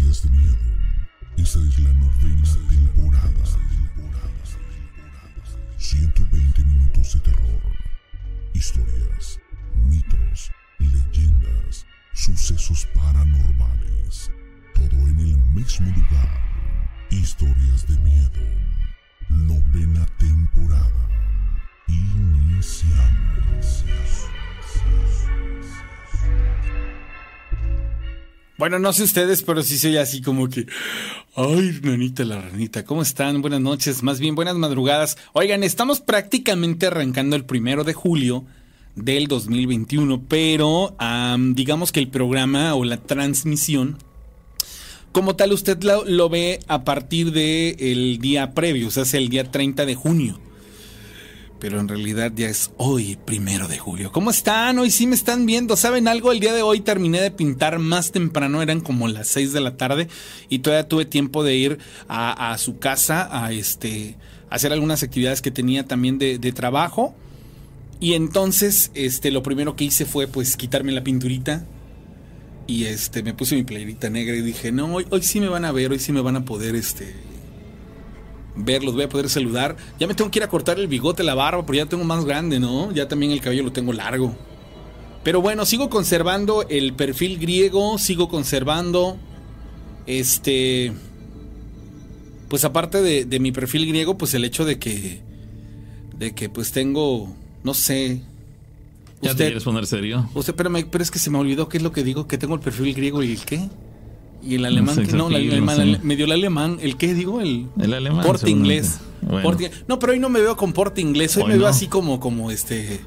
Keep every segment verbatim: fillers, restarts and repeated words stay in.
Historias de miedo. Esta es la novena temporada. ciento veinte minutos de terror. Historias, mitos, leyendas, sucesos paranormales. Todo en el mismo lugar. Historias de miedo. Novena temporada. Iniciamos. Bueno, no sé ustedes, pero sí soy así como que... Ay, nanita la ranita, ¿cómo están? Buenas noches, más bien buenas madrugadas. Oigan, estamos prácticamente arrancando el primero de julio del dos mil veintiuno, pero um, digamos que el programa o la transmisión, como tal, usted lo, lo ve a partir del día previo, o sea, es el día treinta de junio. Pero en realidad ya es hoy, primero de julio. ¿Cómo están? Hoy sí me están viendo. ¿Saben algo? El día de hoy terminé de pintar más temprano. Eran como las seis de la tarde. Y todavía tuve tiempo de ir a, a su casa a este a hacer algunas actividades que tenía también de, de trabajo. Y entonces este lo primero que hice fue pues quitarme la pinturita. Y este me puse mi playerita negra y dije, no, hoy, hoy sí me van a ver. Hoy sí me van a poder este... ver, los voy a poder saludar. Ya me tengo que ir a cortar el bigote, la barba, porque ya tengo más grande, ¿no? Ya también el cabello lo tengo largo. Pero bueno, sigo conservando el perfil griego, sigo conservando este... Pues aparte de, de mi perfil griego, pues el hecho de que... De que pues tengo... No sé... ¿Ya usted, te quieres poner serio? Usted, pero, me, pero es que se me olvidó qué es lo que digo, que tengo el perfil griego y el qué... Y el alemán, no, que no, el alemán, no sé. medio el alemán, ¿el qué digo? El, el alemán. Porte inglés. Bueno. Porte, no, pero hoy no me veo con porte inglés, hoy, hoy me no. veo así como, como este,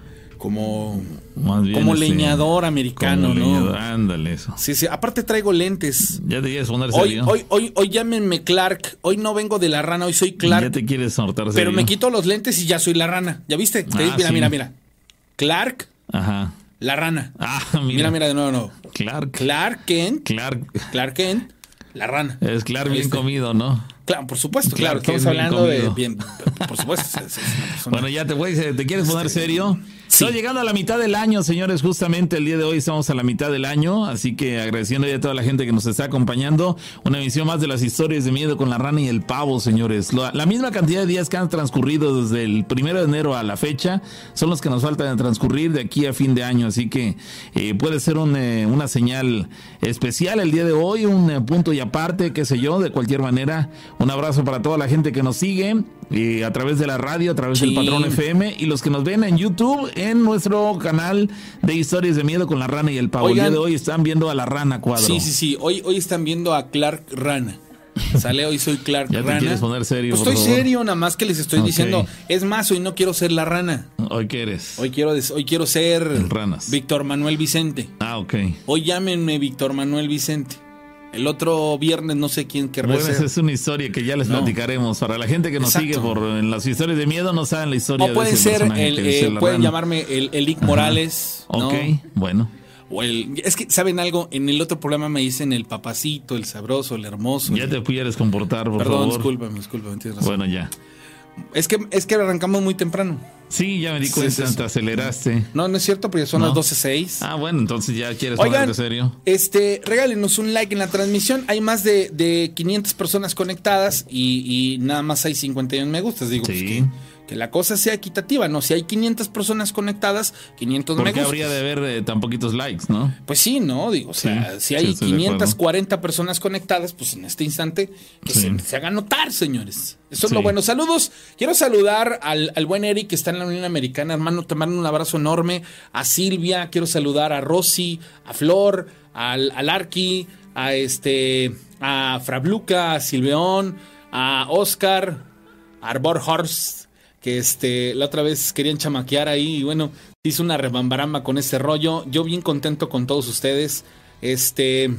como, Más bien como este, leñador americano, como ¿no? Leñador, ándale eso. Sí, sí, aparte traigo lentes. Ya te quieres poner hoy, serio. Hoy, hoy, hoy llámenme Clark, hoy no vengo de la rana, hoy soy Clark. Ya te quieres sortar serio. Pero me quito los lentes y ya soy la rana, ¿ya viste? Ah, mira, sí. mira, mira. Clark. Ajá. La rana. Ah, mira. Mira, mira de nuevo, no. Clark. Clark Kent. Clark. Clark Kent. La rana. Es Clark bien este. comido, ¿no? Claro, por supuesto, Clark claro. Estamos hablando de bien, por supuesto. Es, es bueno, ya te voy, ¿te quieres poner este, serio? Sí. Estoy llegando a la mitad del año, señores. Justamente el día de hoy estamos a la mitad del año, así que agradeciendo ya a toda la gente que nos está acompañando. Una emisión más de las historias de miedo con la rana y el pavo, señores. La, la misma cantidad de días que han transcurrido desde el primero de enero a la fecha son los que nos faltan de transcurrir de aquí a fin de año, así que eh, puede ser un, eh, una señal especial el día de hoy, un eh, punto y aparte, qué sé yo. De cualquier manera, un abrazo para toda la gente que nos sigue eh, a través de la radio, a través sí. del Patrón F M, y los que nos ven en YouTube, en nuestro canal de Historias de Miedo con la Rana y el Pavo. Oigan, el día de hoy están viendo a la Rana Cuadro. Sí, sí, sí. Hoy, hoy están viendo a Clark Rana. Sale, hoy soy Clark ¿Ya Rana. ¿Ya te quieres poner serio, pues por estoy favor? serio, nada más que les estoy okay. diciendo. Es más, hoy no quiero ser la rana. ¿Hoy qué eres? Hoy quiero, hoy quiero ser... El Ranas. Víctor Manuel Vicente. Ah, ok. Hoy llámenme Víctor Manuel Vicente. El otro viernes no sé quién querrá bueno, ser. Esa es una historia que ya les no. platicaremos. Para la gente que nos Exacto. sigue por en las historias de miedo, no saben la historia o pueden de ese ser el, eh, el pueden llamarme el Elic Morales. Ok, ¿no? bueno. O el, es que, ¿saben algo? En el otro programa me dicen el papacito, el sabroso, el hermoso. Ya el... te quieres comportar, por Perdón, favor. discúlpame, discúlpame, tienes razón. Bueno, ya. Es que, es que arrancamos muy temprano. Sí, ya me di cuenta, sí, te aceleraste. No, no es cierto, porque son no. las doce seis. Ah, bueno, entonces ya quieres Oigan, ponerte serio. Este, regálenos un like en la transmisión. Hay más de, de quinientas personas conectadas y, y nada más hay cincuenta y uno me gustas. Digo, sí. pues que, que la cosa sea equitativa, ¿no? Si hay quinientas personas conectadas, quinientos me gustas. ¿Por qué habría de haber eh, tan poquitos likes, no? Pues sí, ¿no? Digo, o sea, sí, si hay sí, quinientas cuarenta personas conectadas, pues en este instante que sí. se, se hagan notar, señores. Eso es sí. lo bueno. Saludos. Quiero saludar al, al buen Eric que está en la Unión Americana. Hermano, te mando un abrazo enorme. A Silvia, quiero saludar a Rosy, a Flor, al, al Arqui, a este, a Frabluca, a Silveón, a Oscar, a Arbor Horst, que este, la otra vez querían chamaquear ahí y bueno, hizo una rebambaramba con este rollo. Yo bien contento con todos ustedes. Este,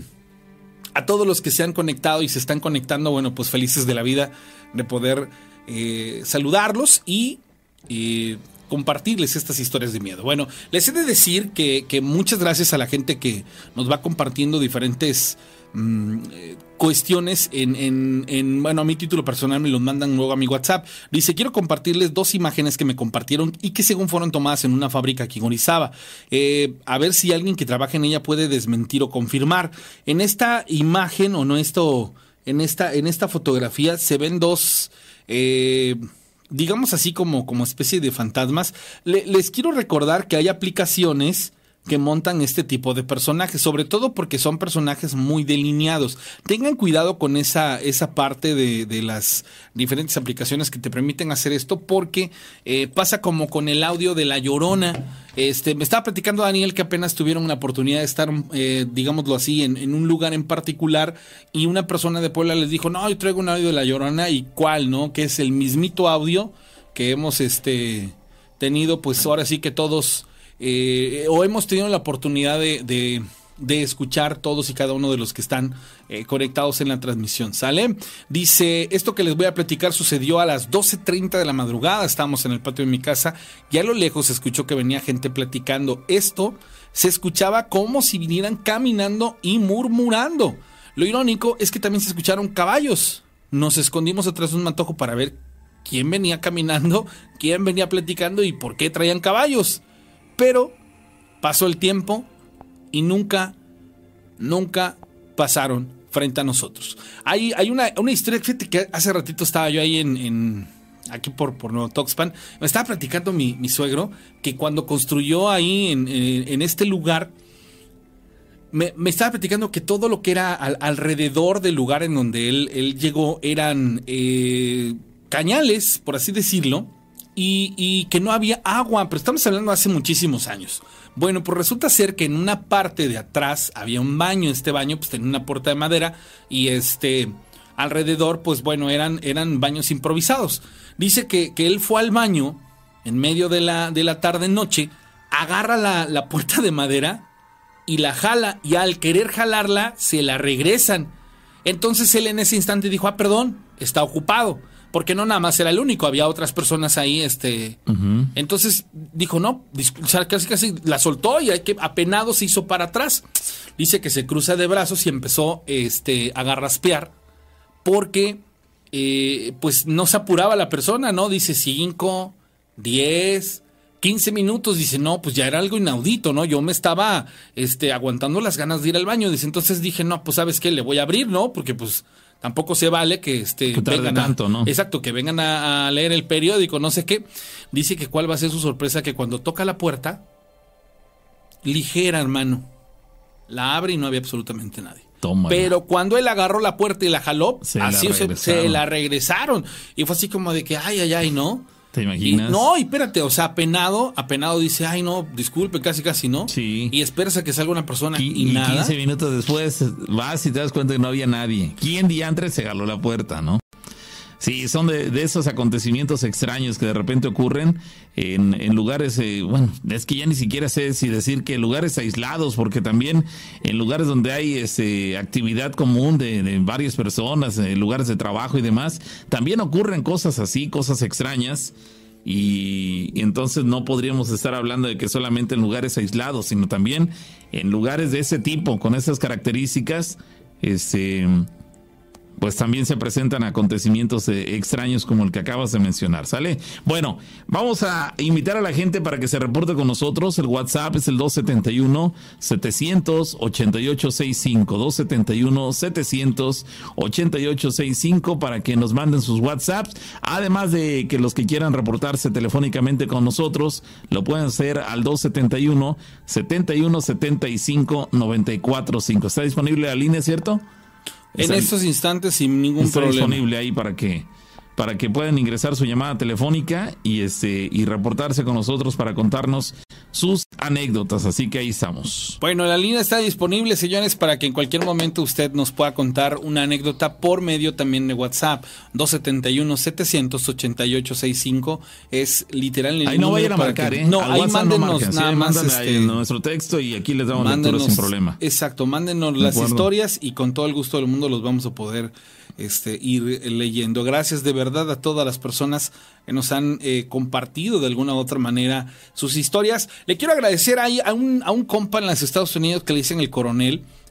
a todos los que se han conectado y se están conectando, bueno, pues felices de la vida de poder eh, saludarlos y eh, compartirles estas historias de miedo. Bueno, les he de decir que, que muchas gracias a la gente que nos va compartiendo diferentes mmm, cuestiones en, en, en, bueno, a mi título personal me los mandan luego a mi WhatsApp. Dice, quiero compartirles dos imágenes que me compartieron y que según fueron tomadas en una fábrica aquí en Orizaba. Eh, a ver si alguien que trabaja en ella puede desmentir o confirmar. En esta imagen, o no esto, en esta, en esta fotografía se ven dos, eh, digamos así como, como especie de fantasmas. Le, les quiero recordar que hay aplicaciones que montan este tipo de personajes, sobre todo porque son personajes muy delineados. Tengan cuidado con esa, esa parte de, de las diferentes aplicaciones que te permiten hacer esto, porque eh, pasa como con el audio de La Llorona. Este, me estaba platicando Daniel que apenas tuvieron la oportunidad de estar, eh, digámoslo así, en, en un lugar en particular, y una persona de Puebla les dijo, no, yo traigo un audio de La Llorona, y cuál, ¿no? Que es el mismito audio que hemos este, tenido, pues ahora sí que todos... Eh, o hemos tenido la oportunidad de, de, de escuchar todos y cada uno de los que están eh, conectados en la transmisión, ¿sale? Dice, esto que les voy a platicar sucedió a las doce treinta de la madrugada, estábamos en el patio de mi casa y a lo lejos se escuchó que venía gente platicando. Esto se escuchaba como si vinieran caminando y murmurando. Lo irónico es que también se escucharon caballos. Nos escondimos atrás de un mantojo para ver quién venía caminando, quién venía platicando y por qué traían caballos. Pero pasó el tiempo y nunca, nunca pasaron frente a nosotros. Hay, hay una, una historia, fíjate que hace ratito estaba yo ahí en, en aquí por, por Nuevo Tuxpan, me estaba platicando mi, mi suegro que cuando construyó ahí en, en, en este lugar, me, me estaba platicando que todo lo que era al, alrededor del lugar en donde él, él llegó eran eh, cañales, por así decirlo. Y, y que no había agua, pero estamos hablando de hace muchísimos años. Bueno, pues resulta ser que en una parte de atrás había un baño. Este baño pues tenía una puerta de madera y este alrededor pues bueno eran, eran baños improvisados. Dice que, que él fue al baño en medio de la, de la tarde noche, agarra la, la puerta de madera y la jala, y al querer jalarla se la regresan. Entonces él en ese instante dijo, ah, perdón, está ocupado. Porque no nada más era el único, había otras personas ahí, este... Uh-huh. Entonces dijo, no, o sea, casi casi la soltó y hay que, apenado se hizo para atrás. Dice que se cruza de brazos y empezó este, a garraspear porque eh, pues no se apuraba la persona, ¿no? Dice cinco, diez, quince minutos, dice, no, pues ya era algo inaudito, ¿no? Yo me estaba este, aguantando las ganas de ir al baño, dice, entonces dije, no, pues ¿sabes qué? Le voy a abrir, ¿no? Porque pues... tampoco se vale que este que vengan tanto, a, ¿no? Exacto, que vengan a, a leer el periódico, no sé qué. Dice que cuál va a ser su sorpresa, que cuando toca la puerta, ligera, hermano, la abre y no había absolutamente nadie. Tómala. Pero cuando él agarró la puerta y la jaló, se así la se, se la regresaron. Y fue así como de que, ay, ay, ay, ¿no? ¿Te imaginas? Y, no, y espérate, o sea, apenado, apenado dice, ay, no, disculpe, casi, casi, ¿no? Sí. Y esperas a que salga una persona y, y, y nada. quince minutos después vas y te das cuenta que no había nadie. ¿Quién diantre se jaló la puerta, no? Sí, son de, de esos acontecimientos extraños que de repente ocurren en, en lugares, eh, bueno, es que ya ni siquiera sé si decir que lugares aislados, porque también en lugares donde hay este, actividad común de, de varias personas, en lugares de trabajo y demás, también ocurren cosas así, cosas extrañas. Y, y entonces no podríamos estar hablando de que solamente en lugares aislados, sino también en lugares de ese tipo, con esas características, este... pues también se presentan acontecimientos eh, extraños como el que acabas de mencionar, ¿sale? Bueno, vamos a invitar a la gente para que se reporte con nosotros. El WhatsApp es el dos setenta y uno, setecientos ochenta y ocho sesenta y cinco, dos setenta y uno, setecientos ochenta y ocho sesenta y cinco, para que nos manden sus WhatsApps. Además de que los que quieran reportarse telefónicamente con nosotros, lo pueden hacer al dos setenta y uno, setenta y uno, setenta y cinco, noventa y cuatro cinco. ¿Está disponible la línea, cierto? En está, estos instantes sin ningún está problema. Está disponible ahí para que para que puedan ingresar su llamada telefónica y este y reportarse con nosotros para contarnos sus anécdotas, así que ahí estamos. Bueno, la línea está disponible, señores, para que en cualquier momento usted nos pueda contar una anécdota por medio también de WhatsApp. dos setenta y uno, setecientos ochenta y ocho sesenta y cinco es literal el ahí no vayan a marcar, que, ¿eh? No, al ahí WhatsApp mándenos no marcan, nada sí, más este, nuestro texto y aquí les damos lectura sin problema. Exacto, mándenos las historias y con todo el gusto del mundo los vamos a poder Este, ir leyendo. Gracias de verdad a todas las personas que nos han eh, compartido de alguna u otra manera sus historias. Le quiero agradecer ahí a un, a un compa en los Estados Unidos que le dicen el Coronel.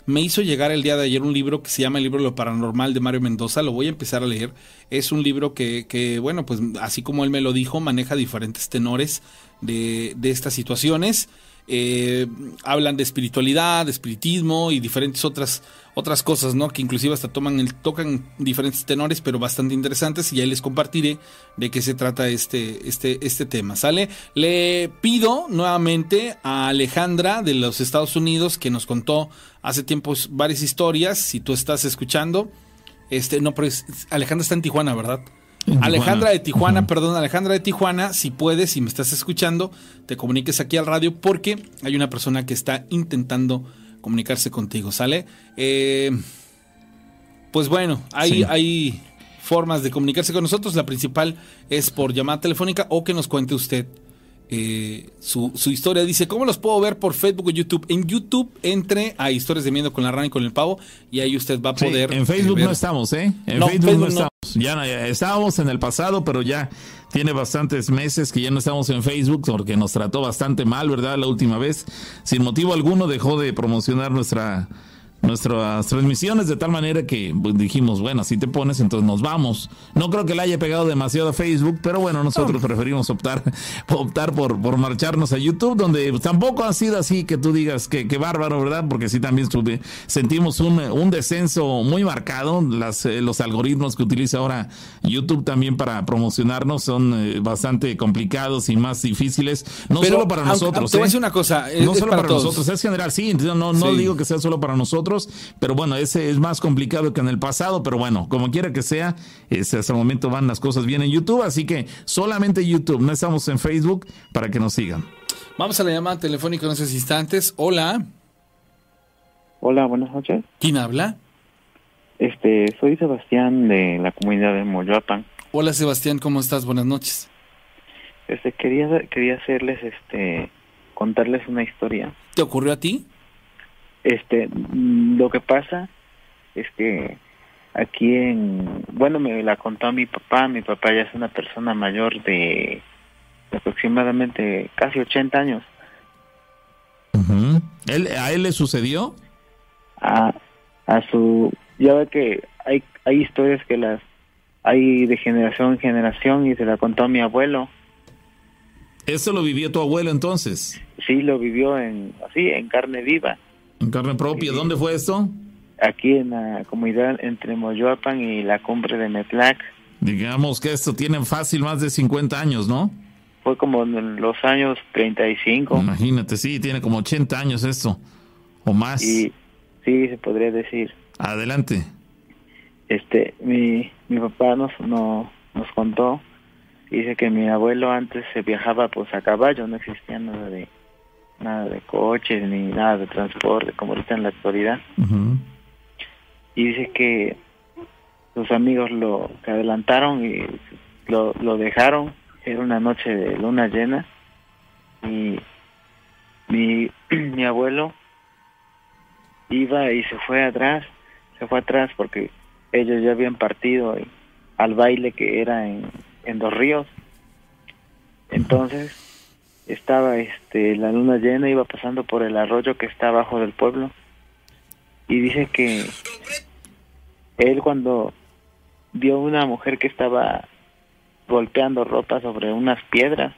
me hizo llegar el día de ayer un libro que se llama El libro de lo paranormal de Mario Mendoza. Lo voy a empezar a leer. Es un libro que, que bueno, pues así como él me lo dijo, maneja diferentes tenores de, de estas situaciones. Eh, hablan de espiritualidad, de espiritismo y diferentes otras otras cosas, ¿no? Que inclusive hasta toman el, tocan diferentes tenores, pero bastante interesantes, y ahí les compartiré de qué se trata este, este, este tema, ¿sale? Le pido nuevamente a Alejandra de los Estados Unidos, que nos contó hace tiempo varias historias, si tú estás escuchando, este, no, pero es, Alejandra está en Tijuana, ¿verdad? En Alejandra Tijuana. de Tijuana, uh-huh. perdón, Alejandra de Tijuana, si puedes, si me estás escuchando, te comuniques aquí al radio, porque hay una persona que está intentando comunicarse contigo, ¿sale? Eh, pues bueno, hay, sí. hay formas de comunicarse con nosotros. La principal es por llamada telefónica o que nos cuente usted eh, su, su historia. Dice, ¿cómo los puedo ver por Facebook o YouTube? En YouTube entre a Historias de Miedo con la Rana y con el Pavo, y ahí usted va a poder... Sí, en Facebook eh, no estamos, ¿eh? En no, Facebook, Facebook no estamos. No. Ya, ya estábamos en el pasado, pero ya tiene bastantes meses que ya no estamos en Facebook porque nos trató bastante mal, ¿verdad? La última vez, sin motivo alguno, dejó de promocionar nuestra nuestras transmisiones, de tal manera que pues, dijimos, bueno, si te pones, entonces nos vamos. No creo que le haya pegado demasiado a Facebook, pero bueno, nosotros oh. preferimos optar optar por, por marcharnos a YouTube, donde tampoco ha sido así que tú digas que, que bárbaro, ¿verdad? Porque sí también sube, sentimos un, un descenso muy marcado. Las, eh, los algoritmos que utiliza ahora YouTube también para promocionarnos son eh, bastante complicados y más difíciles, no pero, solo para aunque, nosotros. Aunque te voy a decir una cosa, es, no es solo para, para todos. nosotros, es general, sí, no, no, sí. no digo que sea solo para nosotros, pero bueno, ese es más complicado que en el pasado, pero bueno, como quiera que sea, este, hasta el momento van las cosas bien en YouTube, así que solamente YouTube, no estamos en Facebook para que nos sigan. Vamos a la llamada telefónica en esos instantes. Hola. Hola, buenas noches. ¿Quién habla? Este, soy Sebastián de la comunidad de Moyoapan. Hola Sebastián, ¿cómo estás? Buenas noches. Este, quería quería hacerles, este, contarles una historia. ¿Te ocurrió a ti? Este, lo que pasa es que aquí en, bueno, me la contó a mi papá. Mi papá ya es una persona mayor de aproximadamente casi ochenta años. Uh-huh. ¿Él, ¿A él le sucedió? A, a su, ya ve que hay, hay historias que las hay de generación en generación, y se la contó a mi abuelo. ¿Eso lo vivió tu abuelo entonces? Sí, lo vivió en, así, en carne viva. ¿En carne propia? ¿Dónde fue esto? Aquí en la comunidad entre Moyoapan y la cumbre de Metlac. Digamos que esto tiene fácil más de cincuenta años, ¿no? Fue como en los años treinta y cinco. Imagínate, sí, tiene como ochenta años esto, o más. Y sí, se podría decir. Adelante. Este, mi, mi papá nos, no, nos contó, dice que mi abuelo antes se viajaba pues a caballo, no existía nada de... nada de coches ni nada de transporte como ahorita en la actualidad. Uh-huh. Y dice que sus amigos lo que adelantaron y lo, lo dejaron. Era una noche de luna llena y mi, mi abuelo iba y se fue atrás, se fue atrás porque ellos ya habían partido al baile que era en, en Dos Ríos. Entonces estaba este la luna llena, iba pasando por el arroyo que está abajo del pueblo, y dice que él, cuando vio una mujer que estaba golpeando ropa sobre unas piedras,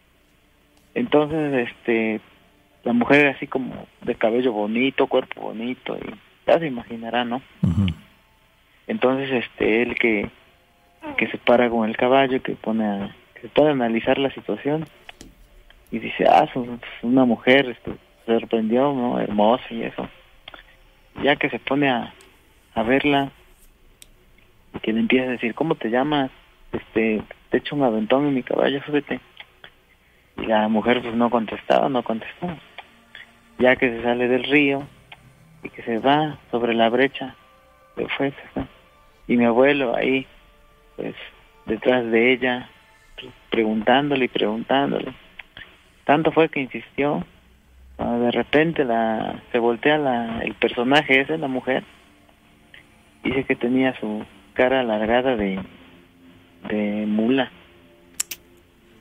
entonces este la mujer era así como de cabello bonito, cuerpo bonito, y ya se imaginará, ¿no? Uh-huh. Entonces este él que que se para con el caballo, que pone a, que se pone a analizar la situación, y dice, ah, es una mujer, este, se sorprendió, ¿no? Hermosa y eso. Ya que se pone a, a verla, y que le empieza a decir, ¿cómo te llamas? Este, te echo un aventón en mi caballo, súbete. Y la mujer pues no contestaba, no contestaba. Ya que se sale del río, y que se va sobre la brecha, se fue, se fue. Y mi abuelo ahí, pues, detrás de ella, preguntándole y preguntándole. Tanto fue que insistió, cuando de repente la se voltea la, el personaje ese, la mujer, dice que tenía su cara alargada de, de mula.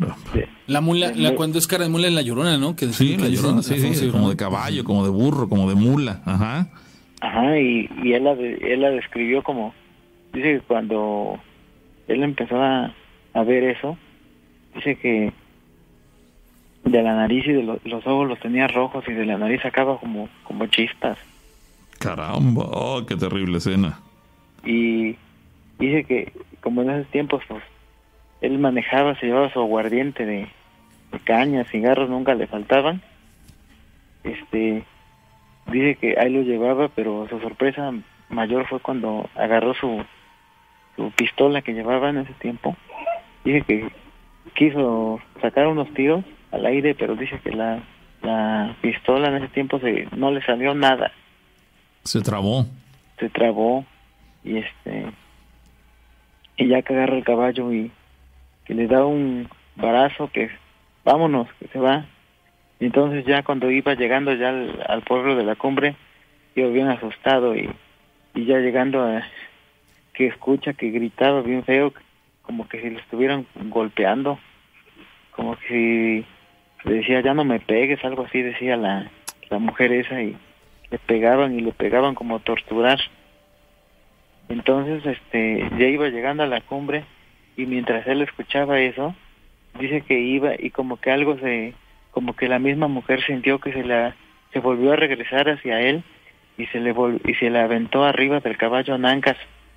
La mula, la, cuando es cara de mula es la Llorona, ¿no? Que sí, la Llorona, sí, sí, Llorona. Como de caballo, como de burro, como de mula, ajá. Ajá, y, y él, la de, él la describió como, dice que cuando él empezó a, a ver eso, dice que de la nariz y de lo, los ojos los tenía rojos y de la nariz sacaba como, como chispas. Caramba, oh, qué terrible escena. Y dice que como en esos tiempos, pues, él manejaba, se llevaba su aguardiente de, de caña, cigarros nunca le faltaban. Este, dice que ahí lo llevaba, pero su sorpresa mayor fue cuando agarró su, su pistola que llevaba en ese tiempo. Dice que quiso sacar unos tiros al aire, pero dice que la, la pistola en ese tiempo se, no le salió nada. Se trabó. Se trabó y este y ya que agarra el caballo y que le da un barazo que vámonos, que se va. Y entonces ya cuando iba llegando ya al, al pueblo de la cumbre, iba bien asustado y, y ya llegando a que escucha que gritaba bien feo, como que si le estuvieran golpeando, como que si le decía ya no me pegues, algo así decía la, la mujer esa, y le pegaban y le pegaban como torturar. Entonces este ya iba llegando a la cumbre y mientras él escuchaba eso, dice que iba y como que algo se, como que la misma mujer sintió que se la se volvió a regresar hacia él y se le vol, y se la aventó arriba del caballo en ancas.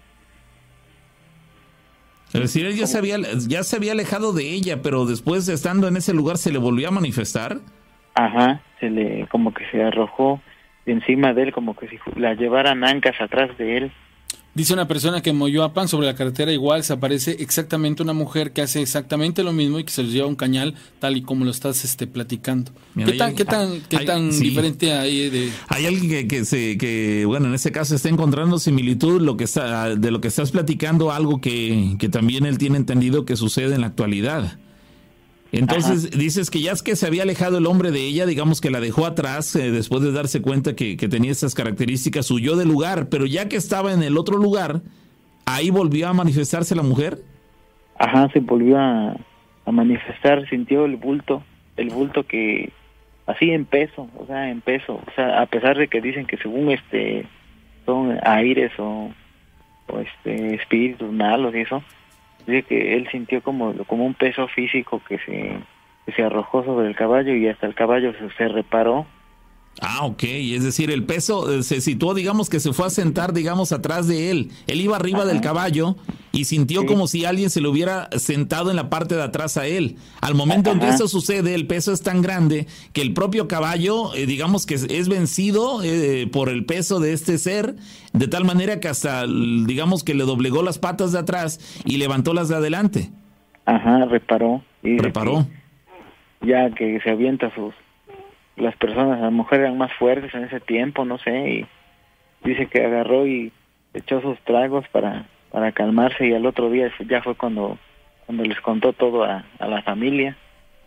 Es decir, él ya se había ya se había alejado de ella, pero después estando en ese lugar se le volvió a manifestar. Ajá, se le como que se arrojó encima de él, como que si la llevaran ancas atrás de él. Dice una persona que en Moyoapan, sobre la carretera, igual se aparece exactamente una mujer que hace exactamente lo mismo y que se les lleva un cañal, tal y como lo estás este, platicando. Mira, ¿Qué, tan, hay, ¿Qué tan, qué hay, tan sí. diferente hay de...? Hay alguien que, que, se, que, bueno, en ese caso está encontrando similitud lo que está, de lo que estás platicando, algo que, que también él tiene entendido que sucede en la actualidad. Entonces, ajá, dices que ya es que se había alejado el hombre de ella, digamos que la dejó atrás eh, después de darse cuenta que, que tenía esas características, huyó del lugar, pero ya que estaba en el otro lugar, ¿ahí volvió a manifestarse la mujer? Ajá, se volvió a, a manifestar, sintió el bulto, el bulto que, así en peso, o sea, en peso, o sea, a pesar de que dicen que según este, son aires o, o este, espíritus malos y eso, dice que él sintió como, como un peso físico que se, que se arrojó sobre el caballo y hasta el caballo se, se reparó. Ah, ok, es decir, el peso eh, se situó, digamos que se fue a sentar, digamos, atrás de él. Él iba arriba, ajá, del caballo y sintió, sí, como si alguien se le hubiera sentado en la parte de atrás a él. Al momento, ajá, en que eso sucede, el peso es tan grande que el propio caballo, eh, digamos que es, es vencido eh, por el peso de este ser, de tal manera que hasta, digamos que le doblegó las patas de atrás y levantó las de adelante. Ajá, reparó. Y reparó. Ya que se avienta sus... las personas, las mujeres eran más fuertes en ese tiempo, no sé, y dice que agarró y echó sus tragos para para calmarse y al otro día ya fue cuando cuando les contó todo a, a la familia.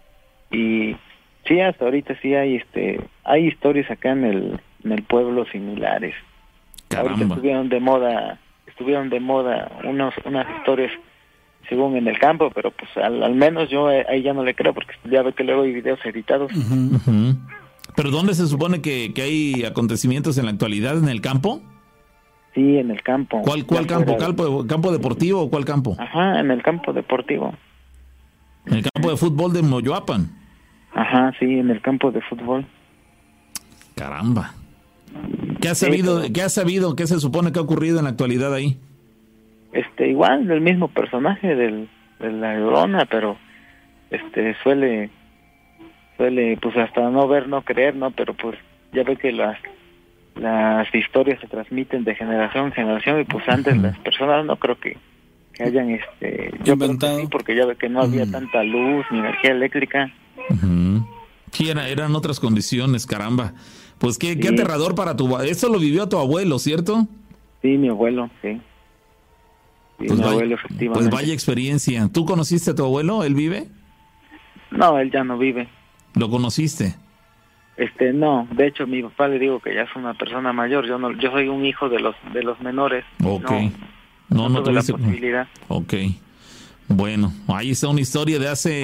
Y sí, hasta ahorita sí hay este hay historias acá en el en el pueblo similares. Caramba. Ahorita estuvieron de moda, estuvieron de moda unos unas historias según en el campo, pero pues al, al menos yo ahí ya no le creo porque ya ve que luego hay videos editados. Uh-huh, uh-huh. ¿Pero dónde se supone que, que hay acontecimientos en la actualidad? ¿En el campo? Sí, en el campo. ¿Cuál, cuál campo? ¿Campo? ¿Campo deportivo o cuál campo? Ajá, en el campo deportivo. ¿En el campo de fútbol de Moyoapan? Ajá, sí, en el campo de fútbol. Caramba. ¿Qué has sabido, sí, ¿qué has sabido, qué se supone que ha ocurrido en la actualidad ahí? Este, igual, el mismo personaje del, de la Llorona, pero este suele, suele, pues hasta no ver, no creer, ¿no? Pero pues ya ve que las las historias se transmiten de generación en generación y pues antes uh-huh, las personas no creo que, que hayan este yo inventado, creo que sí, porque ya ve que no había uh-huh, tanta luz ni energía eléctrica. Uh-huh. Sí, era, eran otras condiciones, caramba. Pues qué, sí, qué aterrador para tu... Eso lo vivió tu abuelo, ¿cierto? Sí, mi abuelo, sí. Sí, pues, mi vaya, abuelo, efectivamente. Pues vaya experiencia. ¿Tú conociste a tu abuelo? ¿Él vive? No, él ya no vive. ¿Lo conociste? Este, no. De hecho, mi papá le digo que ya es una persona mayor. Yo no, yo soy un hijo de los de los menores. Ok. No, no, no, no tuve la dice... posibilidad. Ok. Bueno, ahí está una historia de hace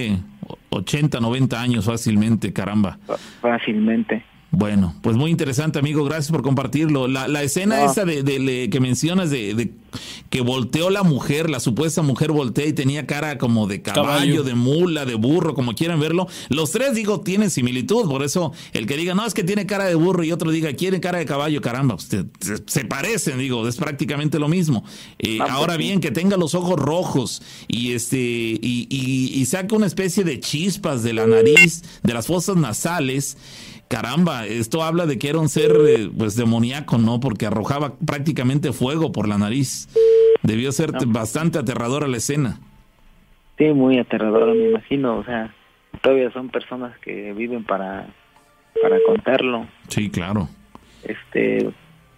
ochenta, noventa años fácilmente, caramba. Fácilmente. Bueno, pues muy interesante, amigo, gracias por compartirlo. La, la escena no. esa de, de, de que mencionas de, de que volteó la mujer, la supuesta mujer voltea y tenía cara como de caballo, caballo, de mula, de burro, como quieran verlo. Los tres, digo, tienen similitud, por eso el que diga, no, es que tiene cara de burro y otro diga, tiene cara de caballo, caramba, usted, se, se parecen, digo, es prácticamente lo mismo. Eh, ah, ahora bien, que tenga los ojos rojos y este y, y, y saque una especie de chispas de la nariz, de las fosas nasales. Caramba, esto habla de que era un ser eh, pues demoníaco, ¿no? Porque arrojaba prácticamente fuego por la nariz. Debió ser no. bastante aterradora la escena. Sí, muy aterradora, me imagino. O sea, todavía son personas que viven para para contarlo. Sí, claro. Este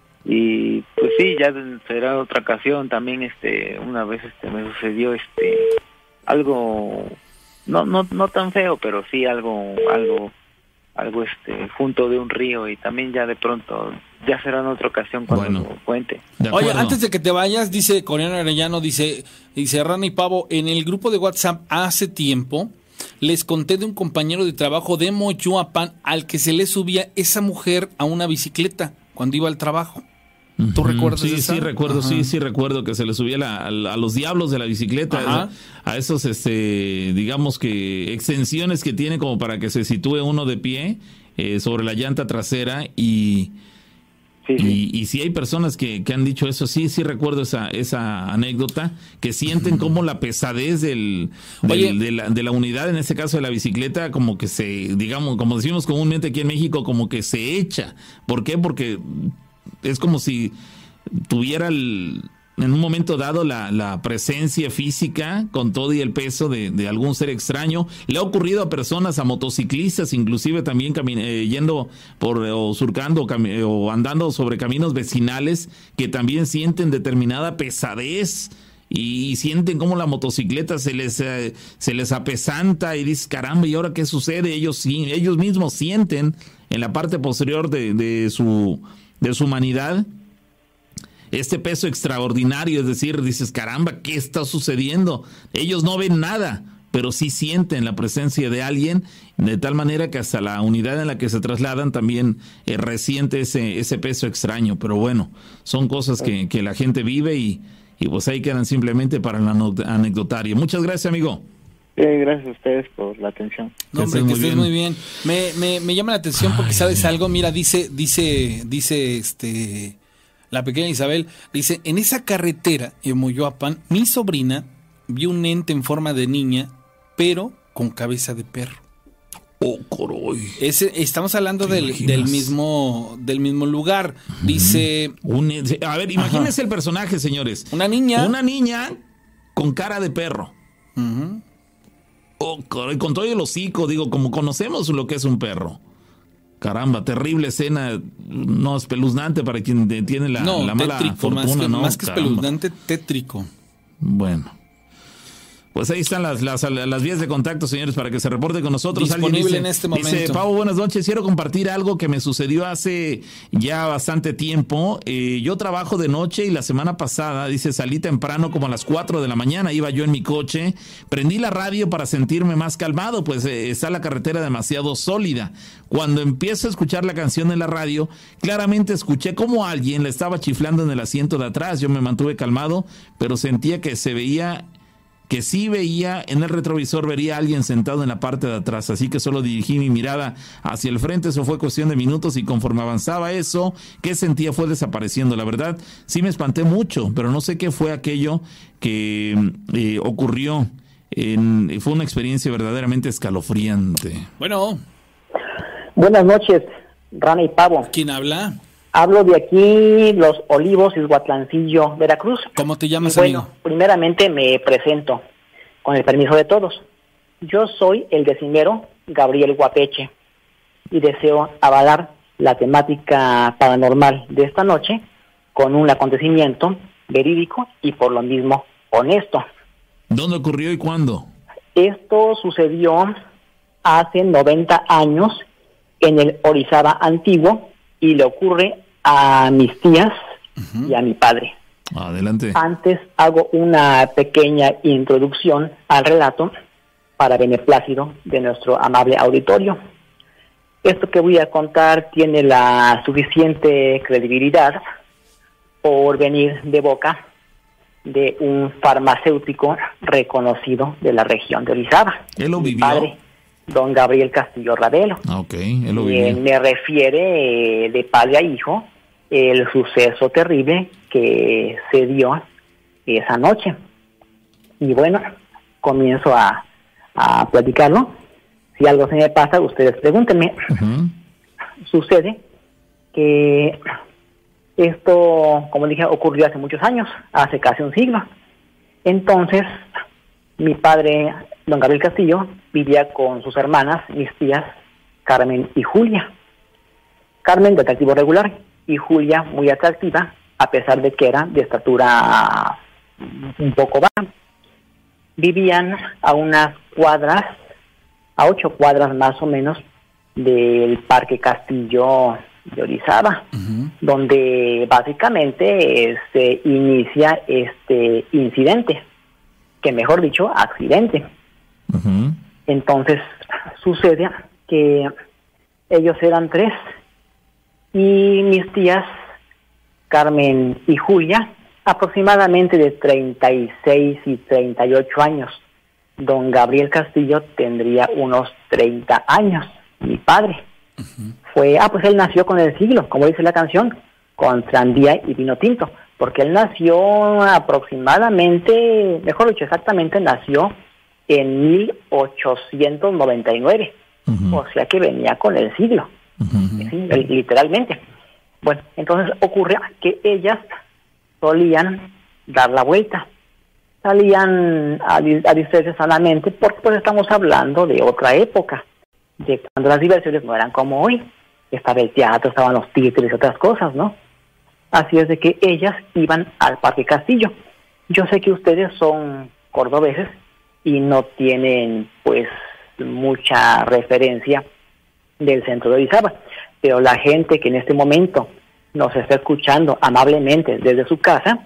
y pues sí, ya será otra ocasión. También este una vez este me sucedió este algo no no no tan feo, pero sí algo algo algo este junto de un río, y también ya de pronto ya será en otra ocasión cuando bueno, cuente. Oye, antes de que te vayas, dice Coreano Arellano, dice, dice Rana y Pavo, en el grupo de WhatsApp hace tiempo les conté de un compañero de trabajo de Moyoapan al que se le subía esa mujer a una bicicleta cuando iba al trabajo. ¿Tú uh-huh. recuerdas sí, esa? Sí, recuerdo, Ajá. sí, sí recuerdo que se le subía la, a, a los diablos de la bicicleta, a, a esos, este, digamos que extensiones que tiene como para que se sitúe uno de pie eh, sobre la llanta trasera y, sí, sí. y, y si hay personas que, que han dicho eso, sí, sí recuerdo esa, esa anécdota, que sienten uh-huh. como la pesadez del, del Oye, de, la, de la unidad, en este caso de la bicicleta, como que se, digamos, como decimos comúnmente aquí en México, como que se echa. ¿Por qué? Porque es como si tuviera el, en un momento dado la, la presencia física con todo y el peso de, de algún ser extraño. Le ha ocurrido a personas, a motociclistas, inclusive también camin- eh, yendo por o surcando o, cami- o andando sobre caminos vecinales, que también sienten determinada pesadez y sienten como la motocicleta se les eh, se les apesanta y dices, caramba, ¿y ahora qué sucede? Ellos sí, ellos mismos sienten en la parte posterior de, de su de su humanidad este peso extraordinario, es decir, dices, caramba, ¿qué está sucediendo? Ellos no ven nada, pero sí sienten la presencia de alguien, de tal manera que hasta la unidad en la que se trasladan también eh, resiente ese, ese peso extraño. Pero bueno, son cosas que, que la gente vive y, y pues ahí quedan simplemente para el anecdotario. Muchas gracias, amigo. Sí, gracias a ustedes por la atención. No, hombre, que estés muy bien. Me, me, me llama la atención porque, Ay, ¿sabes sí. algo? Mira, dice, dice, dice, este, la pequeña Isabel, dice, en esa carretera en Moyoapan, mi sobrina vio un ente en forma de niña, pero con cabeza de perro. Oh, coroy. Ese, estamos hablando del, del mismo, del mismo lugar. Dice, un, a ver, imagínense el personaje, señores. Una niña. Una niña con cara de perro. Uh-huh. Oh, con todo el hocico, digo, como conocemos lo que es un perro. Caramba, terrible escena, no, espeluznante para quien tiene la, no, la mala tétrico, fortuna, más que, ¿no? Más que espeluznante, tétrico. Bueno. Pues ahí están las, las, las vías de contacto, señores, para que se reporte con nosotros. Disponible dice, en este momento. Dice, Pavo, buenas noches. Quiero compartir algo que me sucedió hace ya bastante tiempo. Eh, yo trabajo de noche y la semana pasada, dice, salí temprano como a las cuatro de la mañana. Iba yo en mi coche, prendí la radio para sentirme más calmado, pues eh, está la carretera demasiado sólida. Cuando empiezo a escuchar la canción en la radio, claramente escuché como alguien le estaba chiflando en el asiento de atrás. Yo me mantuve calmado, pero sentía que se veía... que sí veía en el retrovisor, vería a alguien sentado en la parte de atrás, así que solo dirigí mi mirada hacia el frente. Eso fue cuestión de minutos y conforme avanzaba eso que sentía fue desapareciendo. La verdad, sí me espanté mucho, pero no sé qué fue aquello que eh, ocurrió. En, fue una experiencia verdaderamente escalofriante. Bueno. Buenas noches, Rana y Pavo. ¿Quién habla? Hablo de aquí, Los Olivos, Izhuatlancillo, Veracruz. ¿Cómo te llamas, bueno, amigo? Primeramente me presento, con el permiso de todos. Yo soy el decimero Gabriel Guapeche y deseo avalar la temática paranormal de esta noche con un acontecimiento verídico y por lo mismo honesto. ¿Dónde ocurrió y cuándo? Esto sucedió hace noventa años en el Orizaba antiguo y le ocurre a mis tías uh-huh. y a mi padre. Adelante. Antes hago una pequeña introducción al relato. para beneplácito de nuestro amable auditorio. Esto que voy a contar tiene la suficiente credibilidad por venir de boca de un farmacéutico reconocido de la región de Orizaba. ¿Él lo mi vivió? padre, don Gabriel Castillo Ravelo. Ah, ok, él lo Y, eh, vivió. me refiere eh, de padre a hijo el suceso terrible que se dio esa noche. Y bueno, comienzo a, a platicarlo. Si algo se me pasa, ustedes pregúntenme. Ujú. Sucede que esto, como dije, ocurrió hace muchos años, hace casi un siglo. Entonces, mi padre, don Gabriel Castillo, vivía con sus hermanas, mis tías, Carmen y Julia. Carmen, de atractivo regular, y Julia, muy atractiva, a pesar de que era de estatura un poco baja. Vivían a unas cuadras, a ocho cuadras más o menos, del Parque Castillo de Orizaba, Ujú. donde básicamente eh, se inicia este incidente, que mejor dicho, accidente. Ujú. Entonces sucede que ellos eran tres y mis tías Carmen y Julia, aproximadamente de treinta y seis y treinta y ocho años. Don Gabriel Castillo tendría unos treinta años, mi padre. Fue, ah, pues él nació con el siglo, como dice la canción, con tranvía y vino tinto, porque él nació aproximadamente, mejor dicho, exactamente nació en mil ochocientos noventa y nueve, Ujú. o sea que venía con el siglo, Ujú. ¿sí? Literalmente. Bueno, entonces ocurre que ellas solían dar la vuelta, salían a, di- a distraerse sanamente, porque pues estamos hablando de otra época, de cuando las diversiones no eran como hoy. Estaba el teatro, estaban los títeres y otras cosas, ¿no? Así es de que ellas iban al Parque Castillo. Yo sé que ustedes son cordobeses y no tienen, pues, mucha referencia del centro de Orizaba, pero la gente que en este momento nos está escuchando amablemente desde su casa,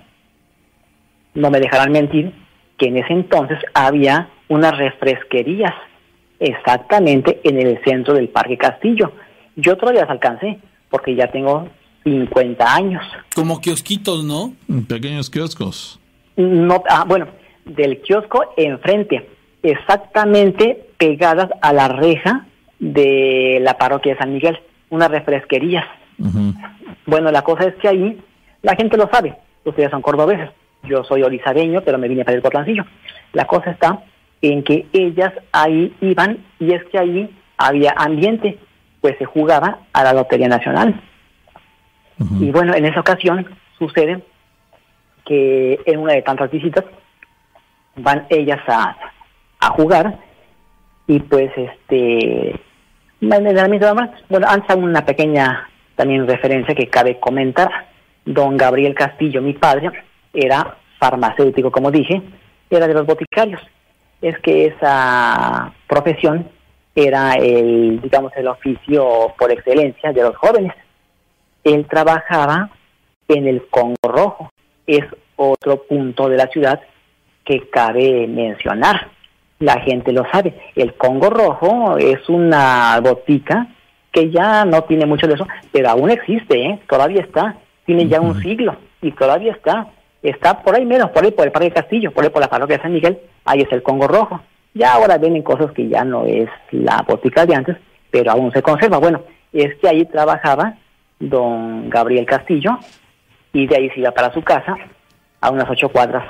no me dejarán mentir que en ese entonces había unas refresquerías exactamente en el centro del Parque Castillo. Yo todavía las alcancé porque ya tengo cincuenta años. Como kiosquitos, ¿no? Pequeños kioscos. No, ah, bueno, del kiosco enfrente, exactamente pegadas a la reja de la parroquia de San Miguel, unas refresquerías. Ujú. Bueno, la cosa es que ahí la gente lo sabe, ustedes son cordobeses, yo soy orizabeño, pero me vine para el Cotlancillo. La cosa está en que ellas ahí iban y es que ahí había ambiente, pues se jugaba a la Lotería Nacional. Ujú. Y bueno, en esa ocasión sucede que en una de tantas visitas van ellas a, a jugar y pues este en el ámbito de la- bueno, antes hago una pequeña también referencia que cabe comentar. Don Gabriel Castillo, mi padre, era farmacéutico, como dije, era de los boticarios. Es que esa profesión era el, digamos, el oficio por excelencia de los jóvenes. Él trabajaba en el Congo Rojo, es otro punto de la ciudad que cabe mencionar. La gente lo sabe. El Congo Rojo es una botica que ya no tiene mucho de eso, pero aún existe, ¿eh? Todavía está, tiene ya un siglo y todavía está. Está por ahí menos, por ahí por el Parque Castillo, por ahí por la parroquia de San Miguel, ahí es el Congo Rojo. Ya ahora vienen cosas que ya no es la botica de antes, pero aún se conserva. Bueno, es que ahí trabajaba don Gabriel Castillo y de ahí se iba para su casa a unas ocho cuadras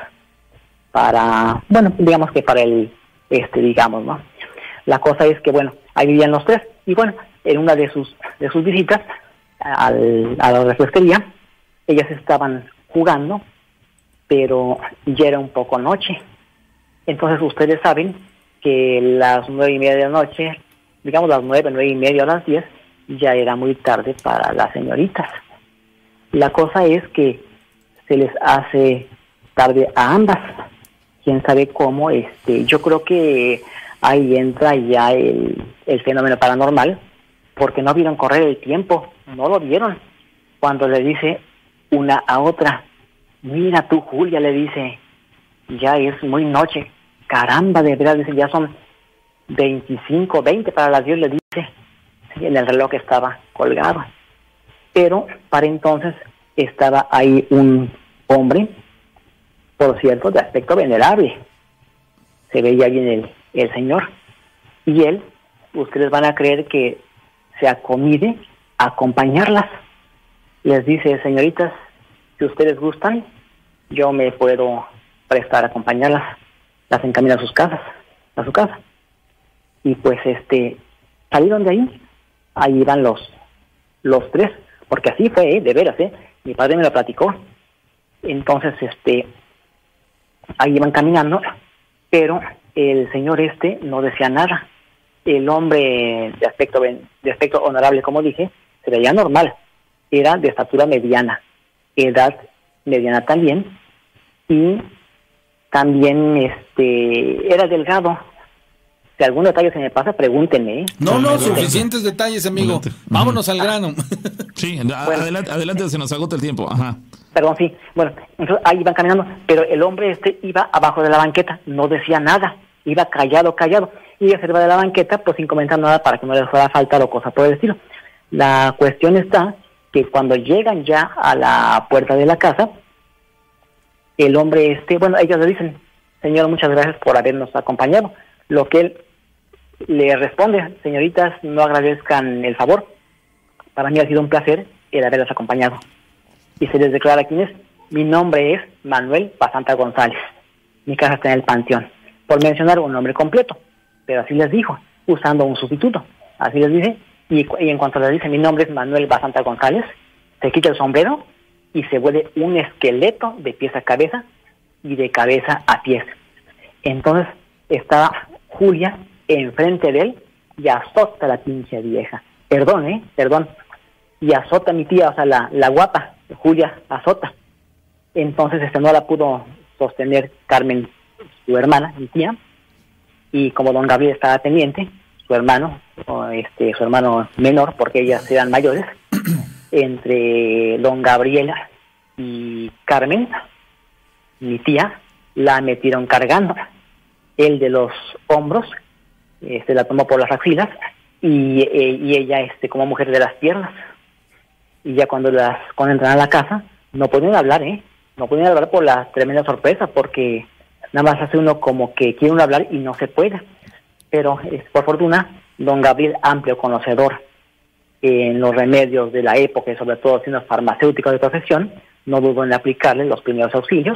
para, bueno, digamos que para el este, digamos, ¿no? La cosa es que, bueno, ahí vivían los tres y bueno, en una de sus de sus visitas al, a la refresquería, ellas estaban jugando, pero ya era un poco noche. Entonces ustedes saben que las nueve y media de la noche, digamos las nueve, nueve y media o las diez, ya era muy tarde para las señoritas. La cosa es que se les hace tarde a ambas. Quién sabe cómo, este, yo creo que ahí entra ya el, el fenómeno paranormal, porque no vieron correr el tiempo, no lo vieron. Cuando le dice una a otra, mira tú, Julia, le dice, ya es muy noche, caramba, de verdad, dice, ya son veinticinco, veinte para las diez, le dice, sí, en el reloj estaba colgado. Pero para entonces estaba ahí un hombre, por cierto, de aspecto venerable. Se veía bien el, el señor. Y él, ustedes van a creer que se acomide a acompañarlas. Les dice, señoritas, si ustedes gustan, yo me puedo prestar a acompañarlas. Las encamina a sus casas, a su casa. Y pues este, salieron de ahí. Ahí iban los, los tres, porque así fue, ¿eh? De veras, ¿eh? Mi padre me lo platicó. Entonces, este, ahí iban caminando, pero el señor este no decía nada. El hombre de aspecto de aspecto honorable, como dije, se veía normal. Era de estatura mediana, edad mediana también, y también este era delgado. Si algún detalle se me pasa, pregúntenme. ¿eh? No, no, suficientes detalles, amigo. Vámonos al grano. Sí, bueno, adelante, adelante, se nos agota el tiempo. Ajá. Perdón, sí. Bueno, entonces ahí iban caminando, pero el hombre este iba abajo de la banqueta, no decía nada, iba callado, callado, y ella se iba de la banqueta, pues sin comentar nada para que no les fuera a faltar o cosa por el estilo. La cuestión está que cuando llegan ya a la puerta de la casa, el hombre este, bueno, ellos le dicen, señor, muchas gracias por habernos acompañado. Lo que él le responde, señoritas, no agradezcan el favor, para mí ha sido un placer el haberlas acompañado. Y se les declara quién es. Mi nombre es Manuel Basanta González. Mi casa está en el Panteón. Por mencionar un nombre completo. Pero así les dijo, usando un sustituto. Así les dice. Y, y en cuanto les dice, mi nombre es Manuel Basanta González, se quita el sombrero y se vuelve un esqueleto de pies a cabeza y de cabeza a pies. Entonces estaba Julia enfrente de él y azota a la pinche vieja. Perdón, ¿eh? Perdón. Y azota a mi tía, o sea, la, la guapa, Julia azota. Entonces este no la pudo sostener Carmen, su hermana, mi tía, y como don Gabriel estaba pendiente, su hermano, o este su hermano menor, porque ellas eran mayores, entre don Gabriel y Carmen, mi tía, la metieron cargando. Él de los hombros, este la tomó por las axilas, y, eh, y ella este como mujer de las piernas. Y ya cuando las cuando entran a la casa, no pueden hablar, ¿eh? No pueden hablar por la tremenda sorpresa, porque nada más hace uno como que quiere uno hablar y no se puede. Pero, eh, por fortuna, don Gabriel, amplio conocedor en los remedios de la época y sobre todo siendo farmacéutico de profesión, no dudó en aplicarle los primeros auxilios,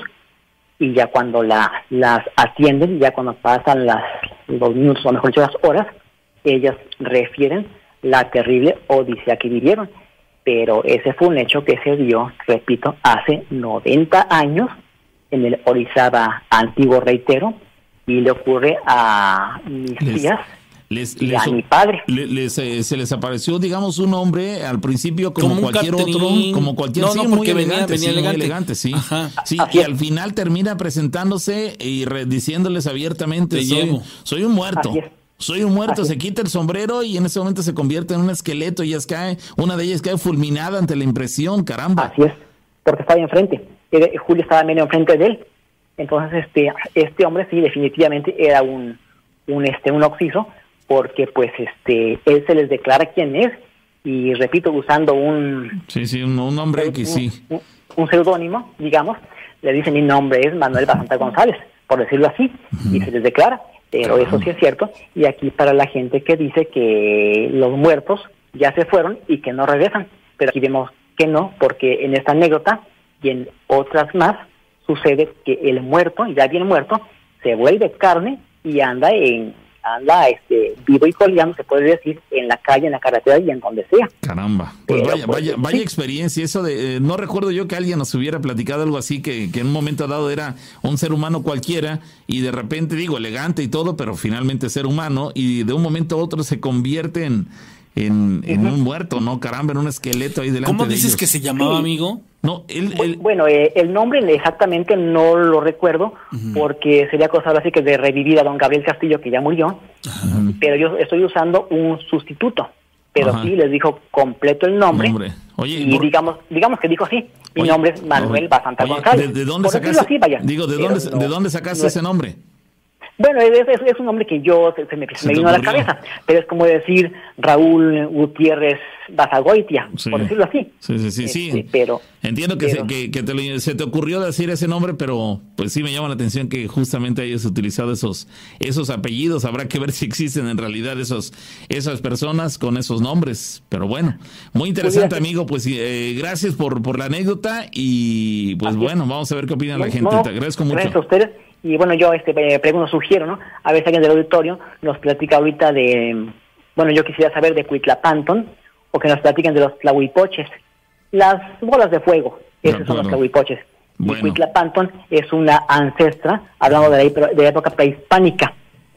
y ya cuando la las atienden, ya cuando pasan las los minutos o mejor dicho las horas, ellas refieren la terrible odisea que vivieron. Pero ese fue un hecho que se dio, repito, hace noventa años en el Orizaba antiguo, reitero, y le ocurre a mis les, tías les, y les, a mi padre. Les, les, eh, se les apareció, digamos, un hombre al principio como, como cualquier otro, como cualquier, no, sí, no, muy porque elegante, venía, venía sí, elegante. muy elegante, sí. Ajá. Sí, Así y es. al final termina presentándose y re, diciéndoles abiertamente, Te soy, llevo. soy un muerto. Así es. Soy un muerto, Así se es. quita el sombrero y en ese momento se convierte en un esqueleto y ellas cae, una de ellas cae fulminada ante la impresión, caramba. Así es, porque estaba ahí enfrente. Era- Julio estaba medio enfrente de él. Entonces, este este hombre sí, definitivamente era un un este un occiso, porque pues este él se les declara quién es, y repito, usando un Sí, sí, un, un hombre X, sí. un, un seudónimo, digamos, le dice mi nombre es Manuel Basanta González, por decirlo así, y se les declara. Pero eso sí es cierto, y aquí para la gente que dice que los muertos ya se fueron y que no regresan, pero aquí vemos que no, porque en esta anécdota y en otras más sucede que el muerto, ya bien muerto, se vuelve carne y anda en anda este vivo y coleando, se puede decir, en la calle, en la carretera y en donde sea. Caramba, pues Pero, vaya, pues, vaya, vaya sí. experiencia, eso de, eh, no recuerdo yo que alguien nos hubiera platicado algo así, que, que en un momento dado era un ser humano cualquiera, y de repente, digo, elegante y todo, pero finalmente ser humano, y de un momento a otro se convierte en, en, en un muerto, ¿no? Caramba, en un esqueleto ahí delante ¿Cómo de dices ellos. que se llamaba, Sí. amigo? No, él, Bu- él- Bueno, eh, el nombre exactamente no lo recuerdo, porque sería cosa ahora sí que de revivir a don Gabriel Castillo, que ya murió, pero yo estoy usando un sustituto, pero Ajá. sí les dijo completo el nombre, Nombre. Oye, y por- digamos digamos que dijo así, mi Oye, nombre es Manuel oye, Basanta oye, González. ¿de, de dónde Por decirlo sacaste? así, vaya. Digo, ¿de Pero dónde, no- ¿de dónde sacaste no es- ese nombre? Bueno, es, es, es un nombre que yo se, se me, se me vino a la cabeza, pero es como decir Raúl Gutiérrez Basagoitia, sí. por decirlo así. Sí, sí, sí. Este, sí. Pero, Entiendo que, pero, se, que, que te lo, se te ocurrió decir ese nombre, pero pues sí me llama la atención que justamente hayas utilizado esos esos apellidos. Habrá que ver si existen en realidad esos esas personas con esos nombres. Pero bueno, muy interesante, amigo. Pues eh, gracias por, por la anécdota y pues bueno, vamos a ver qué opina la gente. No, te agradezco mucho. Gracias a ustedes. Y bueno, yo este pregunto, sugiero, ¿no? A ver si alguien del auditorio nos platica ahorita de, bueno, yo quisiera saber de Cuitlapanton, o que nos platiquen de los tlahuipoches, las bolas de fuego, esos de son los tlahuipoches. Bueno. Y Cuitlapanton es una ancestra, hablando de la, de la época prehispánica,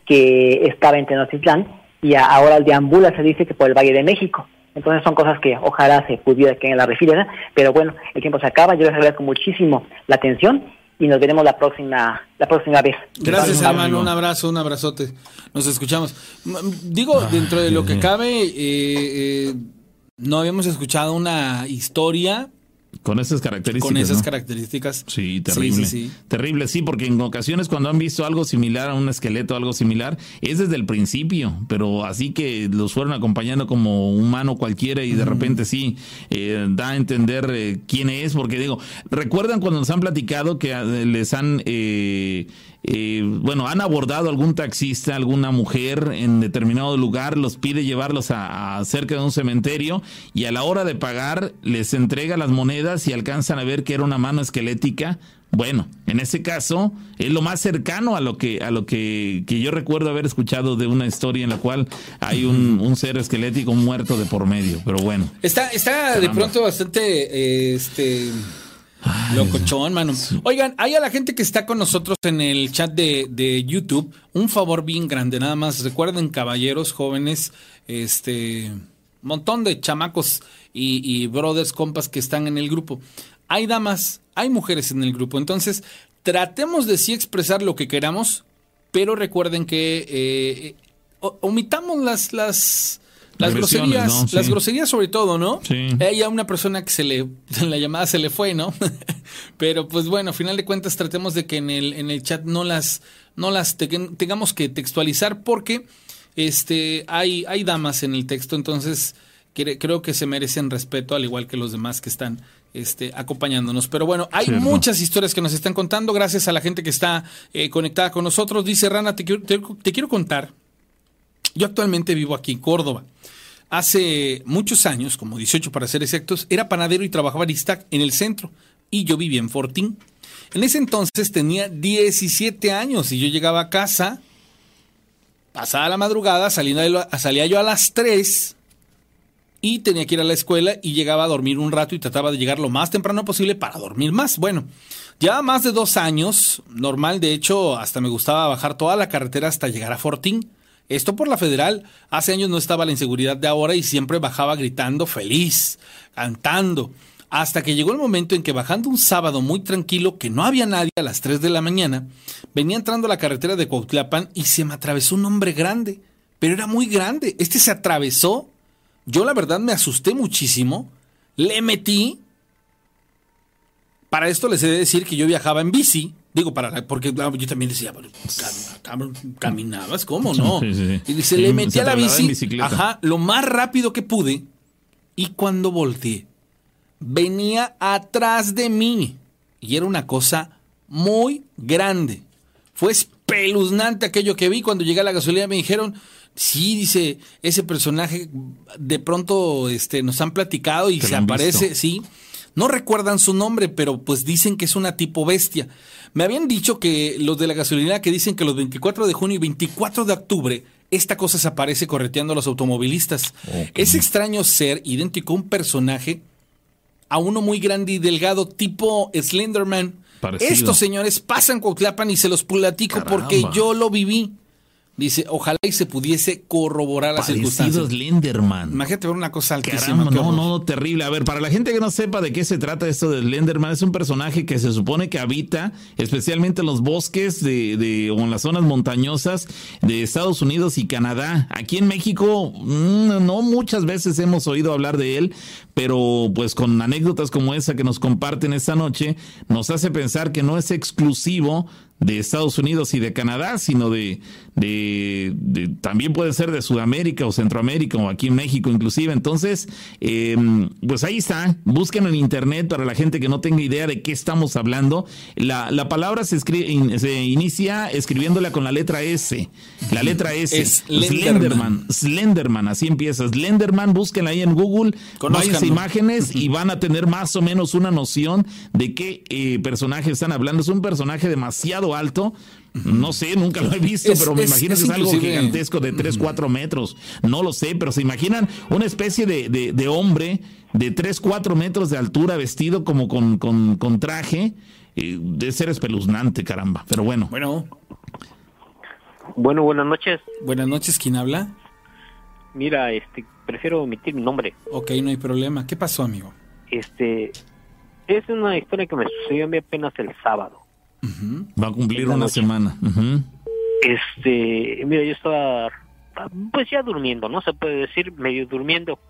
que estaba en Tenochtitlán, y a, ahora deambula, se dice que por el Valle de México. Entonces son cosas que ojalá se pudiera que en la refiriera, pero bueno, el tiempo se acaba. Yo les agradezco muchísimo la atención y nos veremos la próxima la próxima vez. Gracias, hermano, un abrazo, un abrazote. Nos escuchamos. Digo, dentro de lo que cabe, eh, eh, no habíamos escuchado una historia con esas características. Con esas ¿no? características. Sí, terrible. Sí, sí, sí. Terrible, sí, porque en ocasiones cuando han visto algo similar a un esqueleto, algo similar, es desde el principio, pero así que los fueron acompañando como humano cualquiera y de mm. repente sí, eh, da a entender eh, quién es, porque digo, ¿recuerdan cuando nos han platicado que eh, les han... Eh, Eh, bueno, han abordado algún taxista, alguna mujer en determinado lugar, los pide llevarlos a, a cerca de un cementerio y a la hora de pagar les entrega las monedas y alcanzan a ver que era una mano esquelética? Bueno, en ese caso es lo más cercano a lo que a lo que, que yo recuerdo haber escuchado de una historia en la cual hay un, un ser esquelético muerto de por medio, pero bueno. Está, está de pronto bastante... Eh, este... Ay, locochón, mano. Sí. Oigan, hay a la gente que está con nosotros en el chat de, de YouTube, un favor bien grande, nada más. Recuerden, caballeros, jóvenes, este, montón de chamacos y, y brothers, compas que están en el grupo. Hay damas, hay mujeres en el grupo, entonces tratemos de sí expresar lo que queramos, pero recuerden que eh, omitamos las... las Las groserías, ¿no? Sí. Las groserías sobre todo, ¿no? Sí. Hay a una persona que se le, en la llamada se le fue, ¿no? Pero pues bueno, a final de cuentas tratemos de que en el, en el chat no las, no las te, tengamos que textualizar porque este, hay, hay damas en el texto, entonces cre, creo que se merecen respeto al igual que los demás que están este, acompañándonos. Pero bueno, hay Cierto. muchas historias que nos están contando, gracias a la gente que está eh, conectada con nosotros. Dice Rana, te quiero, te, te quiero contar. Yo actualmente vivo aquí en Córdoba. Hace muchos años, como dieciocho para ser exactos, era panadero y trabajaba en Iztac, en el centro, y yo vivía en Fortín. En ese entonces tenía diecisiete años y yo llegaba a casa, pasada la madrugada, salía, salía yo a las tres y tenía que ir a la escuela y llegaba a dormir un rato y trataba de llegar lo más temprano posible para dormir más. Bueno, ya más de dos años, normal, de hecho, hasta me gustaba bajar toda la carretera hasta llegar a Fortín. Esto por la Federal. Hace años no estaba la inseguridad de ahora y siempre bajaba gritando feliz, cantando. Hasta que llegó el momento en que bajando un sábado muy tranquilo, que no había nadie a las tres de la mañana, venía entrando a la carretera de Cuautitlán y se me atravesó un hombre grande. Pero era muy grande. Este se atravesó. Yo la verdad me asusté muchísimo. Le metí. Para esto les he de decir que yo viajaba en bici. Digo, para porque yo también decía, cam, caminabas, ¿cómo no? Sí, sí, sí. Y se sí, le metí se a la bici, ajá, lo más rápido que pude. Y cuando volteé, venía atrás de mí. Y era una cosa muy grande. Fue espeluznante aquello que vi. Cuando llegué a la gasolina me dijeron, sí, dice, ese personaje de pronto este, nos han platicado y se aparece, visto? sí. No recuerdan su nombre, pero pues dicen que es una tipo bestia. Me habían dicho que los de la gasolinera que dicen que los veinticuatro de junio y veinticuatro de octubre esta cosa se aparece correteando a los automovilistas. Okay. Ese extraño ser idéntico a un personaje, a uno muy grande y delgado, tipo Slenderman. Parecido. Estos señores pasan Cuautitlán y se los platico Caramba. porque yo lo viví. Dice, ojalá y se pudiese corroborar las circunstancias. Slenderman. Imagínate ver una cosa altísima. Caramba, no, no, terrible. A ver, para la gente que no sepa de qué se trata esto de Slenderman, es un personaje que se supone que habita especialmente en los bosques de, de o en las zonas montañosas de Estados Unidos y Canadá. Aquí en México, no muchas veces hemos oído hablar de él, pero pues con anécdotas como esa que nos comparten esta noche, nos hace pensar que no es exclusivo de Estados Unidos y de Canadá, sino de, de, de también puede ser de Sudamérica o Centroamérica o aquí en México inclusive. Entonces, eh, pues ahí está, busquen en internet para la gente que no tenga idea de qué estamos hablando. La, la palabra se, escribe, se inicia escribiéndola con la letra S, la letra S, es Slenderman, Slenderman, así empieza, Slenderman, búsquenla ahí en Google, váyanse imágenes y van a tener más o menos una noción de qué eh, personaje están hablando. Es un personaje demasiado alto, no sé, nunca lo he visto, es, pero me es, imagino es que es algo gigantesco de tres, cuatro metros, no lo sé, pero se imaginan una especie de, de, de hombre de tres, cuatro metros de altura vestido como con, con, con traje, eh, de ser espeluznante, caramba, pero bueno. Bueno. Bueno, buenas noches. Buenas noches, ¿quién habla? Mira, este, prefiero omitir mi nombre. Ok, no hay problema. ¿Qué pasó, amigo? Este, es una historia que me sucedió a mí apenas el sábado. Uh-huh. Va a cumplir una noche. semana. Uh-huh. Este, mira, yo estaba, pues ya durmiendo, ¿no? Se puede decir, medio durmiendo.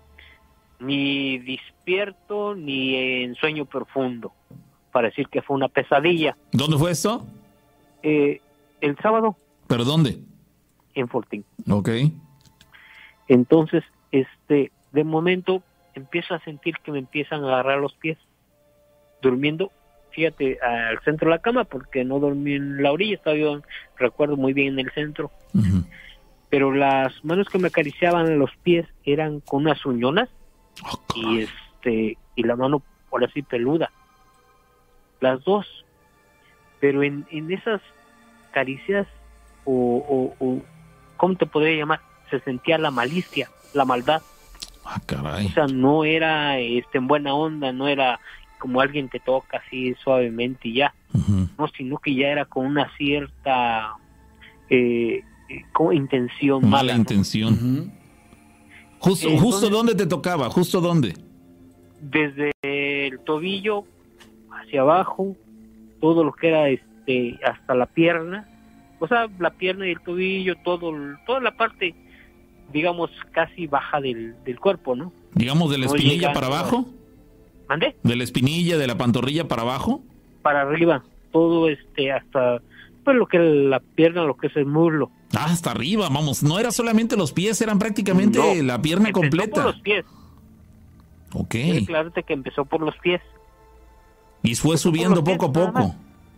Ni despierto, ni en sueño profundo. Para decir que fue una pesadilla. ¿Dónde fue esto? Eh, el sábado. ¿Pero dónde? En Fortín. Ok. Entonces, este, de momento empiezo a sentir que me empiezan a agarrar los pies. Durmiendo, fíjate, al centro de la cama, porque no dormí en la orilla, estaba yo, recuerdo muy bien en el centro. Uh-huh. Pero las manos que me acariciaban los pies eran con unas uñonas, oh, y este, y la mano por así peluda. Las dos. Pero en, en esas caricias, o, o, o, ¿cómo te podría llamar? Se sentía la malicia, la maldad. Ah, caray. O sea, no era este, en buena onda, no era como alguien te toca así suavemente y ya. Uh-huh. No, sino que ya era con una cierta eh, como intención mala. Mala intención. Uh-huh. Justo, Entonces, ¿Justo dónde te tocaba? ¿Justo dónde? Desde el tobillo hacia abajo, todo lo que era este hasta la pierna. O sea, la pierna y el tobillo, todo, toda la parte, digamos, casi baja del, del cuerpo, ¿no? Digamos, de la no espinilla para abajo. ¿Mandé? De la espinilla, de la pantorrilla para abajo. Para arriba, todo este, hasta, pues lo que es la pierna, lo que es el muslo. Ah, hasta arriba, vamos, no era solamente los pies, eran prácticamente no, la pierna empezó completa. Por los pies. Ok. Claro que empezó por los pies. Y fue empezó subiendo poco a poco.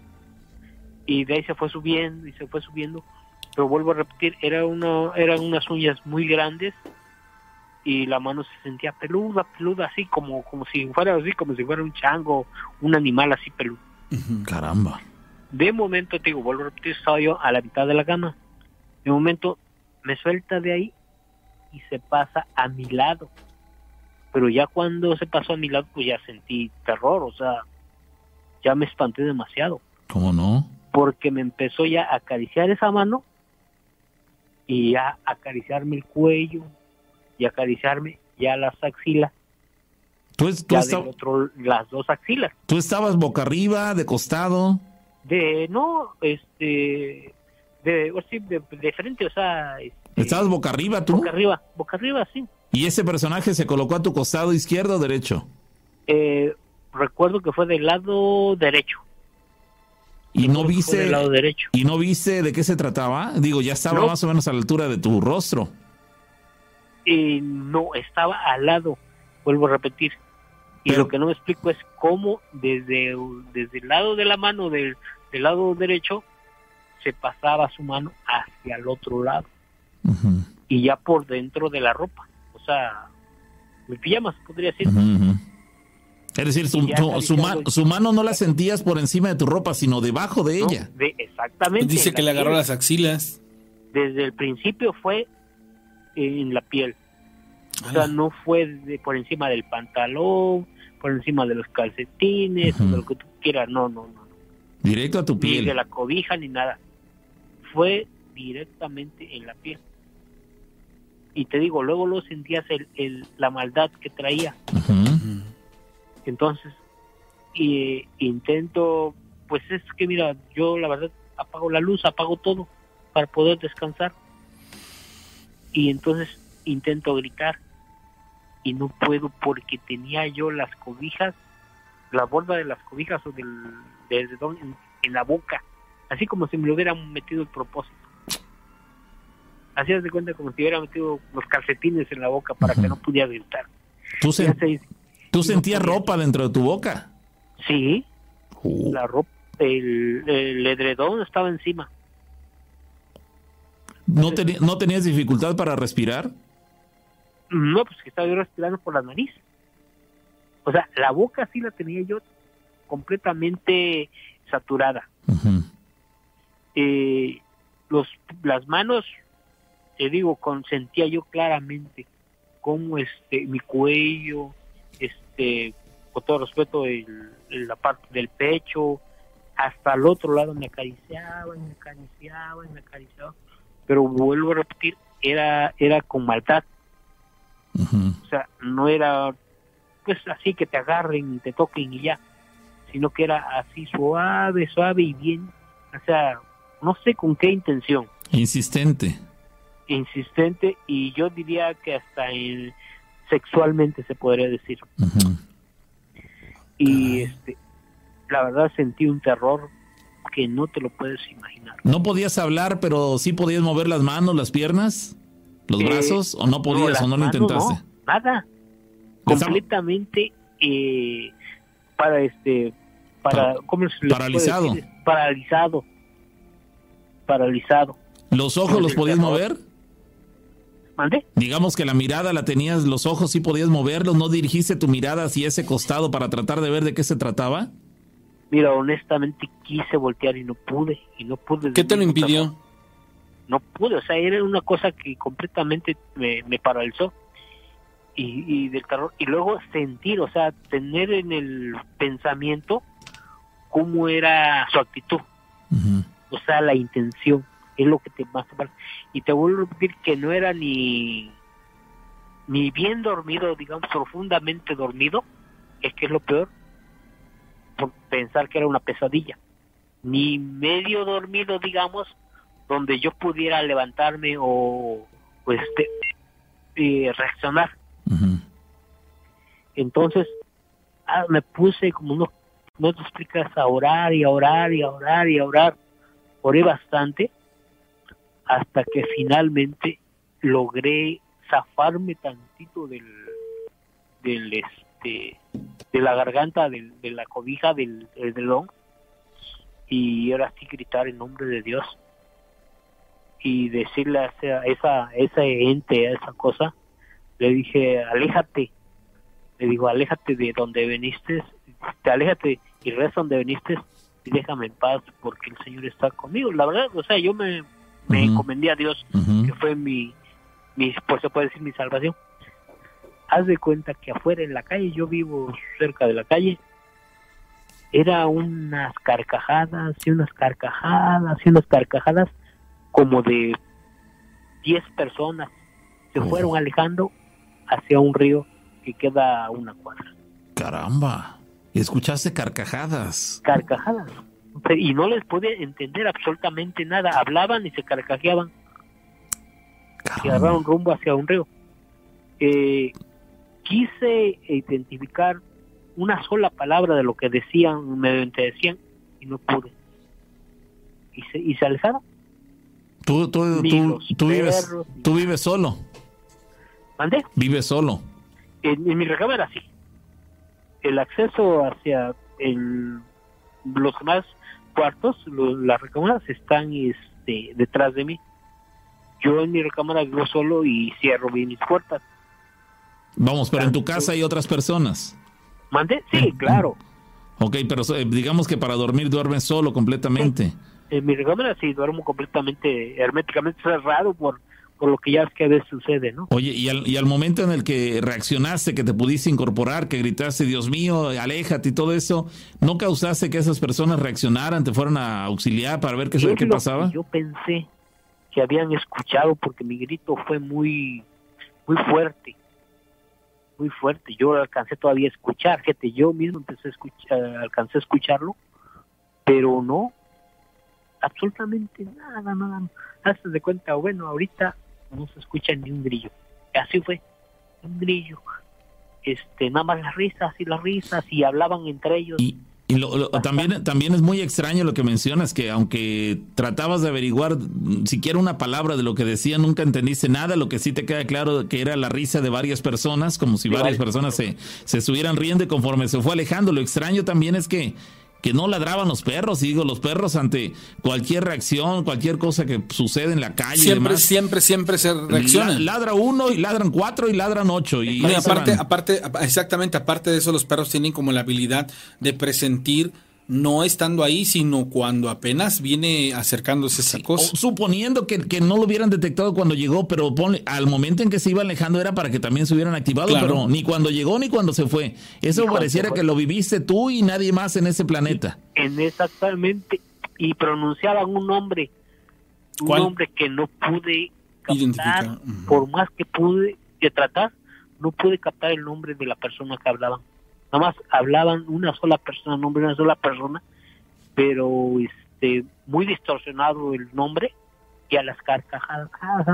Y de ahí se fue subiendo y se fue subiendo, pero vuelvo a repetir, era una, eran unas uñas muy grandes y la mano se sentía peluda, peluda, así como, como si fuera así, como si fuera un chango, un animal así peludo. Caramba. De momento, te digo, vuelvo a repetir, estaba yo a la mitad de la cama. De momento me suelta de ahí y se pasa a mi lado. Pero ya cuando se pasó a mi lado, pues ya sentí terror, o sea, ya me espanté demasiado. ¿Cómo no? Porque me empezó ya a acariciar esa mano y ya a acariciarme el cuello y acariciarme ya las axilas. ¿Tú, tú ya esta... del otro, las dos axilas. ¿Tú estabas boca arriba, de costado? De, no, este, de, o sí, de, de frente, o sea... Este, ¿estabas boca arriba tú? Boca arriba, boca arriba, sí. ¿Y ese personaje se colocó a tu costado izquierdo o derecho? Eh, recuerdo que fue del lado derecho. ¿Y no viste del lado derecho. ¿Y no viste de qué se trataba? Digo, ya estaba no. más o menos a la altura de tu rostro. Eh, no, estaba al lado, vuelvo a repetir. Y Pero, lo que no me explico es cómo desde, desde el lado de la mano del, del lado derecho se pasaba su mano hacia el otro lado. Uh-huh. Y ya por dentro de la ropa. O sea, mi pijama, podría decir. Uh-huh, uh-huh. Es decir, su, tu, su, man, su mano no la sentías por encima de tu ropa, sino debajo de ella. No, de, exactamente. Dice que le agarró las axilas. Desde el principio fue en la piel. O ah. sea, no fue de, por encima del pantalón, por encima de los calcetines, uh-huh. o de lo que tú quieras. No, no, no. Directo a tu piel. Ni de la cobija, ni nada. Fue directamente en la piel. Y te digo, luego lo sentías el, el, la maldad que traía. Uh-huh. Entonces, y, intento, pues es que mira, yo la verdad apago la luz, apago todo para poder descansar. Y entonces intento gritar, y no puedo porque tenía yo las cobijas, la borda de las cobijas o del, del edredón en, en la boca, así como si me lo hubieran metido el propósito. Así de cuenta como si hubiera metido los calcetines en la boca para uh-huh. que no pudiera gritar. ¿Tú, sen- se, ¿tú sentías no ropa dentro de tu boca? Sí, uh. la ropa, el, el edredón estaba encima. ¿No, ten- ¿No tenías dificultad para respirar? No, pues que estaba yo respirando por la nariz. O sea, la boca sí la tenía yo completamente saturada. Uh-huh. Eh, los, las manos, te digo, con, sentía yo claramente cómo este, mi cuello, este, con todo respeto, el, la parte del pecho, hasta el otro lado me acariciaba, y me acariciaba, y me acariciaba. Pero vuelvo a repetir, era, era con maldad. Uh-huh. O sea, no era pues así que te agarren y te toquen y ya, sino que era así suave, suave y bien, o sea, no sé con qué intención. Insistente. Insistente, y yo diría que hasta en, sexualmente se podría decir. Uh-huh. Y Ay. este, la verdad sentí un terror que no te lo puedes imaginar. ¿No podías hablar, pero sí podías mover las manos, las piernas, los Eh, brazos, o no podías, no, o no lo las manos, intentaste? no, nada. Completamente eh, para este para Pa- ¿cómo se le paralizado. puede decir? paralizado paralizado ¿Los ojos Con los el podías terror. mover? ¿Mande? Digamos que la mirada la tenías, los ojos sí podías moverlos, ¿no dirigiste tu mirada hacia ese costado para tratar de ver de qué se trataba? Mira, honestamente quise voltear y no pude y no pude. ¿Qué te lo del mismo impidió? terror. No pude, o sea, era una cosa que completamente me, me paralizó. Y, y del terror, y luego sentir, o sea, tener en el pensamiento cómo era su actitud, Uh-huh. o sea, la intención, es lo que te más te parece. Y te vuelvo a repetir que no era ni ni bien dormido, digamos, profundamente dormido, es que es lo peor, por pensar que era una pesadilla, ni medio dormido, digamos, donde yo pudiera levantarme o, o este, eh, reaccionar. Uh-huh. Entonces ah, me puse, como no, no te explicas, a orar y a orar y a orar y a orar. Oré bastante hasta que finalmente logré zafarme tantito del del este de la garganta del, de la cobija del edredón, y ahora sí gritar en nombre de Dios y decirle a esa, esa ese ente, a esa cosa, le dije, aléjate, le digo, aléjate de donde veniste, te aléjate y reza donde veniste y déjame en paz porque el Señor está conmigo. La verdad, o sea, yo me, me Uh-huh. encomendé a Dios, Uh-huh. que fue mi, mi, pues se puede decir mi salvación. Haz de cuenta que afuera en la calle, yo vivo cerca de la calle, era unas carcajadas y unas carcajadas y unas carcajadas como de diez personas se Oh. fueron alejando hacia un río que queda a una cuadra. Caramba, escuchaste carcajadas. Carcajadas. Y no les pude entender absolutamente nada. Hablaban y se carcajeaban. Y agarraron rumbo hacia un río. Eh, quise identificar una sola palabra de lo que decían, me decían, y no pude. Y se, y se alejaron. Tú, tú, Ni tú, los tú vives, perros, ni- tú vives solo. ¿Mandé? Vives solo. En, en mi recámara sí. El acceso hacia el, los demás cuartos, lo- las recámaras están este, detrás de mí. Yo en mi recámara vivo solo y cierro bien mis puertas. Vamos, pero en tu casa hay otras personas. ¿Mandé? Sí, claro. Ok, pero eh, digamos que para dormir duermes solo completamente. En mi recámara sí duermo completamente herméticamente cerrado por, por lo que ya es que a veces sucede, ¿no? Oye, y al, y al momento en el que reaccionaste, que te pudiste incorporar, que gritaste, Dios mío, aléjate y todo eso, ¿no causaste que esas personas reaccionaran, te fueran a auxiliar para ver qué, Es qué lo pasaba? que yo pensé que habían escuchado porque mi grito fue muy, muy fuerte. Muy fuerte. Yo alcancé todavía a escuchar, gente, yo mismo empecé a escuchar, alcancé a escucharlo, pero no, absolutamente nada, nada. Hazte de cuenta, bueno, ahorita no se escucha ni un grillo. Así fue, un grillo. este, nada más las risas y las risas y hablaban entre ellos. Y, y lo, lo, también, también es muy extraño lo que mencionas, que aunque tratabas de averiguar siquiera una palabra de lo que decían, nunca entendiste nada. Lo que sí te queda claro que era la risa de varias personas, como si varias personas se, se estuvieran riendo, y conforme se fue alejando. Lo extraño también es que que no ladraban los perros, y digo, los perros ante cualquier reacción, cualquier cosa que sucede en la calle. Siempre, demás, siempre, siempre se reaccionan. La, ladra uno y ladran cuatro y ladran ocho. Y, y aparte, aparte, exactamente, aparte de eso, los perros tienen como la habilidad de presentir, no estando ahí, sino cuando apenas viene acercándose esa cosa. Suponiendo que, que no lo hubieran detectado cuando llegó, pero ponle, al momento en que se iba alejando era para que también se hubieran activado, claro. Pero ni cuando llegó ni cuando se fue. Eso pareciera que lo viviste tú y nadie más en ese planeta. En exactamente, y pronunciaban un nombre, un ¿Cuál? nombre que no pude captar, identificar. Uh-huh. Por más que pude que tratar, no pude captar el nombre de la persona que hablaban. Nada más hablaban una sola persona, nombre de una sola persona, pero este muy distorsionado el nombre, y a las carcajadas,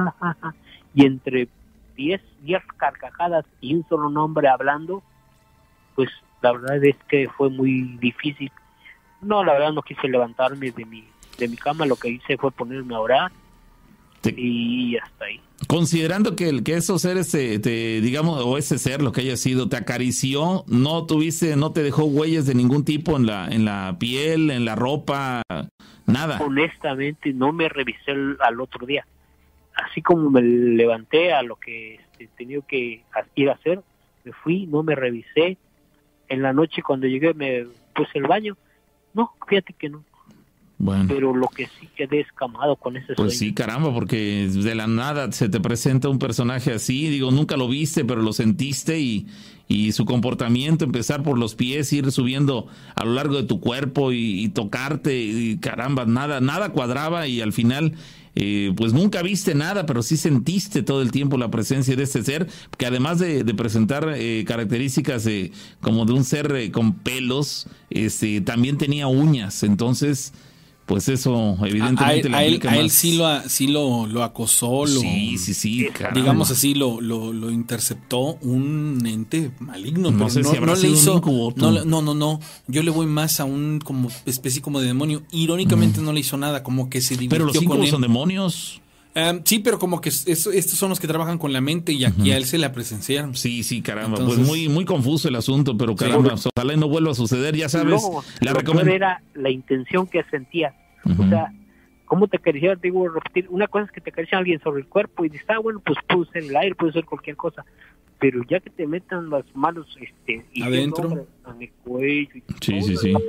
y entre diez, diez carcajadas y un solo nombre hablando, pues la verdad es que fue muy difícil. No, la verdad no quise levantarme de mi, de mi cama, lo que hice fue ponerme a orar, sí. Y hasta ahí. Considerando que, el, que esos seres, te, te, digamos, o ese ser, lo que haya sido, te acarició, no tuviste, no te dejó huellas de ningún tipo en la, en la piel, en la ropa, nada. Honestamente, no me revisé el, al otro día. Así como me levanté a lo que este, tenía que ir a hacer, me fui, no me revisé. En la noche cuando llegué me puse el baño. No, fíjate que no. Bueno. Pero lo que sí quedé escamado con ese sueño. Pues sí, caramba, porque de la nada se te presenta un personaje así, digo, nunca lo viste, pero lo sentiste, y, y su comportamiento, empezar por los pies, ir subiendo a lo largo de tu cuerpo y, y tocarte, y caramba, nada, nada cuadraba, y al final, eh, pues nunca viste nada, pero sí sentiste todo el tiempo la presencia de este ser, que además de, de presentar eh, características eh, como de un ser eh, con pelos, este, también tenía uñas, entonces... Pues eso, evidentemente... A, a, a él, a él sí, lo, sí lo, lo acosó, lo, sí, sí, sí, caramba. Digamos así, lo, lo, lo interceptó un ente maligno. No pero sé no, si habrá no sido le hizo, un incubo, no, no, no, no. Yo le voy más a un como especie como de demonio. Irónicamente mm. no le hizo nada, como que se divirtió. Pero los incubos son demonios. Um, sí, pero como que eso, estos son los que trabajan con la mente, y aquí uh-huh. a él se la presenciaron. Sí, sí, caramba. Entonces, pues muy muy confuso el asunto, pero caramba, sí, ojalá y no vuelva a suceder, ya sabes. No, la lo recomend... era la intención que sentía. Uh-huh. O sea, ¿cómo te acariciaba? Te digo, repetir, una cosa es que te acaricia alguien sobre el cuerpo y dices, ah, bueno, pues puede ser el aire, puede ser cualquier cosa, pero ya que te metan las manos este, y adentro, en el cuello y sí, sí, sí.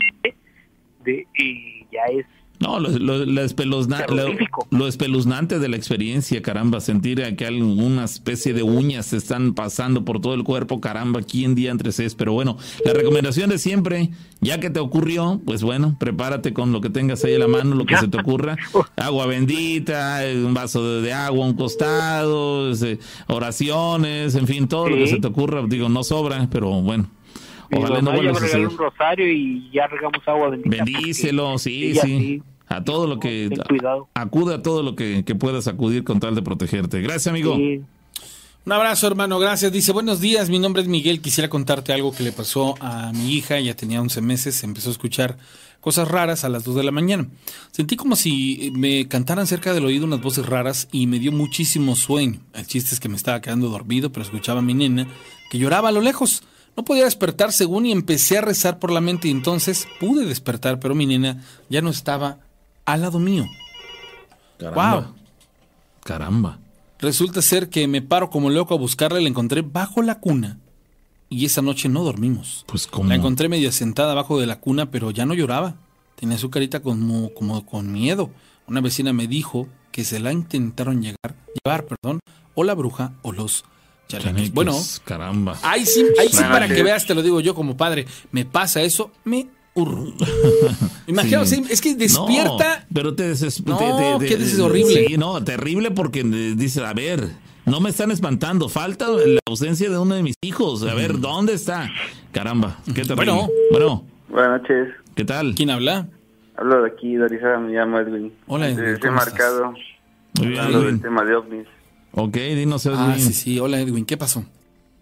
De, y ya es... No, lo, lo, lo, espeluzna, lo, lo espeluznante de la experiencia, caramba, sentir que alguna especie de uñas se están pasando por todo el cuerpo, caramba, ¿quién diantres es? Pero bueno, la recomendación de siempre, ya que te ocurrió, pues bueno, prepárate con lo que tengas ahí a la mano, lo que se te ocurra, agua bendita, un vaso de, de agua a un costado, oraciones, en fin, todo sí. Lo que se te ocurra, digo, no sobra, pero bueno. Ojalá no vuelva a suceder. Un rosario y ya regamos agua bendita. Bendícelo, sí, sí. sí. A todo lo que... Acude a todo lo que, que puedas acudir con tal de protegerte. Gracias, amigo. Sí. Un abrazo, hermano, gracias. Dice, buenos días, mi nombre es Miguel. Quisiera contarte algo que le pasó a mi hija. Ya tenía once meses, empezó a escuchar cosas raras a las dos de la mañana. Sentí como si me cantaran cerca del oído unas voces raras y me dio muchísimo sueño. El chiste es que me estaba quedando dormido, pero escuchaba a mi nena que lloraba a lo lejos. No podía despertar según y empecé a rezar por la mente y entonces pude despertar, pero mi nena ya no estaba al lado mío. Caramba. Wow. Caramba. Resulta ser que me paro como loco a buscarla y la encontré bajo la cuna. Y esa noche no dormimos. Pues ¿cómo? La encontré medio sentada abajo de la cuna, pero ya no lloraba. Tenía su carita como, como con miedo. Una vecina me dijo que se la intentaron llegar, llevar, perdón, o la bruja o los chalecos. Bueno, caramba. Ahí sí, ahí sí para que veas, te lo digo yo como padre, me pasa eso, me urro. Imagínate, sí. Es que despierta. No, pero te desespera. No, qué es horrible. Sí, no, terrible porque dice, a ver, no me están espantando, falta la ausencia de uno de mis hijos. A ver, ¿dónde está? Caramba, qué terrible. Bueno. Bueno. Buenas noches. ¿Qué tal? ¿Quién habla? Hablo de aquí, de Orizaba, me llamo Edwin. Hola, Edwin. Estoy marcado. Muy bien, hablando Edwin. del tema de ovnis. Ok, dinos, Edwin. Ah, sí, sí. Hola, Edwin. ¿Qué pasó?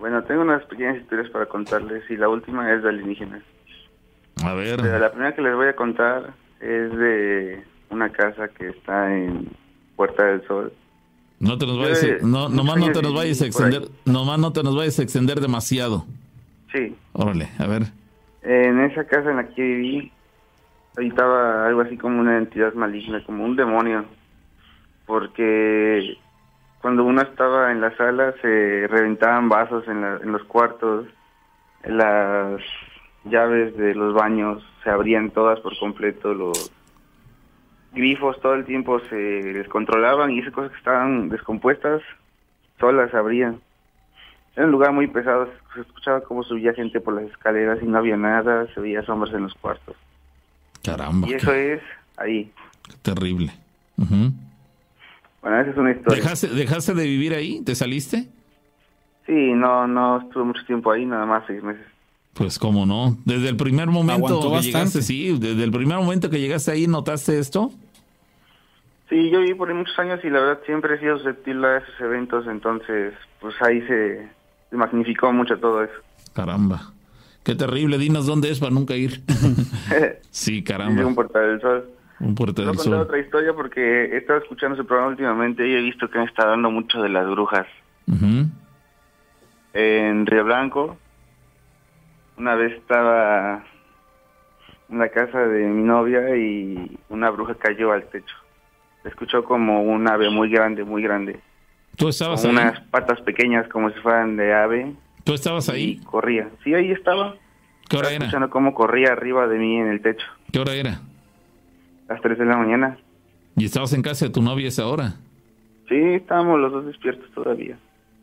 Bueno, tengo unas pequeñas historias para contarles y la última es de alienígenas. A ver. Pero la primera que les voy a contar es de una casa que está en Puerta del Sol. No te nos vayas, Yo, no, nomás no te nos vayas a viví por ahí. extender, nomás no te nos vayas a extender demasiado. Sí, Órale, a ver. en esa casa en la que viví habitaba algo así como una entidad maligna, como un demonio. Porque cuando uno estaba en la sala se reventaban vasos en, la- en los cuartos, las llaves de los baños se abrían todas por completo, los grifos todo el tiempo se descontrolaban y esas cosas que estaban descompuestas solas se abrían. Era un lugar muy pesado, se escuchaba cómo subía gente por las escaleras y no había nada, se veía sombras en los cuartos. Caramba, Y qué, eso es ahí. qué terrible. Ujú. Bueno, esa es una historia. ¿Dejaste, ¿Dejaste de vivir ahí? ¿Te saliste? Sí, no, no estuve mucho tiempo ahí, nada más seis meses. Pues cómo no. Desde el primer momento Aguantó que bastante. llegaste, sí, desde el primer momento que llegaste ahí, ¿notaste esto? Sí, yo viví por ahí muchos años y la verdad siempre he sido susceptible a esos eventos, entonces pues ahí se, se magnificó mucho todo eso. Caramba. Qué terrible. Dinos dónde es para nunca ir. Sí, Viví caramba. en Puerta del Sol. Un Puerto Voy a del contar Sol. otra historia porque he estado escuchando su programa últimamente y he visto que me está dando mucho de las brujas. Ujú. En Río Blanco, una vez estaba en la casa de mi novia y una bruja cayó al techo. Se escuchó como un ave muy grande, muy grande. ¿Tú estabas Con ahí? unas patas pequeñas como si fueran de ave. ¿Tú estabas Y ahí? corría. Sí, ahí estaba. ¿Qué hora Estaba era? escuchando cómo corría arriba de mí en el techo. ¿Qué hora era? A las tres de la mañana. ¿Y estabas en casa de tu novia a esa hora? Sí, estábamos los dos despiertos todavía.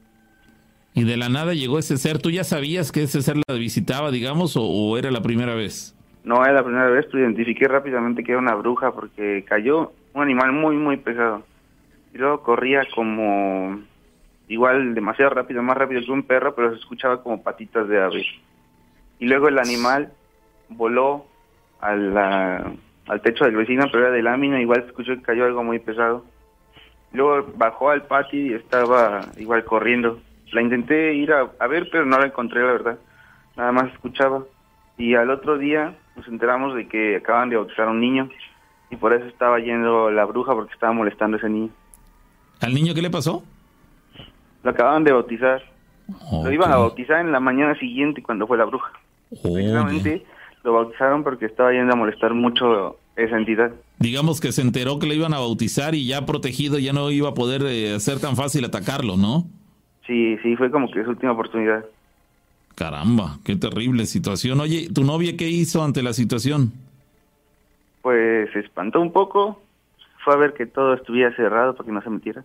Y de la nada llegó ese ser. ¿Tú ya sabías que ese ser la visitaba, digamos, o, o era la primera vez? No era la primera vez, pero identifiqué rápidamente que era una bruja porque cayó un animal muy, muy pesado. Y luego corría como igual demasiado rápido, más rápido que un perro, pero se escuchaba como patitas de ave. Y luego el animal voló a la- al techo del vecino, pero era de lámina, igual se escuchó que cayó algo muy pesado. Luego bajó al patio y estaba igual corriendo. La intenté ir a, a ver, pero no la encontré, la verdad. Nada más escuchaba. Y al otro día nos enteramos de que acaban de bautizar a un niño y por eso estaba yendo la bruja porque estaba molestando a ese niño. ¿Al niño qué le pasó? Lo acaban de bautizar. Lo Ok. iban a bautizar en la mañana siguiente cuando fue la bruja. Oye. Precisamente lo bautizaron porque estaba yendo a molestar mucho esa entidad. Digamos que se enteró que le iban a bautizar y ya protegido ya no iba a poder eh, ser tan fácil atacarlo, ¿no? Sí, sí, fue como que su última oportunidad. Caramba, qué terrible situación. Oye, ¿tu novia qué hizo ante la situación? Pues se espantó un poco, fue a ver que todo estuviera cerrado para que no se metiera.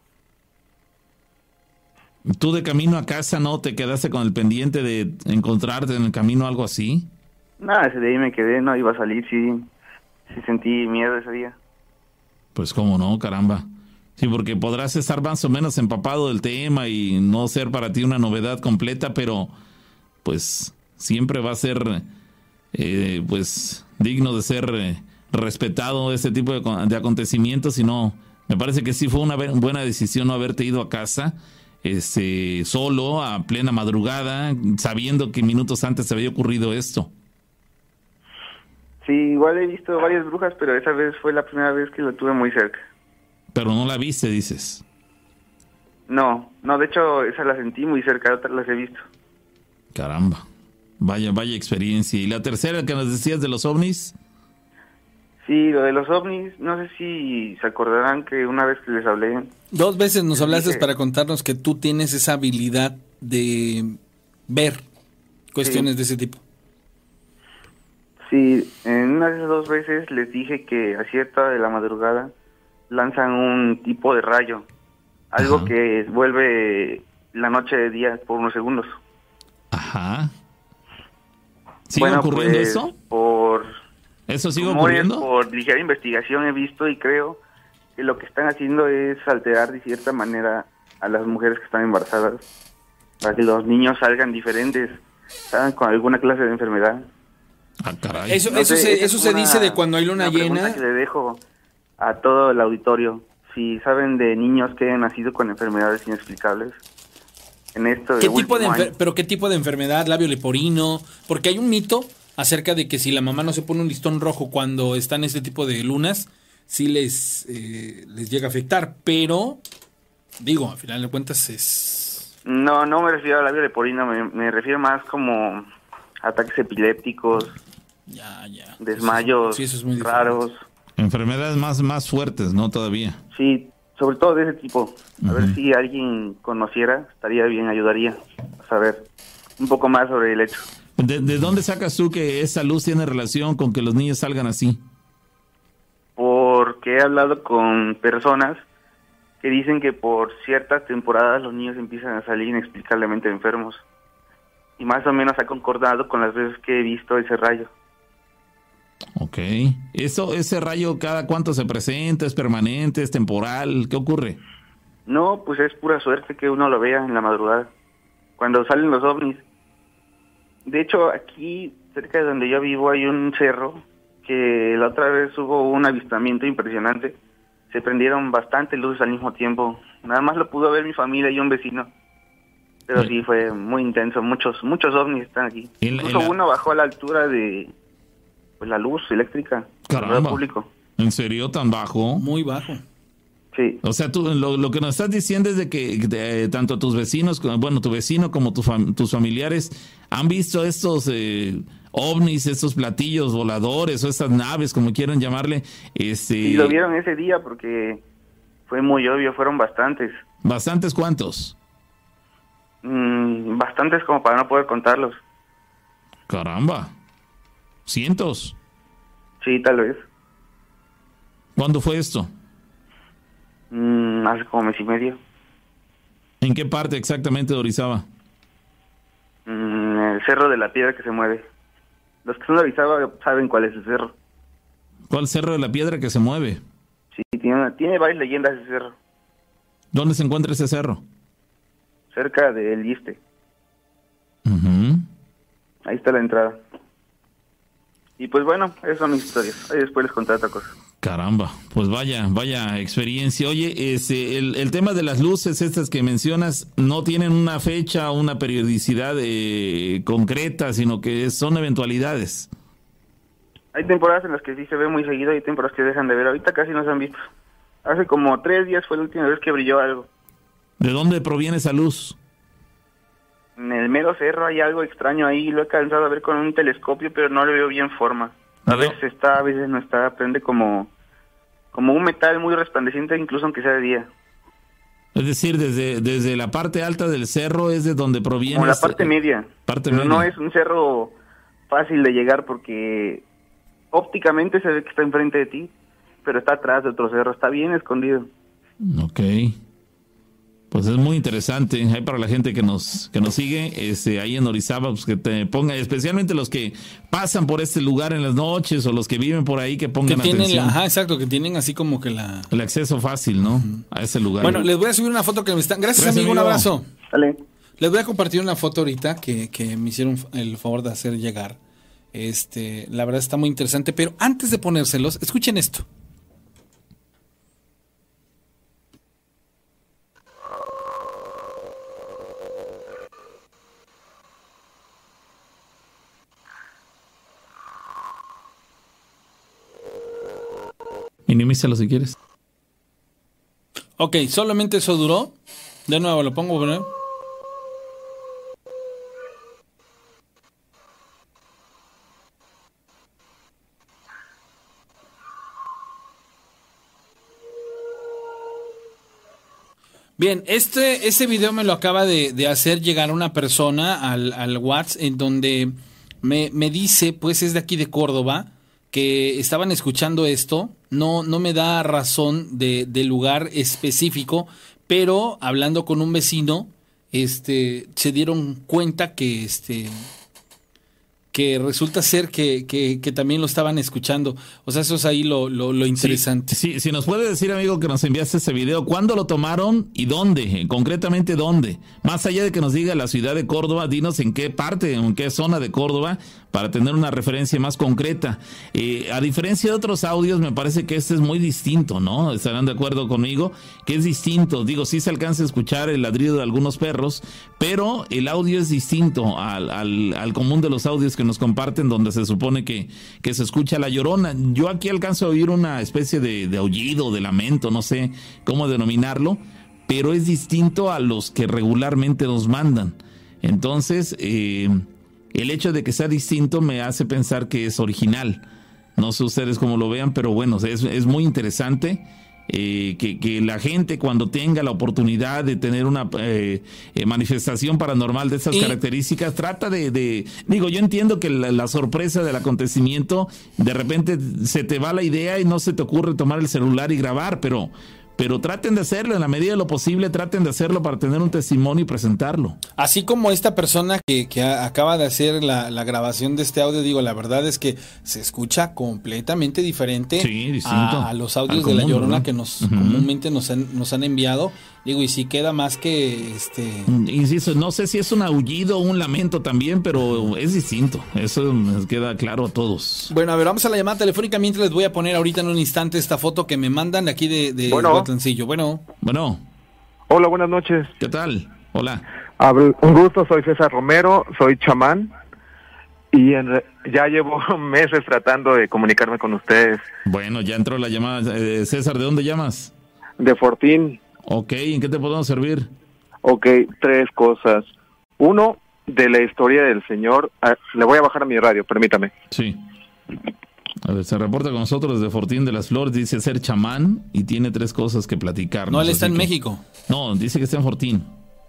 ¿Tú de camino a casa no te quedaste con el pendiente de encontrarte en el camino algo así? Nada, ese de ahí me quedé, no iba a salir, sí, sí sentí miedo ese día. Pues cómo no, caramba. Sí, porque podrás estar más o menos empapado del tema y no ser para ti una novedad completa, pero pues siempre va a ser eh, pues digno de ser eh, respetado ese tipo de, de acontecimientos. Y no, me parece que sí fue una be- buena decisión no haberte ido a casa este, solo a plena madrugada, sabiendo que minutos antes se había ocurrido esto. Sí, igual he visto varias brujas, pero esa vez fue la primera vez que la tuve muy cerca. Pero no la viste, dices. No, no, de hecho esa la sentí muy cerca, otras las he visto. Caramba, vaya, vaya experiencia. ¿Y la tercera que nos decías de los ovnis? Sí, lo de los ovnis, no sé si se acordarán que una vez que les hablé, Dos veces nos Sí, hablaste que- para contarnos que tú tienes esa habilidad de ver cuestiones Sí. de ese tipo. sí, en una de esas dos veces les dije que a cierta hora de la madrugada lanzan un tipo de rayo, algo Ajá. que vuelve la noche de día por unos segundos. Ajá. ¿Sigue Bueno, ocurriendo pues, eso? Por ¿Eso sigue rumores, ocurriendo? por ligera investigación he visto y creo que lo que están haciendo es alterar de cierta manera a las mujeres que están embarazadas para que los niños salgan diferentes, salgan con alguna clase de enfermedad. Ah, caray. Eso, No eso sé, se, esa eso es se una- dice de cuando hay luna una pregunta llena. que le dejo a todo el auditorio. Si saben de niños que han nacido con enfermedades inexplicables, en esto. ¿Qué de tipo de último enfer- año. pero qué tipo de enfermedad? ¿Labio leporino? Porque hay un mito acerca de que si la mamá no se pone un listón rojo cuando están este tipo de lunas, sí les, eh, les llega a afectar. Pero, digo, al final de cuentas es... No, no me refiero al labio leporino, me, me refiero más como ataques epilépticos, Ya, ya. desmayos Sí, eso es muy diferente. raros. Enfermedades más, más fuertes, ¿no? Todavía. Sí, sobre todo de ese tipo. A Ujú. ver si alguien conociera, estaría bien, ayudaría a saber un poco más sobre el hecho. ¿De, de dónde sacas tú que esa luz tiene relación con que los niños salgan así? Porque he hablado con personas que dicen que por ciertas temporadas los niños empiezan a salir inexplicablemente enfermos. Y más o menos ha concordado con las veces que he visto ese rayo. Ok. Eso, ese rayo, ¿cada cuánto se presenta? ¿Es permanente? ¿Es temporal? ¿Qué ocurre? No, pues es pura suerte que uno lo vea en la madrugada, cuando salen los ovnis. De hecho, aquí, cerca de donde yo vivo, hay un cerro que la otra vez hubo un avistamiento impresionante. Se prendieron bastante luces al mismo tiempo. Nada más lo pudo ver mi familia y un vecino. Pero Sí. sí, fue muy intenso. Muchos muchos ovnis están aquí. En la- Incluso en la- uno bajó a la altura de pues la luz eléctrica. Caramba. Del público. ¿En serio tan bajo? Muy bajo. Sí. O sea, tú, lo, lo que nos estás diciendo es de que de, tanto tus vecinos, como- bueno, tu vecino como tu fam- tus familiares han visto estos eh, ovnis, estos platillos voladores o estas naves, como quieran llamarle. Este, Y lo vieron ese día porque fue muy obvio, fueron bastantes. ¿Bastantes cuántos? Mm, bastantes como para no poder contarlos. Caramba. ¿Cientos? Sí, tal vez. ¿Cuándo fue esto? Mm, hace como mes y medio. ¿En qué parte exactamente de Orizaba? Mm, el cerro de la piedra que se mueve. Los que son de Orizaba saben cuál es el cerro. ¿Cuál cerro de la piedra que se mueve? Sí, tiene, una- tiene varias leyendas ese cerro. ¿Dónde se encuentra ese cerro? Cerca del Iste. Ujú. Ahí está la entrada. Y pues bueno, esas son mis historias. Ahí después les contaré otra cosa. Caramba, pues vaya, vaya experiencia. Oye, ese, el, el tema de las luces estas que mencionas no tienen una fecha, una periodicidad eh, concreta, sino que son eventualidades. Hay temporadas en las que sí se ve muy seguido y hay temporadas que dejan de ver. Ahorita casi no se han visto. Hace como tres días fue la última vez que brilló algo. ¿De dónde proviene esa luz? En el mero cerro hay algo extraño ahí. Lo he alcanzado a ver con un telescopio, pero no le veo bien forma. A No. veces está, a veces no está. Prende como, como un metal muy resplandeciente, incluso aunque sea de día. Es decir, desde, desde la parte alta del cerro es de donde proviene... Como la este- parte media. Parte Pero media. no es un cerro fácil de llegar porque ópticamente se ve que está enfrente de ti, pero está atrás de otro cerro. Está bien escondido. Ok. Pues es muy interesante. Hay para la gente que nos que nos sigue este, ahí en Orizaba, pues que te ponga, especialmente los que pasan por este lugar en las noches o los que viven por ahí, que Que pongan tienen, atención. la- ajá, exacto, que tienen así como que la... El acceso fácil, ¿no? A ese lugar. Bueno, les voy a subir una foto que me están... Gracias, Gracias, amigo, un amigo. abrazo. Dale. Les voy a compartir una foto ahorita que, que me hicieron el favor de hacer llegar. Este, la verdad está muy interesante, pero antes de ponérselos, escuchen esto. Minimízalo si quieres. Ok, solamente eso duró. De nuevo, lo pongo. ¿no? Bien, este, ese video me lo acaba de, de hacer llegar una persona al, al WhatsApp en donde me, me dice, pues es de aquí de Córdoba, que estaban escuchando esto. No, no me da razón de, de lugar específico, pero hablando con un vecino, este, se dieron cuenta que este que resulta ser que, que, que también lo estaban escuchando. O sea, eso es ahí lo, lo, lo interesante. Sí, sí, si nos puede decir, amigo, que nos enviaste ese video, ¿cuándo lo tomaron y dónde? Concretamente, ¿dónde? Más allá de que nos diga la ciudad de Córdoba, dinos en qué parte, en qué zona de Córdoba, para tener una referencia más concreta. Eh, a diferencia de otros audios, me parece que este es muy distinto, ¿no? Estarán de acuerdo conmigo que es distinto. Digo, sí se alcanza a escuchar el ladrido de algunos perros, pero el audio es distinto al, al, al común de los audios que nos comparten, donde se supone que, que se escucha la llorona. Yo aquí alcanzo a oír una especie de, de aullido, de lamento, no sé cómo denominarlo, pero es distinto a los que regularmente nos mandan. Entonces, eh, el hecho de que sea distinto me hace pensar que es original. No sé ustedes cómo lo vean, pero bueno, es, es muy interesante eh, que, que la gente, cuando tenga la oportunidad de tener una eh, eh, manifestación paranormal de estas y... características, trata de, de... Digo, yo entiendo que la, la sorpresa del acontecimiento, de repente se te va la idea y no se te ocurre tomar el celular y grabar, pero... Pero traten de hacerlo, en la medida de lo posible, traten de hacerlo para tener un testimonio y presentarlo. Así como esta persona que, que acaba de hacer la, la grabación de este audio, digo, la verdad es que se escucha completamente diferente sí, a, a los audios común, de La Llorona, ¿no?, que nos uh-huh. comúnmente nos han, nos han enviado. Digo, y sí queda más que... este Insisto, no sé si es un aullido o un lamento también, pero es distinto. Eso nos queda claro a todos. Bueno, a ver, vamos a la llamada telefónica mientras les voy a poner ahorita en un instante esta foto que me mandan de aquí de, de bueno. Guatlancillo. Bueno. Bueno. Hola, buenas noches. ¿Qué tal? Hola. Habl- un gusto, soy César Romero, soy chamán y en re- ya llevo meses tratando de comunicarme con ustedes. Bueno, ya entró la llamada. Eh, César, ¿de dónde llamas? De Fortín. Ok, ¿en qué te podemos servir? Ok, tres cosas. Uno, de la historia del señor. Ah, le voy a bajar a mi radio, permítame. Sí. A ver, se reporta con nosotros desde Fortín de las Flores, dice ser chamán y tiene tres cosas que platicar. No, él está en que... México. No, dice que está en Fortín.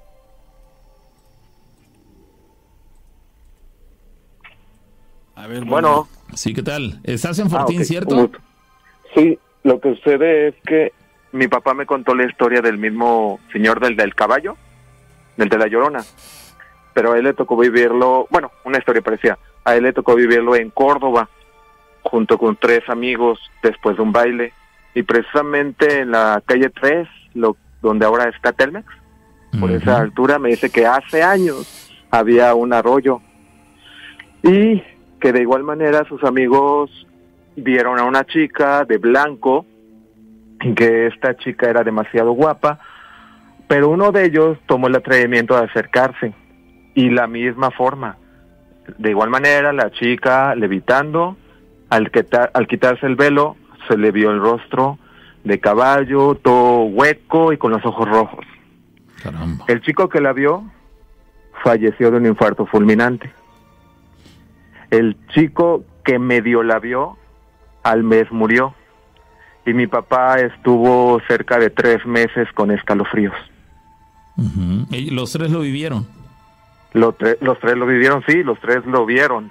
A ver, bueno. bueno. Sí, ¿qué tal? ¿Estás en Fortín, ah, okay. cierto? Sí, lo que sucede es que mi papá me contó la historia del mismo señor del del caballo, del de La Llorona, pero a él le tocó vivirlo, bueno, una historia parecida, a él le tocó vivirlo en Córdoba, junto con tres amigos después de un baile, y precisamente en la calle tres, lo, donde ahora está Telmex, uh-huh. por esa altura, me dice que hace años había un arroyo, y que de igual manera sus amigos vieron a una chica de blanco, que esta chica era demasiado guapa, pero uno de ellos tomó el atrevimiento de acercarse, y la misma forma, de igual manera la chica levitando, al, quita, al quitarse el velo, se le vio el rostro de caballo, todo hueco y con los ojos rojos. Caramba. El chico que la vio falleció de un infarto fulminante. El chico que medio la vio, al mes murió. Y mi papá estuvo cerca de tres meses con escalofríos. Uh-huh. ¿Y los tres lo vivieron? Lo tre- los tres lo vivieron, sí, los tres lo vieron.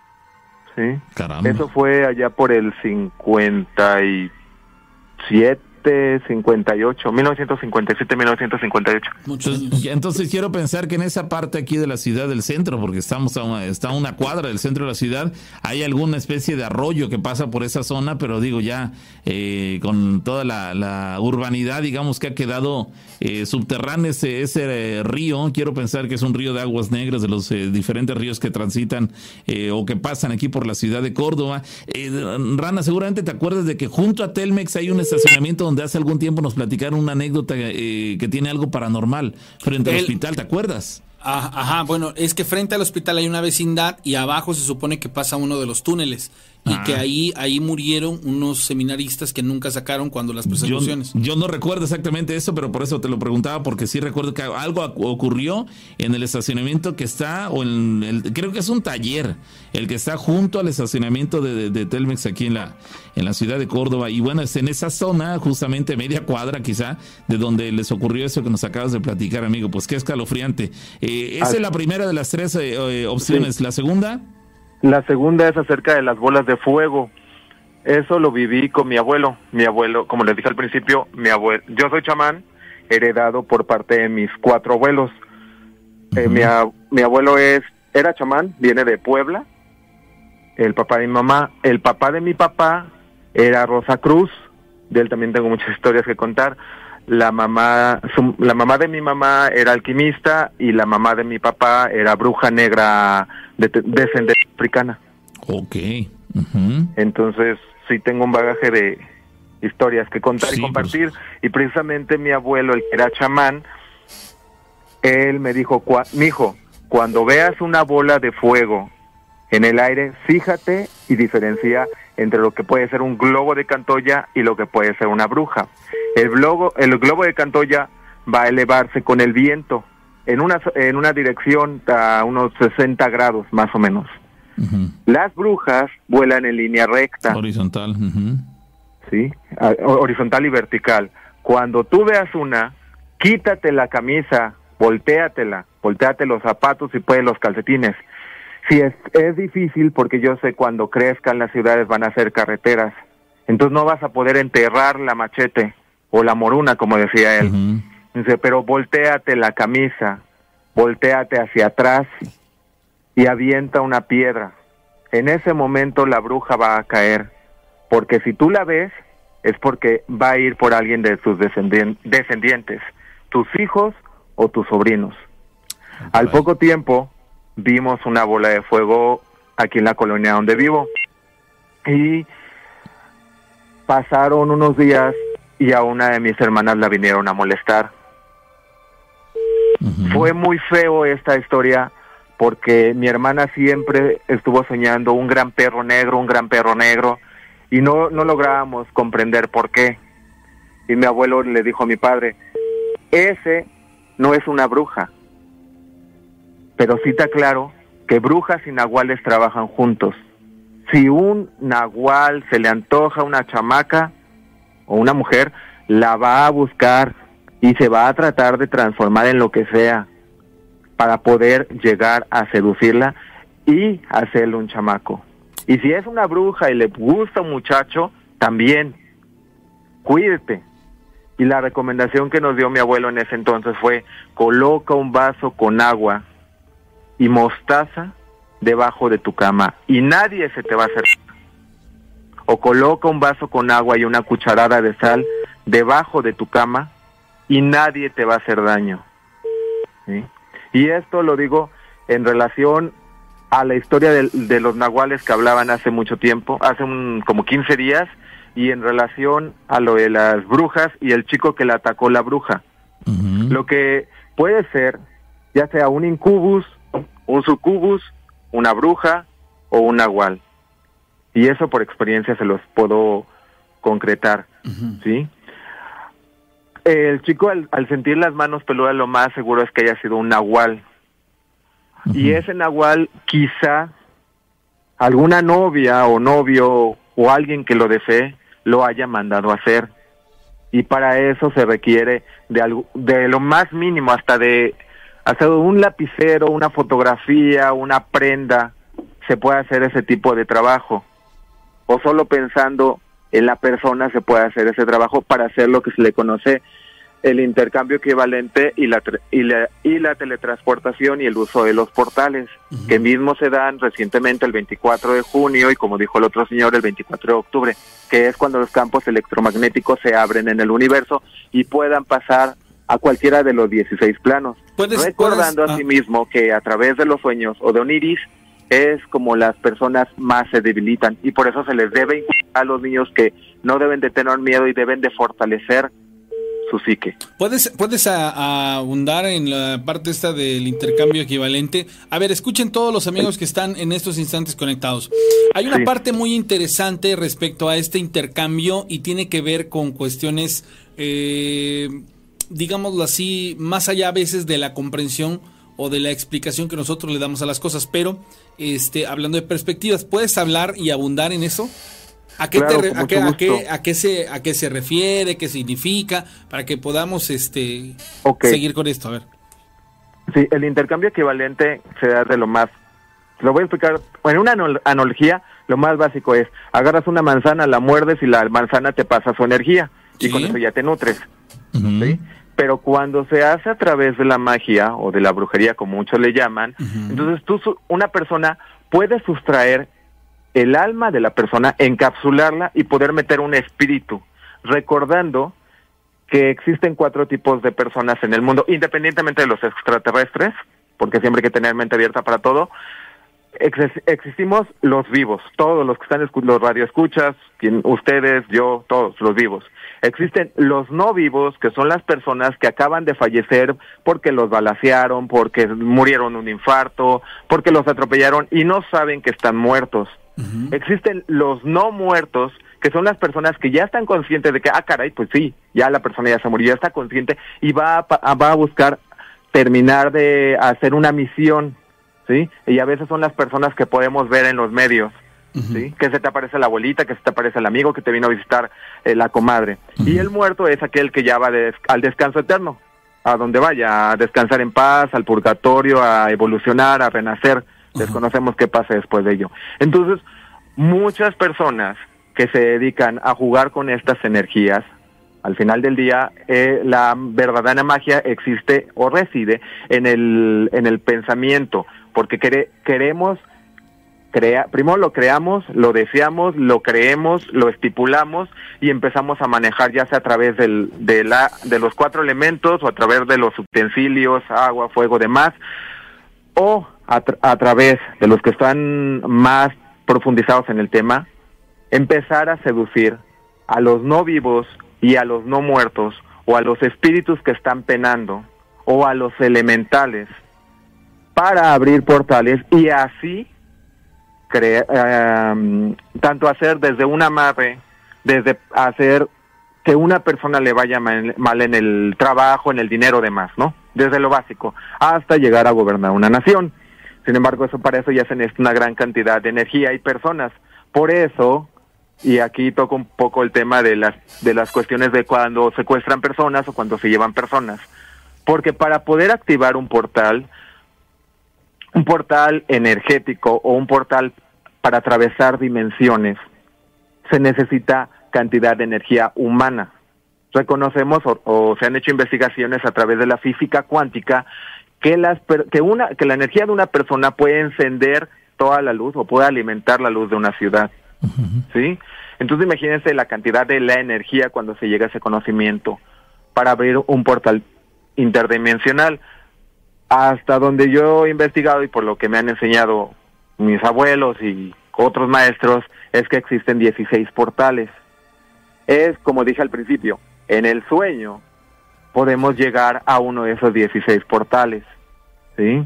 Sí. Caramba. Eso fue allá por el cincuenta y siete, cincuenta y ocho, mil novecientos cincuenta y siete, mil novecientos cincuenta y ocho. Entonces, entonces quiero pensar que en esa parte aquí de la ciudad del centro, porque estamos a una, está a una cuadra del centro de la ciudad, hay alguna especie de arroyo que pasa por esa zona, pero digo ya eh, con toda la, la urbanidad, digamos que ha quedado eh, subterráneo ese, ese eh, río. Quiero pensar que es un río de aguas negras de los eh, diferentes ríos que transitan eh, o que pasan aquí por la ciudad de Córdoba. Eh, Rana, seguramente te acuerdas de que junto a Telmex hay un estacionamiento donde hace algún tiempo nos platicaron una anécdota eh, que tiene algo paranormal frente al El, hospital, ¿te acuerdas? Ajá, bueno, es que frente al hospital hay una vecindad y abajo se supone que pasa uno de los túneles y ah. que ahí ahí murieron unos seminaristas que nunca sacaron cuando las persecuciones. Yo, yo no recuerdo exactamente eso, pero por eso te lo preguntaba, porque sí recuerdo que algo ocurrió en el estacionamiento que está, o en el, creo que es un taller, el que está junto al estacionamiento de, de, de Telmex aquí en la en la ciudad de Córdoba, y bueno, es en esa zona, justamente media cuadra quizá, de donde les ocurrió eso que nos acabas de platicar, amigo. Pues qué escalofriante. Eh, esa ah, es la primera de las tres eh, eh, opciones. Sí. ¿La segunda? La segunda es acerca de las bolas de fuego. Eso lo viví con mi abuelo. Mi abuelo, como les dije al principio, mi abuelo, yo soy chamán, heredado por parte de mis cuatro abuelos. Uh-huh. Eh, mi, mi abuelo es era chamán, viene de Puebla. El papá de mi mamá, el papá de mi papá era Rosa Cruz, de él también tengo muchas historias que contar. La mamá, su, la mamá de mi mamá era alquimista y la mamá de mi papá era bruja negra de, descendente africana. Ok. Uh-huh. Entonces, sí tengo un bagaje de historias que contar sí, y compartir. Pues. Y precisamente mi abuelo, el que era chamán, él me dijo, mijo, cuando veas una bola de fuego en el aire, fíjate y diferencia entre lo que puede ser un globo de Cantoya y lo que puede ser una bruja. El globo, el globo de Cantoya va a elevarse con el viento en una, en una dirección a unos sesenta grados más o menos. Uh-huh. Las brujas vuelan en línea recta. Horizontal. Uh-huh. Sí, horizontal y vertical. Cuando tú veas una, quítate la camisa, voltéatela, voltéate los zapatos y puedes los calcetines. Sí, es, es difícil porque yo sé cuando crezcan las ciudades van a ser carreteras. Entonces no vas a poder enterrar la machete o la moruna, como decía él. Uh-huh. Dice, pero voltéate la camisa, voltéate hacia atrás y avienta una piedra. En ese momento la bruja va a caer, porque si tú la ves, es porque va a ir por alguien de tus descendien- descendientes, tus hijos o tus sobrinos. Okay. Al poco tiempo, vimos una bola de fuego aquí en la colonia donde vivo. Y pasaron unos días y a una de mis hermanas la vinieron a molestar. Uh-huh. Fue muy feo esta historia porque mi hermana siempre estuvo soñando un gran perro negro, un gran perro negro, y no, no lográbamos comprender por qué. Y mi abuelo le dijo a mi padre, ese no es una bruja, pero sí está claro que brujas y nahuales trabajan juntos. Si un nahual se le antoja una chamaca o una mujer, la va a buscar y se va a tratar de transformar en lo que sea para poder llegar a seducirla y hacerle un chamaco. Y si es una bruja y le gusta un muchacho, también, cuídate. Y la recomendación que nos dio mi abuelo en ese entonces fue, coloca un vaso con agua y mostaza debajo de tu cama y nadie se te va a hacer. O coloca un vaso con agua y una cucharada de sal debajo de tu cama y nadie te va a hacer daño. ¿Sí? Y esto lo digo en relación a la historia de, de los nahuales que hablaban hace mucho tiempo, hace un, como quince días, y en relación a lo de las brujas y el chico que le atacó la bruja. Uh-huh. Lo que puede ser, ya sea un incubus, un sucubus, una bruja o un nahual. Y eso por experiencia se los puedo concretar, uh-huh. ¿sí? El chico al, al sentir las manos peludas lo más seguro es que haya sido un nahual. Uh-huh. Y ese nahual quizá alguna novia o novio o alguien que lo desee lo haya mandado a hacer. Y para eso se requiere de algo, de lo más mínimo, hasta de hasta un lapicero, una fotografía, una prenda, se puede hacer ese tipo de trabajo. O solo pensando en la persona se puede hacer ese trabajo para hacer lo que se le conoce el intercambio equivalente y la, y la, y la teletransportación y el uso de los portales, uh-huh. que mismo se dan recientemente el veinticuatro de junio y, como dijo el otro señor, el veinticuatro de octubre, que es cuando los campos electromagnéticos se abren en el universo y puedan pasar a cualquiera de los dieciséis planos, ¿Puedes, recordando puedes, asimismo ah. que a través de los sueños o de un iris es como las personas más se debilitan, y por eso se les debe inculcar a los niños que no deben de tener miedo y deben de fortalecer su psique. ¿Puedes, puedes a, a abundar en la parte esta del intercambio equivalente? A ver, escuchen todos los amigos que están en estos instantes conectados. Hay una sí. parte muy interesante respecto a este intercambio y tiene que ver con cuestiones, eh, digámoslo así, más allá a veces de la comprensión o de la explicación que nosotros le damos a las cosas, pero este, hablando de perspectivas, ¿puedes hablar y abundar en eso? ¿A qué, claro, te, a, qué, a, qué, a, qué se, ¿A qué se refiere? ¿Qué significa? Para que podamos este okay. seguir con esto, a ver. Sí, el intercambio equivalente se da de lo más... Lo voy a explicar en una analogía. Lo más básico es, agarras una manzana, la muerdes y la manzana te pasa su energía. ¿Sí? Y con eso ya te nutres. Uh-huh. ¿Sí? Pero cuando se hace a través de la magia o de la brujería, como muchos le llaman, uh-huh. entonces tú, una persona puede sustraer el alma de la persona, encapsularla y poder meter un espíritu, recordando que existen cuatro tipos de personas en el mundo, independientemente de los extraterrestres, porque siempre hay que tener mente abierta para todo. ex- existimos los vivos, todos los que están, escu- los radioescuchas, quien, ustedes, yo, todos los vivos. Existen los no vivos, que son las personas que acaban de fallecer porque los balacearon, porque murieron de un infarto, porque los atropellaron y no saben que están muertos. Uh-huh. Existen los no muertos, que son las personas que ya están conscientes de que, ah, caray, pues sí, ya la persona ya se murió, ya está consciente y va a, a, va a buscar terminar de hacer una misión, ¿sí? Y a veces son las personas que podemos ver en los medios, uh-huh. ¿sí? Que se te aparece la abuelita, que se te aparece el amigo, que te vino a visitar eh, la comadre. Uh-huh. Y el muerto es aquel que ya va des- al descanso eterno, a donde vaya, a descansar en paz, al purgatorio, a evolucionar, a renacer. Uh-huh. Desconocemos qué pasa después de ello. Entonces, muchas personas que se dedican a jugar con estas energías, al final del día, eh, la verdadera magia existe o reside en el en el pensamiento, porque quere, queremos, crea, primero lo creamos, lo deseamos, lo creemos, lo estipulamos y empezamos a manejar ya sea a través del, de, la, de los cuatro elementos o a través de los utensilios, agua, fuego, demás, o a, tra- a través de los que están más profundizados en el tema, empezar a seducir a los no vivos y a los no muertos, o a los espíritus que están penando, o a los elementales, para abrir portales y así crea, eh, tanto hacer desde un amarre, desde hacer que una persona le vaya mal, mal en el trabajo, en el dinero, demás, ¿no? Desde lo básico, hasta llegar a gobernar una nación. Sin embargo, eso para eso ya se necesita una gran cantidad de energía y personas. Por eso, y aquí toco un poco el tema de las de las cuestiones de cuando secuestran personas o cuando se llevan personas, porque para poder activar un portal, un portal energético o un portal para atravesar dimensiones, se necesita cantidad de energía humana. Reconocemos o, o se han hecho investigaciones a través de la física cuántica que las que una que la energía de una persona puede encender toda la luz o puede alimentar la luz de una ciudad. Uh-huh. ¿Sí? Entonces imagínense la cantidad de la energía cuando se llega a ese conocimiento para abrir un portal interdimensional. Hasta donde yo he investigado y por lo que me han enseñado mis abuelos y otros maestros, es que existen dieciséis portales. Es como dije al principio, en el sueño podemos llegar a uno de esos dieciséis portales, ¿sí?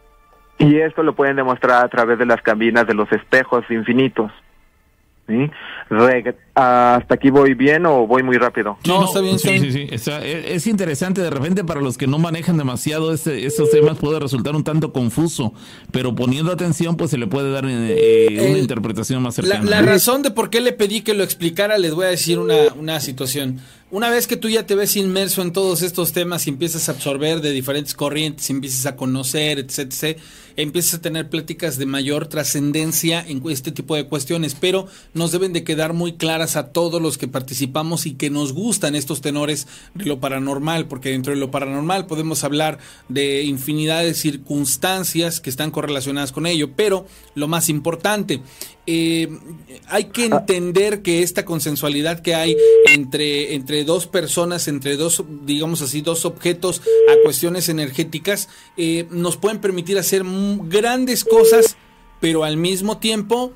Y esto lo pueden demostrar a través de las cabinas de los espejos infinitos, ¿sí? Re- ¿Hasta aquí voy bien o voy muy rápido? No, está bien, sí, sí, sí. Está, es, es interesante, de repente para los que no manejan demasiado este, estos temas puede resultar un tanto confuso, pero poniendo atención pues se le puede dar eh, una El, interpretación más cercana. La, la razón de por qué le pedí que lo explicara, les voy a decir una, una situación. Una vez que tú ya te ves inmerso en todos estos temas y empiezas a absorber de diferentes corrientes, empiezas a conocer, etcétera, empiezas a tener pláticas de mayor trascendencia en este tipo de cuestiones, pero nos deben de quedar muy claras a todos los que participamos y que nos gustan estos tenores de lo paranormal, porque dentro de lo paranormal podemos hablar de infinidad de circunstancias que están correlacionadas con ello, pero lo más importante, eh, hay que entender que esta consensualidad que hay entre, entre dos personas, entre dos, digamos así, dos objetos a cuestiones energéticas, eh, nos pueden permitir hacer grandes cosas, pero al mismo tiempo,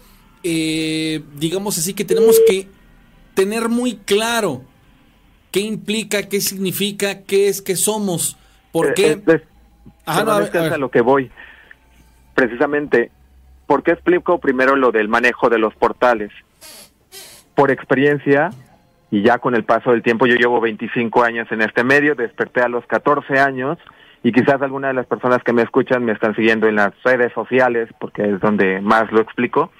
eh, digamos así, que tenemos que tener muy claro qué implica, qué significa, qué es que somos, por qué. Es, es, Ajá, no, a, ver, a, ver. a lo que voy, precisamente, ¿por qué explico primero lo del manejo de los portales? Por experiencia, y ya con el paso del tiempo, yo llevo veinticinco años en este medio, desperté a los catorce años, y quizás algunas de las personas que me escuchan me están siguiendo en las redes sociales, porque es donde más lo explico.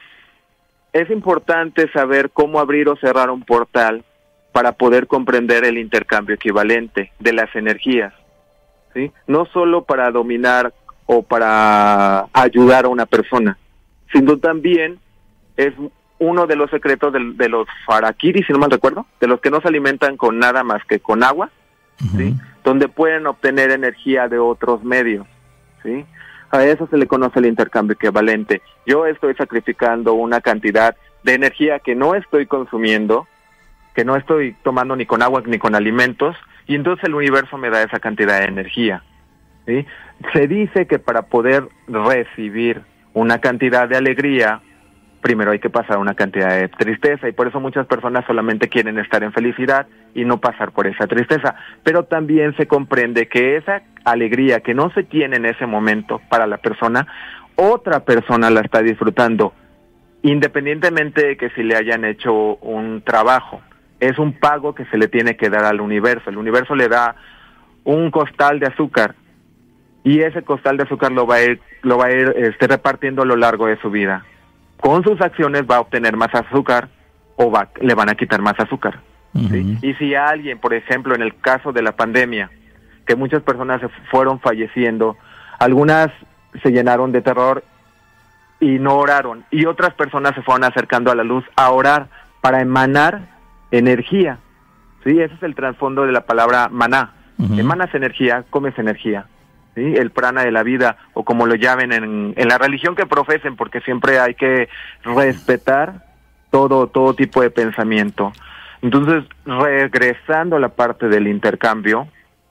Es importante saber cómo abrir o cerrar un portal para poder comprender el intercambio equivalente de las energías, ¿sí? No solo para dominar o para ayudar a una persona, sino también es uno de los secretos de, de los Farakiri, si no mal recuerdo, de los que no se alimentan con nada más que con agua, uh-huh. ¿sí? Donde pueden obtener energía de otros medios, ¿sí? A eso se le conoce el intercambio equivalente. Yo estoy sacrificando una cantidad de energía que no estoy consumiendo, que no estoy tomando ni con agua ni con alimentos, y entonces el universo me da esa cantidad de energía, ¿sí? Se dice que para poder recibir una cantidad de alegría, primero hay que pasar una cantidad de tristeza, y por eso muchas personas solamente quieren estar en felicidad y no pasar por esa tristeza. Pero también se comprende que esa alegría que no se tiene en ese momento para la persona, otra persona la está disfrutando, independientemente de que si le hayan hecho un trabajo. Es un pago que se le tiene que dar al universo. El universo le da un costal de azúcar, y ese costal de azúcar lo va a ir, lo va a ir este, repartiendo a lo largo de su vida. Con sus acciones va a obtener más azúcar o va, le van a quitar más azúcar. Uh-huh. ¿Sí? Y si a alguien, por ejemplo, en el caso de la pandemia, que muchas personas se fueron falleciendo, algunas se llenaron de terror y no oraron, y otras personas se fueron acercando a la luz a orar para emanar energía. Sí, ese es el trasfondo de la palabra maná. Uh-huh. Emanas energía, comes energía. ¿Sí? El prana de la vida, o como lo llamen en, en la religión que profesen, porque siempre hay que respetar todo, todo tipo de pensamiento. Entonces, regresando a la parte del intercambio,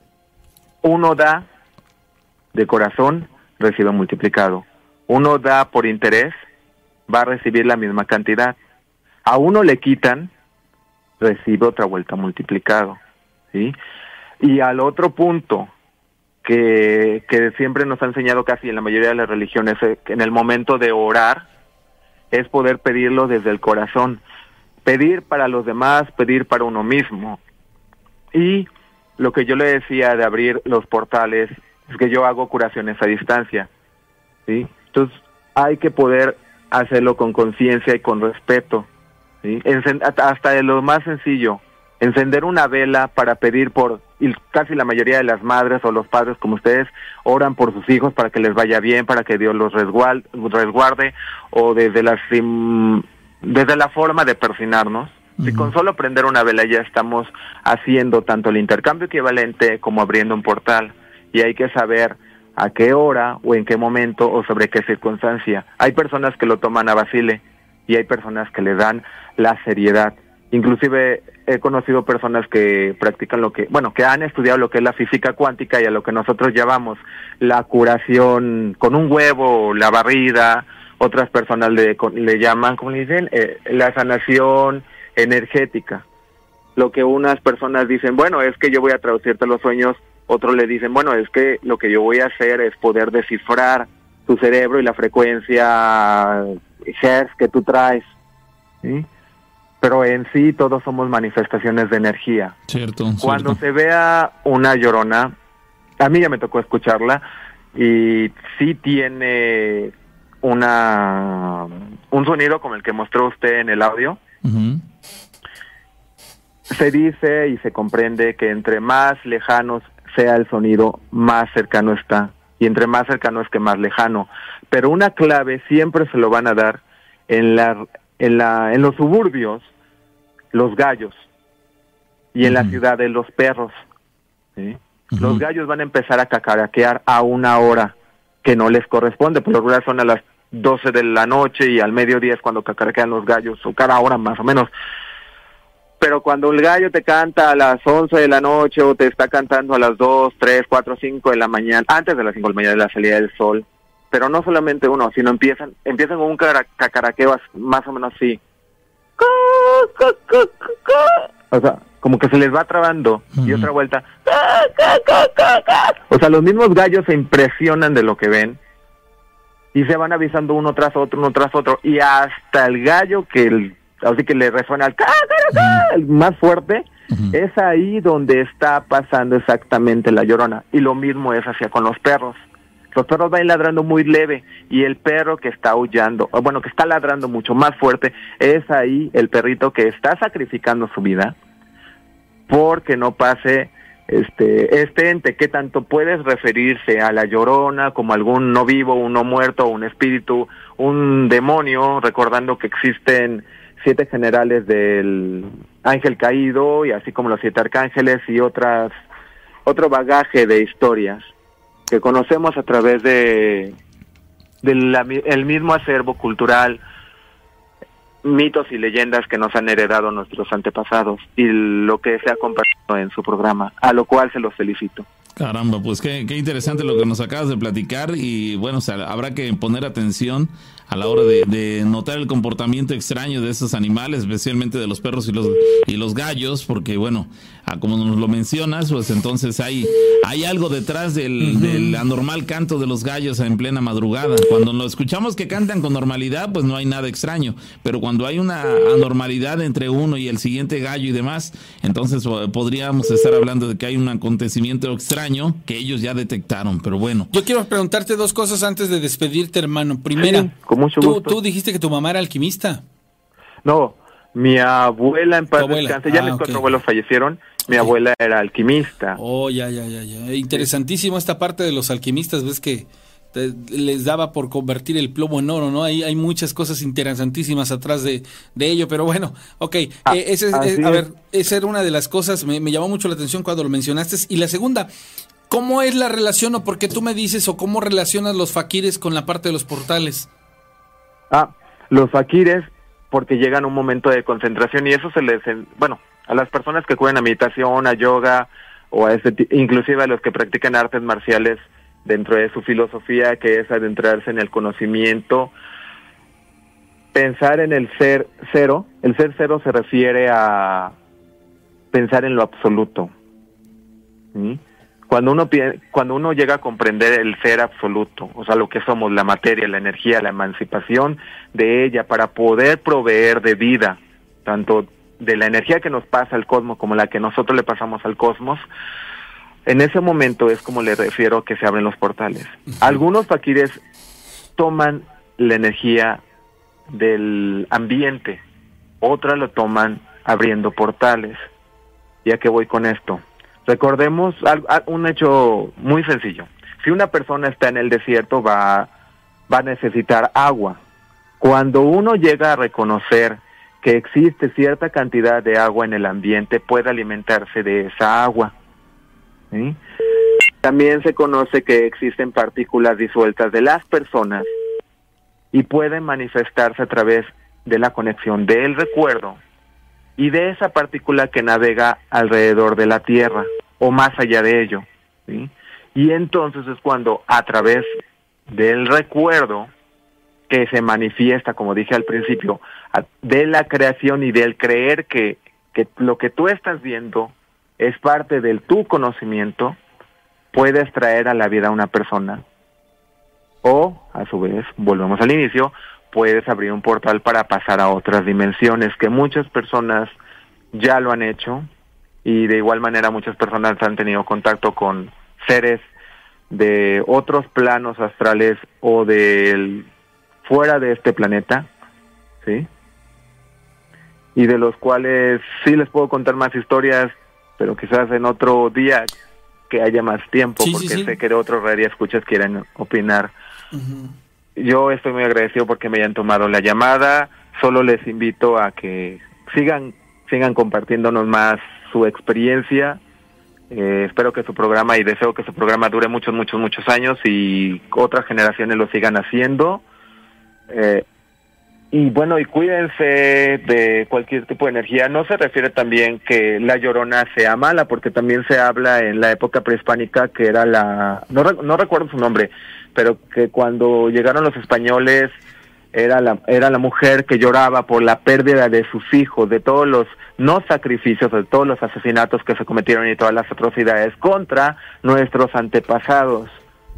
uno da de corazón, recibe multiplicado. Uno da por interés, va a recibir la misma cantidad. A uno le quitan, recibe otra vuelta multiplicado. ¿Sí? Y al otro punto, que, que siempre nos ha enseñado casi en la mayoría de las religiones, eh, que en el momento de orar, es poder pedirlo desde el corazón. Pedir para los demás, pedir para uno mismo. Y lo que yo le decía de abrir los portales, es que yo hago curaciones a distancia. ¿Sí? Entonces, hay que poder hacerlo con conciencia y con respeto. ¿Sí? Encend- hasta de lo más sencillo, encender una vela para pedir por, y casi la mayoría de las madres o los padres como ustedes oran por sus hijos para que les vaya bien, para que Dios los resguarde, resguarde o desde la, sim, desde la forma de persinarnos. Uh-huh. Si con solo prender una vela ya estamos haciendo tanto el intercambio equivalente como abriendo un portal, y hay que saber a qué hora o en qué momento o sobre qué circunstancia. Hay personas que lo toman a vacile y hay personas que le dan la seriedad. Inclusive he conocido personas que practican lo que, bueno, que han estudiado lo que es la física cuántica y a lo que nosotros llamamos la curación con un huevo, la barrida. Otras personas le, le llaman, ¿cómo le dicen? Eh, la sanación energética. Lo que unas personas dicen, bueno, es que yo voy a traducirte los sueños. Otros le dicen, bueno, es que lo que yo voy a hacer es poder descifrar tu cerebro y la frecuencia hertz que tú traes. ¿Sí? Pero en sí todos somos manifestaciones de energía. Cierto. Cuando cierto. se vea una llorona, a mí ya me tocó escucharla, y sí tiene una un sonido como el que mostró usted en el audio. Uh-huh. Se dice y se comprende que entre más lejanos sea el sonido, más cercano está, y entre más cercano es que más lejano. Pero una clave siempre se lo van a dar en la en la en los suburbios, los gallos, y en uh-huh. la ciudad de los perros. ¿Sí? Uh-huh. Los gallos van a empezar a cacaraquear a una hora que no les corresponde. Por lo regular son a las doce de la noche, y al mediodía es cuando cacaraquean los gallos, o cada hora más o menos. Pero cuando el gallo te canta a las once de la noche, o te está cantando a las dos, tres, cuatro, cinco de la mañana, antes de las cinco de la mañana de la salida del sol, pero no solamente uno, sino empiezan empiezan con un cacaraqueo más o menos así. O sea, como que se les va trabando, uh-huh. y otra vuelta. O sea, los mismos gallos se impresionan de lo que ven y se van avisando uno tras otro, uno tras otro, y hasta el gallo que el así que le resuena el, el más fuerte, uh-huh. es ahí donde está pasando exactamente la llorona. Y lo mismo es hacia con los perros. Los perros van ladrando muy leve, y el perro que está aullando, o bueno, que está ladrando mucho más fuerte, es ahí el perrito que está sacrificando su vida porque no pase este este ente, que tanto puedes referirse a la llorona como algún no vivo, un no muerto, un espíritu, un demonio, recordando que existen siete generales del ángel caído, y así como los siete arcángeles y otras otro bagaje de historias que conocemos a través de del mismo acervo cultural, mitos y leyendas que nos han heredado nuestros antepasados, y lo que se ha compartido en su programa, a lo cual se los felicito. Caramba, pues qué, qué interesante lo que nos acabas de platicar y bueno, o sea, habrá que poner atención a la hora de, de notar el comportamiento extraño de esos animales, especialmente de los perros y los y los gallos, porque bueno, a, como nos lo mencionas, pues entonces hay hay algo detrás del, uh-huh. del anormal canto de los gallos en plena madrugada. Cuando lo escuchamos que cantan con normalidad, pues no hay nada extraño, pero cuando hay una anormalidad entre uno y el siguiente gallo y demás, entonces podríamos estar hablando de que hay un acontecimiento extraño que ellos ya detectaron, pero bueno. Yo quiero preguntarte dos cosas antes de despedirte, hermano. Primera, sí, con mucho tú, gusto. tú dijiste que tu mamá era alquimista. No, mi abuela en paz abuela. descanse, ya ah, mis okay. cuatro abuelos fallecieron, mi okay. abuela era alquimista. Oh, ya, ya, ya, ya. Interesantísimo esta parte de los alquimistas, ves que te, les daba por convertir el plomo en oro, ¿no? Hay, hay muchas cosas interesantísimas atrás de, de ello, pero bueno, ok. Ah, eh, ese, eh, a ver, esa era una de las cosas, me, me llamó mucho la atención cuando lo mencionaste. Y la segunda, ¿cómo es la relación o por qué tú me dices o cómo relacionas los faquires con la parte de los portales? Ah, los faquires, porque llegan a un momento de concentración y eso se les, bueno, a las personas que acuden a meditación, a yoga o a ese, inclusive a los que practican artes marciales dentro de su filosofía, que es adentrarse en el conocimiento, pensar en el ser cero. El ser cero se refiere a pensar en lo absoluto. ¿Sí? Cuando uno cuando uno llega a comprender el ser absoluto, o sea, lo que somos, la materia, la energía, la emancipación de ella para poder proveer de vida, tanto de la energía que nos pasa al cosmos como la que nosotros le pasamos al cosmos, en ese momento es como le refiero que se abren los portales. Algunos faquires toman la energía del ambiente, otras lo toman abriendo portales. ¿Ya que voy con esto? Recordemos un hecho muy sencillo. Si una persona está en el desierto, va, va a necesitar agua. Cuando uno llega a reconocer que existe cierta cantidad de agua en el ambiente, puede alimentarse de esa agua. ¿Sí? También se conoce que existen partículas disueltas de las personas y pueden manifestarse a través de la conexión del recuerdo y de esa partícula que navega alrededor de la Tierra o más allá de ello, ¿sí? Y entonces es cuando a través del recuerdo que se manifiesta, como dije al principio, de la creación y del creer que, que lo que tú estás viendo es parte del tu conocimiento, puedes traer a la vida a una persona o, a su vez, volvemos al inicio, puedes abrir un portal para pasar a otras dimensiones, que muchas personas ya lo han hecho, y de igual manera muchas personas han tenido contacto con seres de otros planos astrales o del fuera de este planeta, ¿sí? Y de los cuales sí les puedo contar más historias, pero quizás en otro día que haya más tiempo, sí, porque sí, sí. sé que de otros radioescuchas quieren opinar. Uh-huh. Yo estoy muy agradecido porque me hayan tomado la llamada. Solo les invito a que sigan sigan compartiéndonos más su experiencia. Eh, espero que su programa y deseo que su programa dure muchos, muchos, muchos años y otras generaciones lo sigan haciendo. Eh, y bueno, y cuídense de cualquier tipo de energía. No se refiere también que la Llorona sea mala, porque también se habla en la época prehispánica que era la... No, no recuerdo su nombre, pero que cuando llegaron los españoles era la, era la mujer que lloraba por la pérdida de sus hijos, de todos los no sacrificios, de todos los asesinatos que se cometieron y todas las atrocidades contra nuestros antepasados.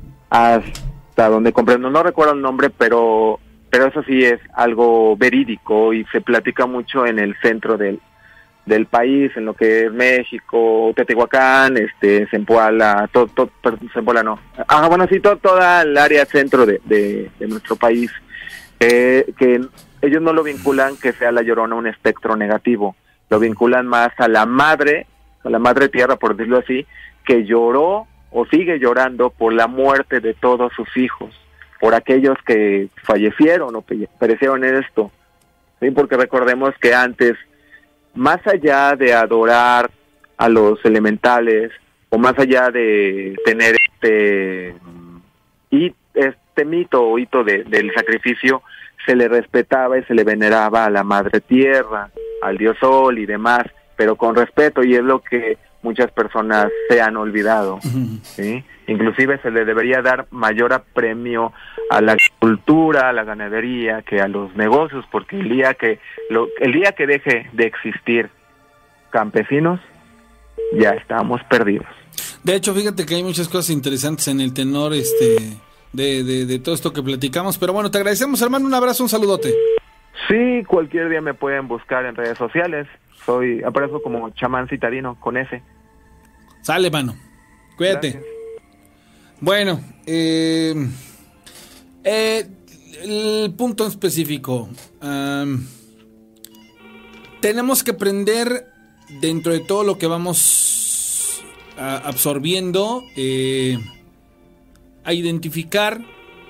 Hasta donde comprendo, no recuerdo el nombre, pero pero eso sí es algo verídico y se platica mucho en el centro del del país, en lo que es México, Teotihuacán, este, Zempoala, todo, todo, Zempoala no, ah, bueno, sí, todo, toda el área centro de, de, de nuestro país, eh, que ellos no lo vinculan que sea la Llorona un espectro negativo, lo vinculan más a la madre, a la madre tierra, por decirlo así, que lloró o sigue llorando por la muerte de todos sus hijos, por aquellos que fallecieron o perecieron en esto, ¿sí? Porque recordemos que antes, más allá de adorar a los elementales, o más allá de tener este, y este mito o hito de, del sacrificio, se le respetaba y se le veneraba a la Madre Tierra, al Dios Sol y demás, pero con respeto, y es lo que muchas personas se han olvidado, ¿sí? Inclusive se le debería dar mayor apremio a la agricultura, a la ganadería, que a los negocios, porque el día que lo, el día que deje de existir campesinos, ya estamos perdidos. De hecho, fíjate que hay muchas cosas interesantes en el tenor este de, de, de todo esto que platicamos, pero bueno, te agradecemos, hermano, un abrazo, un saludote. Sí, cualquier día me pueden buscar en redes sociales, soy, aparezco como chamán citadino, con S. Sale, mano, cuídate. Gracias. Bueno, eh, eh, el punto en específico, um, tenemos que aprender dentro de todo lo que vamos a, absorbiendo, eh, a identificar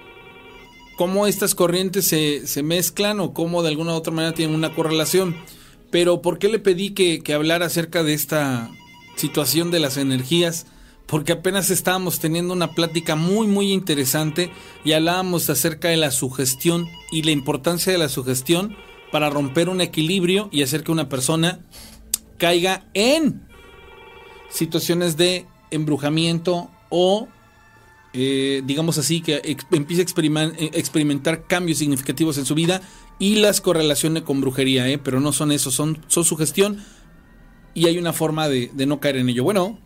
cómo estas corrientes se, se mezclan o cómo de alguna u otra manera tienen una correlación. Pero ¿por qué le pedí que, que hablara acerca de esta situación de las energías? Porque apenas estábamos teniendo una plática muy muy interesante y hablábamos acerca de la sugestión y la importancia de la sugestión para romper un equilibrio y hacer que una persona caiga en situaciones de embrujamiento o eh, digamos así, que ex- empiece a experimen- experimentar cambios significativos en su vida y las correlacione con brujería, ¿eh? Pero no son eso, son, son sugestión y hay una forma de, de no caer en ello. Bueno.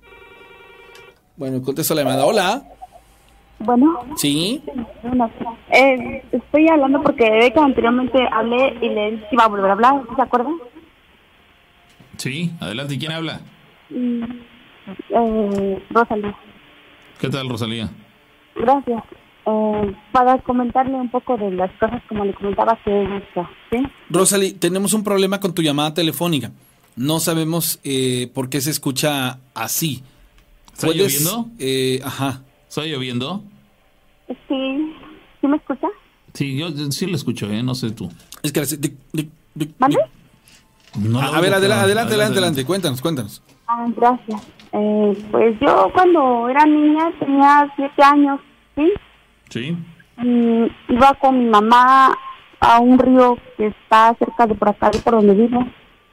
Bueno, contesto la llamada. Hola. Bueno. Sí. Bueno, eh, estoy hablando porque de que anteriormente hablé y le dije que iba a volver a hablar, ¿se acuerdan? Sí, adelante. ¿Quién habla? Mm, eh, Rosalía. ¿Qué tal, Rosalía? Gracias. Eh, para comentarle un poco de las cosas como le comentaba que he visto, ¿sí? Rosalía, tenemos un problema con tu llamada telefónica. No sabemos eh, por qué se escucha así. ¿Está ¿Puedes, lloviendo? Eh, ajá. ¿Está lloviendo? Sí. ¿Sí me escucha? Sí, yo sí lo escucho, ¿eh? No sé tú. Es que... di- di- di- ¿Mande? No a, lo a ver, oigo, adelante, pero- adelante, adelante, adelante. Cuéntanos, cuéntanos. Ah, gracias. Eh, pues yo cuando era niña tenía siete años, ¿sí? Sí. Mm, iba con mi mamá a un río que está cerca de por acá, de por donde vivo.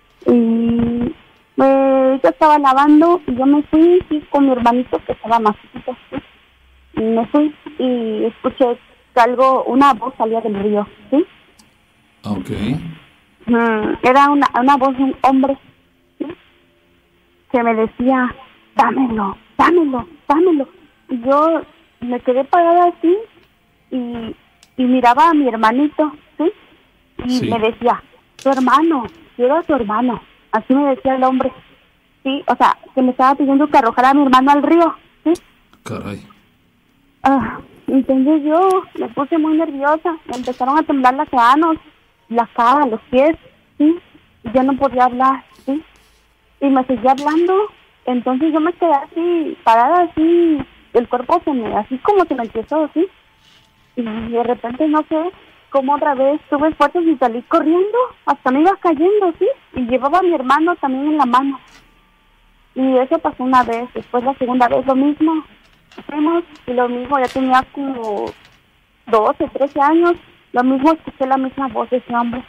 Y pues yo estaba lavando y yo me fui sí, con mi hermanito que estaba más chiquito. ¿Sí? Y me fui y escuché que algo, una voz salía del río, ¿sí? Ok. Mm, era una, una voz de un hombre, ¿sí? Que me decía, dámelo, dámelo, dámelo. Y yo me quedé parada así y, y miraba a mi hermanito, ¿sí? Y Sí. me decía, tu hermano, quiero a tu hermano. Así me decía el hombre, ¿sí? O sea, que me estaba pidiendo que arrojara a mi hermano al río, ¿sí? Caray. Ah, entonces yo me puse muy nerviosa, me empezaron a temblar las manos, la cara, los pies, ¿sí? Y yo no podía hablar, ¿sí? Y me seguía hablando, entonces yo me quedé así, parada así, el cuerpo se me, así como se me empezó, así. Y de repente, no sé, como otra vez tuve fuerzas y salí corriendo, hasta me iba cayendo, ¿sí? Y llevaba a mi hermano también en la mano. Y eso pasó una vez, después la segunda vez lo mismo. Fuimos y lo mismo, ya tenía como doce, trece años, lo mismo escuché la misma voz de ese hombre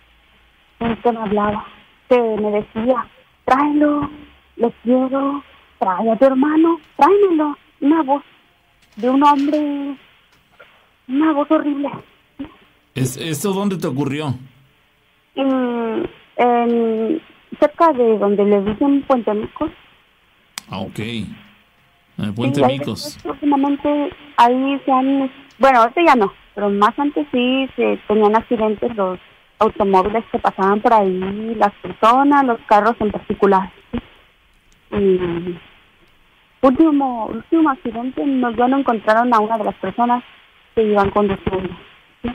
que me hablaba, que me decía, tráelo, le quiero, trae a tu hermano, tráemelo. Una voz de un hombre, una voz horrible. ¿Es, ¿Esto dónde te ocurrió? En, en, cerca de donde le dicen Puente Micos. Ah, ok. En el Puente Sí, ahí Micos. después, últimamente ahí se han, bueno, ahorita ya no, pero más antes sí se tenían accidentes los automóviles que pasaban por ahí, las personas, los carros en particular. ¿Sí? Y último, último accidente, no, ya no encontraron a una de las personas que iban conduciendo. ¿Sí?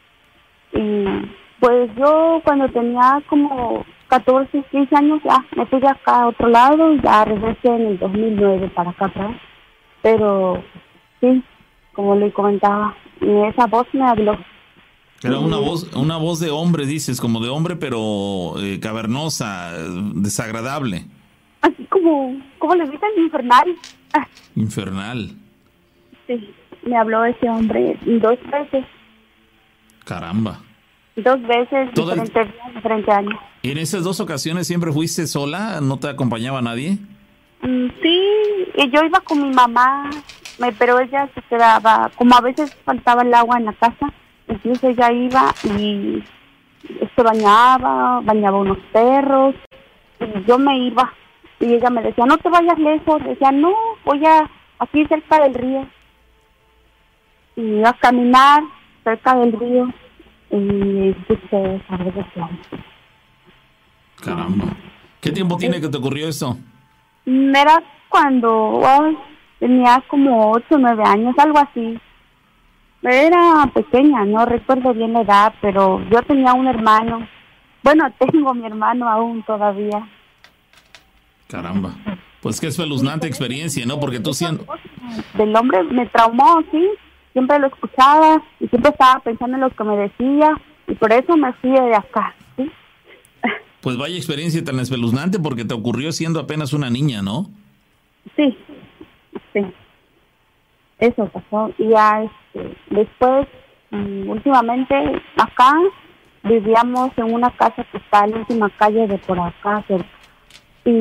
Y pues yo cuando tenía como catorce, quince años ya me fui de acá a otro lado y ya regresé en el dos mil nueve para acá atrás. Pero sí, como le comentaba, esa voz me habló. Era una voz, una voz de hombre, dices, como de hombre, pero eh, cavernosa, eh, desagradable. Así como, como le dicen, infernal. Ah, Infernal. sí, me habló ese hombre dos veces, Caramba. dos veces, Todo el- diferentes días, diferentes años. ¿Y en esas dos ocasiones siempre fuiste sola? ¿No te acompañaba nadie? Mm, sí, y yo iba con mi mamá, me, pero ella se quedaba, como a veces faltaba el agua en la casa, entonces ella iba y se bañaba, bañaba unos perros, y yo me iba, y ella me decía, no te vayas lejos, decía, no, voy a, aquí cerca del río, y iba a caminar cerca del río, y escuché esa regresión. Caramba. ¿Qué tiempo tiene que te ocurrió esto? Era cuando ay, tenía como ocho o nueve años, algo así. Era pequeña, no recuerdo bien la edad, pero yo tenía un hermano. Bueno, tengo mi hermano aún todavía. Caramba. Pues qué espeluznante experiencia, ¿no? Porque tú siendo... Del hombre me traumó, sí. Siempre lo escuchaba y siempre estaba pensando en lo que me decía y por eso me fui de acá, ¿sí? Pues vaya experiencia tan espeluznante porque te ocurrió siendo apenas una niña, ¿no? Sí, sí. Eso pasó. Y ya este, después, um, últimamente, acá vivíamos en una casa que está en la última calle de por acá cerca. Y,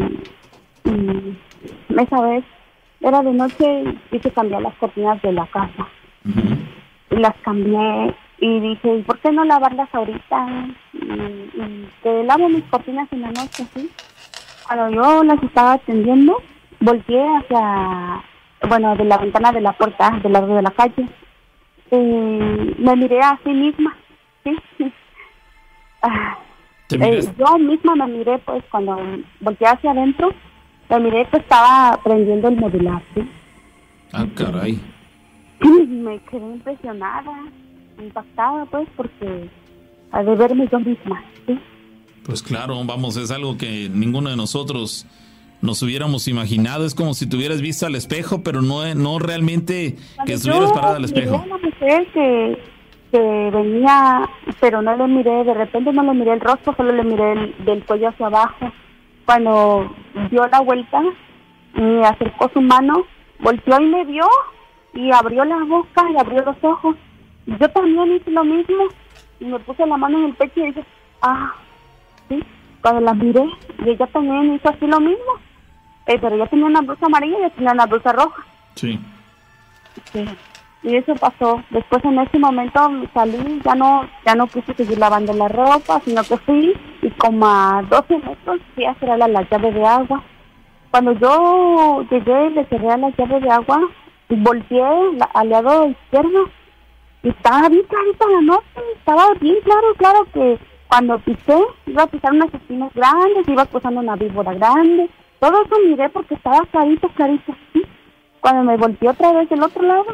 y esa vez era de noche y quise cambiar las cortinas de la casa. Uh-huh. Y las cambié y dije, ¿y por qué no lavarlas ahorita? Y, y que lavo mis cortinas en la noche, ¿sí? Cuando yo las estaba atendiendo, volteé hacia, bueno, de la ventana de la puerta, del lado de la calle. Y me miré a sí misma, ¿sí? ah, eh, yo misma me miré, pues, cuando volteé hacia adentro, me miré que estaba prendiendo el modular, ¿sí? Ah, caray. Me quedé impresionada, impactada, pues, porque al de verme yo misma, ¿sí? Pues claro, vamos, es algo que ninguno de nosotros nos hubiéramos imaginado. Es como si te hubieras visto al espejo, pero no, no realmente Cuando que estuvieras parada al miré espejo. a una mujer que, que venía, pero no le miré, de repente no le miré el rostro, solo le miré el, del cuello hacia abajo. Cuando dio la vuelta y acercó su mano, volteó y me vio y abrió la boca y abrió los ojos. Y yo también hice lo mismo y me puse la mano en el pecho y dije, ah, sí. Cuando la miré y ella también hizo así lo mismo, eh, pero ella tenía una blusa amarilla y yo tenía una blusa roja. Sí. Sí. Y eso pasó. Después en ese momento salí, ya no ya no quise seguir lavando la ropa, sino que fui y como a doce metros fui a cerrar la, la llave de agua. Cuando yo llegué, le cerré a la llave de agua y volteé la, al lado izquierdo y estaba bien clarita la noche, estaba bien claro, claro que cuando pisé, iba a pisar unas espinas grandes, iba cruzando una víbora grande, todo eso miré porque estaba clarito, clarito, ¿sí? Cuando me volteé otra vez del otro lado,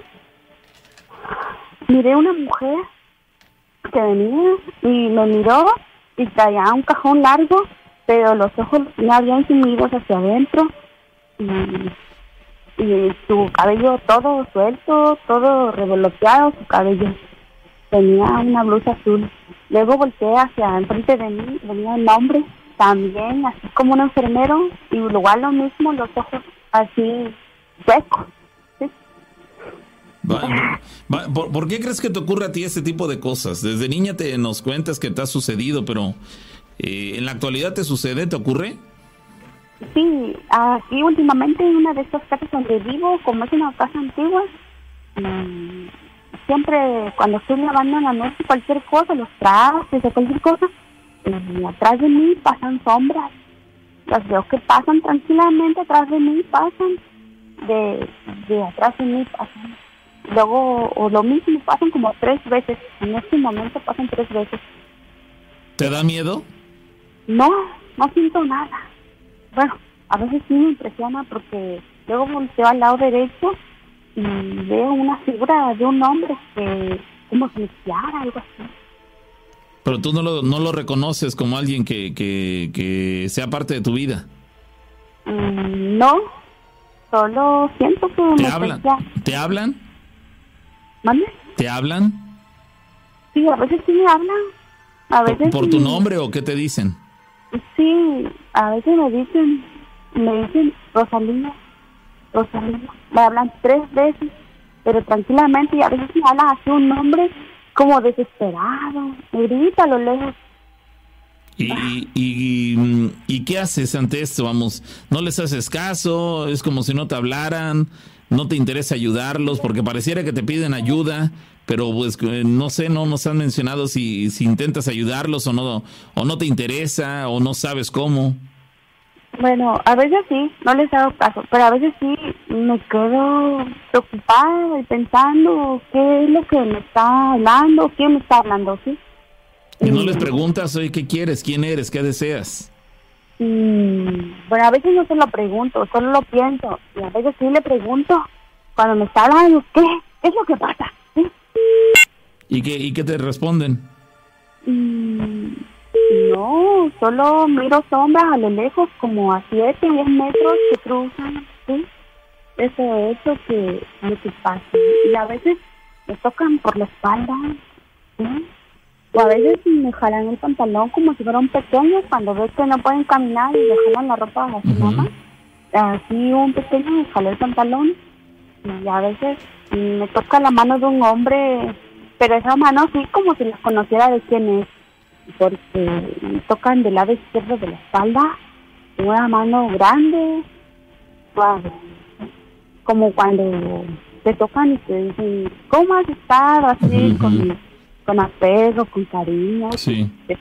miré una mujer que venía y me miró y traía un cajón largo, pero los ojos los tenía bien sumidos hacia adentro y, y su cabello todo suelto, todo revoloteado, su cabello. Tenía una blusa azul. Luego volteé hacia enfrente de mí, venía un hombre también, así como un enfermero, y igual lo mismo, los ojos así huecos. ¿Sí? Va, va, ¿por, ¿Por qué crees que te ocurre a ti este tipo de cosas? Desde niña te nos cuentas que te ha sucedido, pero eh, ¿en la actualidad te sucede? ¿Te ocurre? Sí, aquí últimamente en una de estas casas donde vivo, como es una casa antigua, mmm, siempre cuando estoy lavando en la noche cualquier cosa, los trastes o cualquier cosa, y atrás de mí pasan sombras. Las veo que pasan tranquilamente atrás de mí, pasan, de, de atrás de mí pasan. Luego, o lo mismo, pasan como tres veces. En este momento pasan tres veces. ¿Te da miedo? No, no siento nada. Bueno, a veces sí me impresiona porque luego volteo al lado derecho y veo una figura de un hombre que como si limpiara, algo así. Pero tú no lo, no lo reconoces como alguien que, que, que sea parte de tu vida. Mm, no, solo siento que ¿Te me hablan? sentía... ¿Te hablan? ¿Mande? ¿Te hablan? Sí, a veces sí me hablan. A veces ¿Por, por sí. tu nombre o qué te dicen? Sí, a veces me dicen, me dicen Rosalía, Rosalía. Me hablan tres veces, pero tranquilamente, y a veces me hablan así un nombre como desesperado, me grita a lo lejos. Y, y, y y, ¿y qué haces ante esto? Vamos, ¿no les haces caso? ¿Es como si no te hablaran? ¿No te interesa ayudarlos? Porque pareciera que te piden ayuda, pero pues no sé, no nos han mencionado si, si intentas ayudarlos o no, o no te interesa o no sabes cómo. Bueno, a veces sí, no les hago caso, pero a veces sí me quedo preocupada y pensando qué es lo que me está hablando, quién me está hablando, ¿sí? Y no les preguntas, oye, ¿qué quieres? ¿Quién eres? ¿Qué deseas? Mm, bueno, a veces no se lo pregunto, solo lo pienso, y a veces sí le pregunto, cuando me está hablando, ¿qué? ¿Qué es lo que pasa? ¿Sí? ¿Y qué, y qué te responden? Mm, no, solo miro sombras a lo lejos, como a siete, diez metros que cruzan, ¿sí? Eso es lo que, lo que pasa. Y a veces me tocan por la espalda, ¿sí? O a veces me jalan el pantalón como si fueran pequeños, cuando ves que no pueden caminar y le jalan la ropa a su uh-huh. mamá. Así un pequeño me jaló el pantalón y a veces me toca la mano de un hombre, pero esa mano sí como si la conociera de quién es, porque me tocan del lado izquierdo de la espalda, una mano grande, suave, como cuando te tocan y te dicen, ¿cómo has estado? Así, uh-huh. con, con apego, con cariño. Sí. Sí.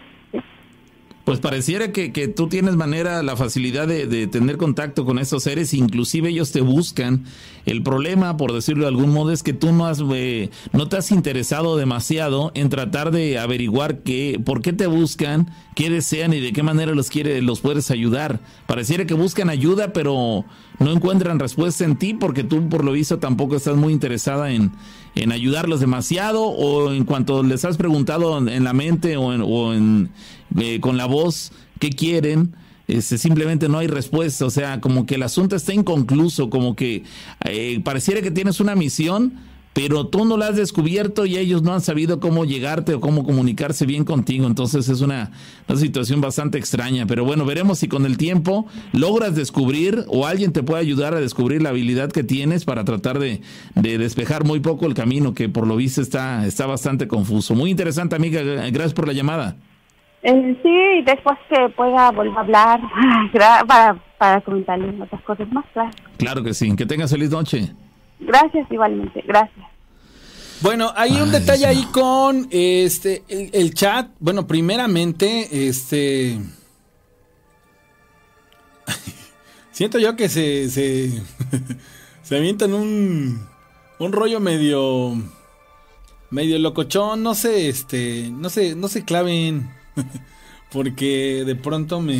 Pues pareciera que, que tú tienes manera, la facilidad de, de tener contacto con esos seres, inclusive ellos te buscan. El problema, por decirlo de algún modo, es que tú no has eh, no te has interesado demasiado en tratar de averiguar qué, por qué te buscan, qué desean y de qué manera los quiere, los puedes ayudar. Pareciera que buscan ayuda, pero no encuentran respuesta en ti porque tú, por lo visto, tampoco estás muy interesada en, en ayudarlos demasiado, o en cuanto les has preguntado en la mente o en, o en eh, con la voz qué quieren, este, simplemente no hay respuesta. O sea, como que el asunto está inconcluso, como que eh, pareciera que tienes una misión, pero tú no la has descubierto y ellos no han sabido cómo llegarte o cómo comunicarse bien contigo. Entonces es una, una situación bastante extraña, pero bueno, veremos si con el tiempo logras descubrir o alguien te puede ayudar a descubrir la habilidad que tienes para tratar de, de despejar muy poco el camino, que por lo visto está, está bastante confuso. Muy interesante, amiga, gracias por la llamada. Eh, sí, después que pueda volver a hablar para, para comentarles otras cosas más, claro. Claro que sí, que tengas feliz noche. Gracias, igualmente, gracias. Bueno, hay un Ay, detalle ahí con este el, el chat. Bueno, primeramente, este siento yo que se se, se avientan un un rollo medio medio locochón, no sé, este, no sé, no se claven porque de pronto me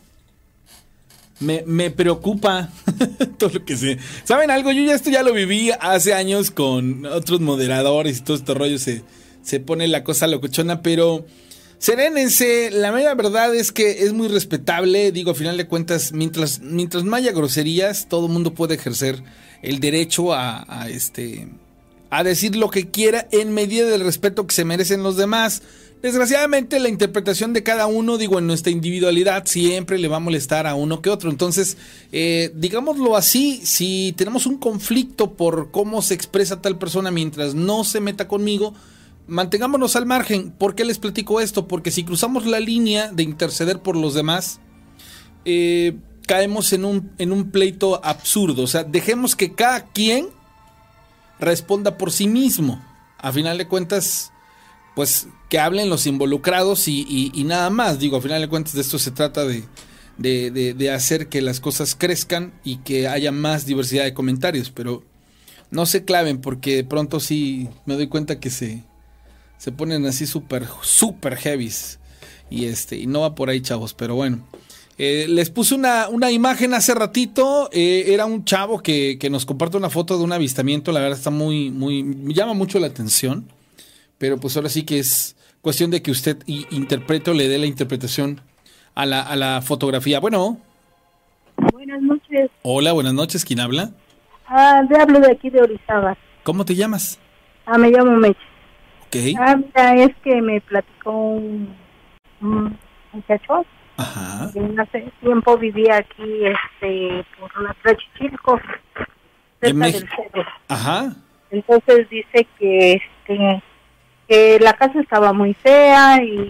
Me, me preocupa todo lo que sé. ¿Saben algo? Yo ya esto ya lo viví hace años con otros moderadores y todo este rollo. Se, se pone la cosa locochona, pero serénense. La mera verdad es que es muy respetable. Digo, a final de cuentas, mientras, mientras no haya groserías, todo el mundo puede ejercer el derecho a, a, este, a decir lo que quiera en medida del respeto que se merecen los demás. Desgraciadamente la interpretación de cada uno, digo, en nuestra individualidad siempre le va a molestar a uno que otro. Entonces, eh, digámoslo así, si tenemos un conflicto por cómo se expresa tal persona mientras no se meta conmigo, mantengámonos al margen. ¿Por qué les platico esto? Porque si cruzamos la línea de interceder por los demás, eh, caemos en un, en un pleito absurdo. O sea, dejemos que cada quien responda por sí mismo. A final de cuentas, pues que hablen los involucrados y, y, y nada más. Digo, a final de cuentas de esto se trata de, de, de, de hacer que las cosas crezcan y que haya más diversidad de comentarios, pero no se claven porque de pronto sí me doy cuenta que se, se ponen así súper, súper heavies y, este, y no va por ahí, chavos, pero bueno. Eh, les puse una, una imagen hace ratito, eh, era un chavo que, que nos comparte una foto de un avistamiento, la verdad está muy, muy, me llama mucho la atención. Pero pues ahora sí que es cuestión de que usted y, interprete o le dé la interpretación a la, a la fotografía. Bueno. Buenas noches. Hola, buenas noches. ¿Quién habla? Ah, te hablo de aquí de Orizaba. ¿Cómo te llamas? Ah, me llamo Meche. Ok. Ah, mira, es que me platicó un, un muchacho. Ajá. Que hace tiempo vivía aquí, este, por la Tlachichilco, cerca del cerro. Ajá. Entonces dice que, este... que la casa estaba muy fea y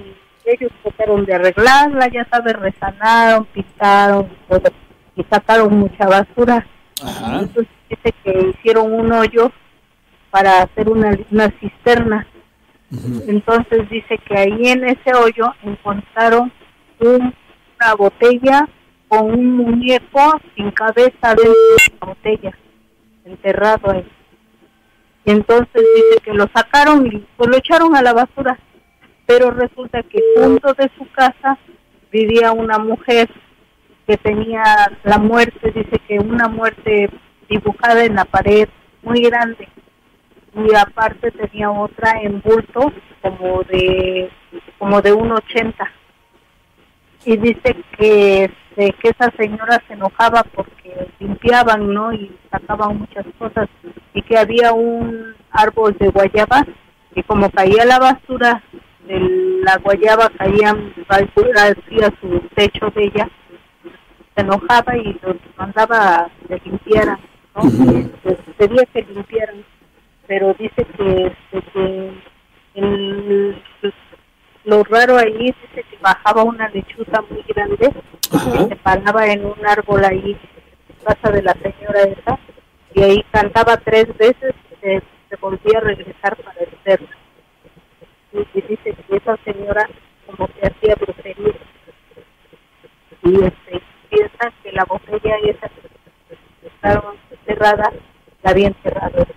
ellos trataron de arreglarla, ya sabes, resanaron, pintaron todo, y sacaron mucha basura. Ajá. Entonces dice que hicieron un hoyo para hacer una, una cisterna. Uh-huh. Entonces dice que ahí en ese hoyo encontraron un, una botella con un muñeco sin cabeza dentro de la botella, enterrado ahí. Y entonces dice que lo sacaron y pues lo echaron a la basura. Pero resulta que junto de su casa vivía una mujer que tenía la muerte, dice que una muerte dibujada en la pared muy grande. Y aparte tenía otra en bulto como de como de un ochenta. Y dice que, este, que esa señora se enojaba porque limpiaban, ¿no? Y sacaban muchas cosas. Y que había un árbol de guayaba y como caía la basura de la guayaba, caían hacia su techo de ella, se enojaba y los mandaba que limpiaran, ¿no? Uh-huh. Que pedía que limpiaran, pero dice que, este, que el, lo raro ahí, dice que bajaba una lechuza muy grande, uh-huh. Se paraba en un árbol ahí, en casa de la señora esa, y ahí cantaba tres veces, se, se volvía a regresar para el cerro. Y dice que esa señora como que hacía brujería. Y este, piensa que la botella esa que estaba cerrada, la había enterrado.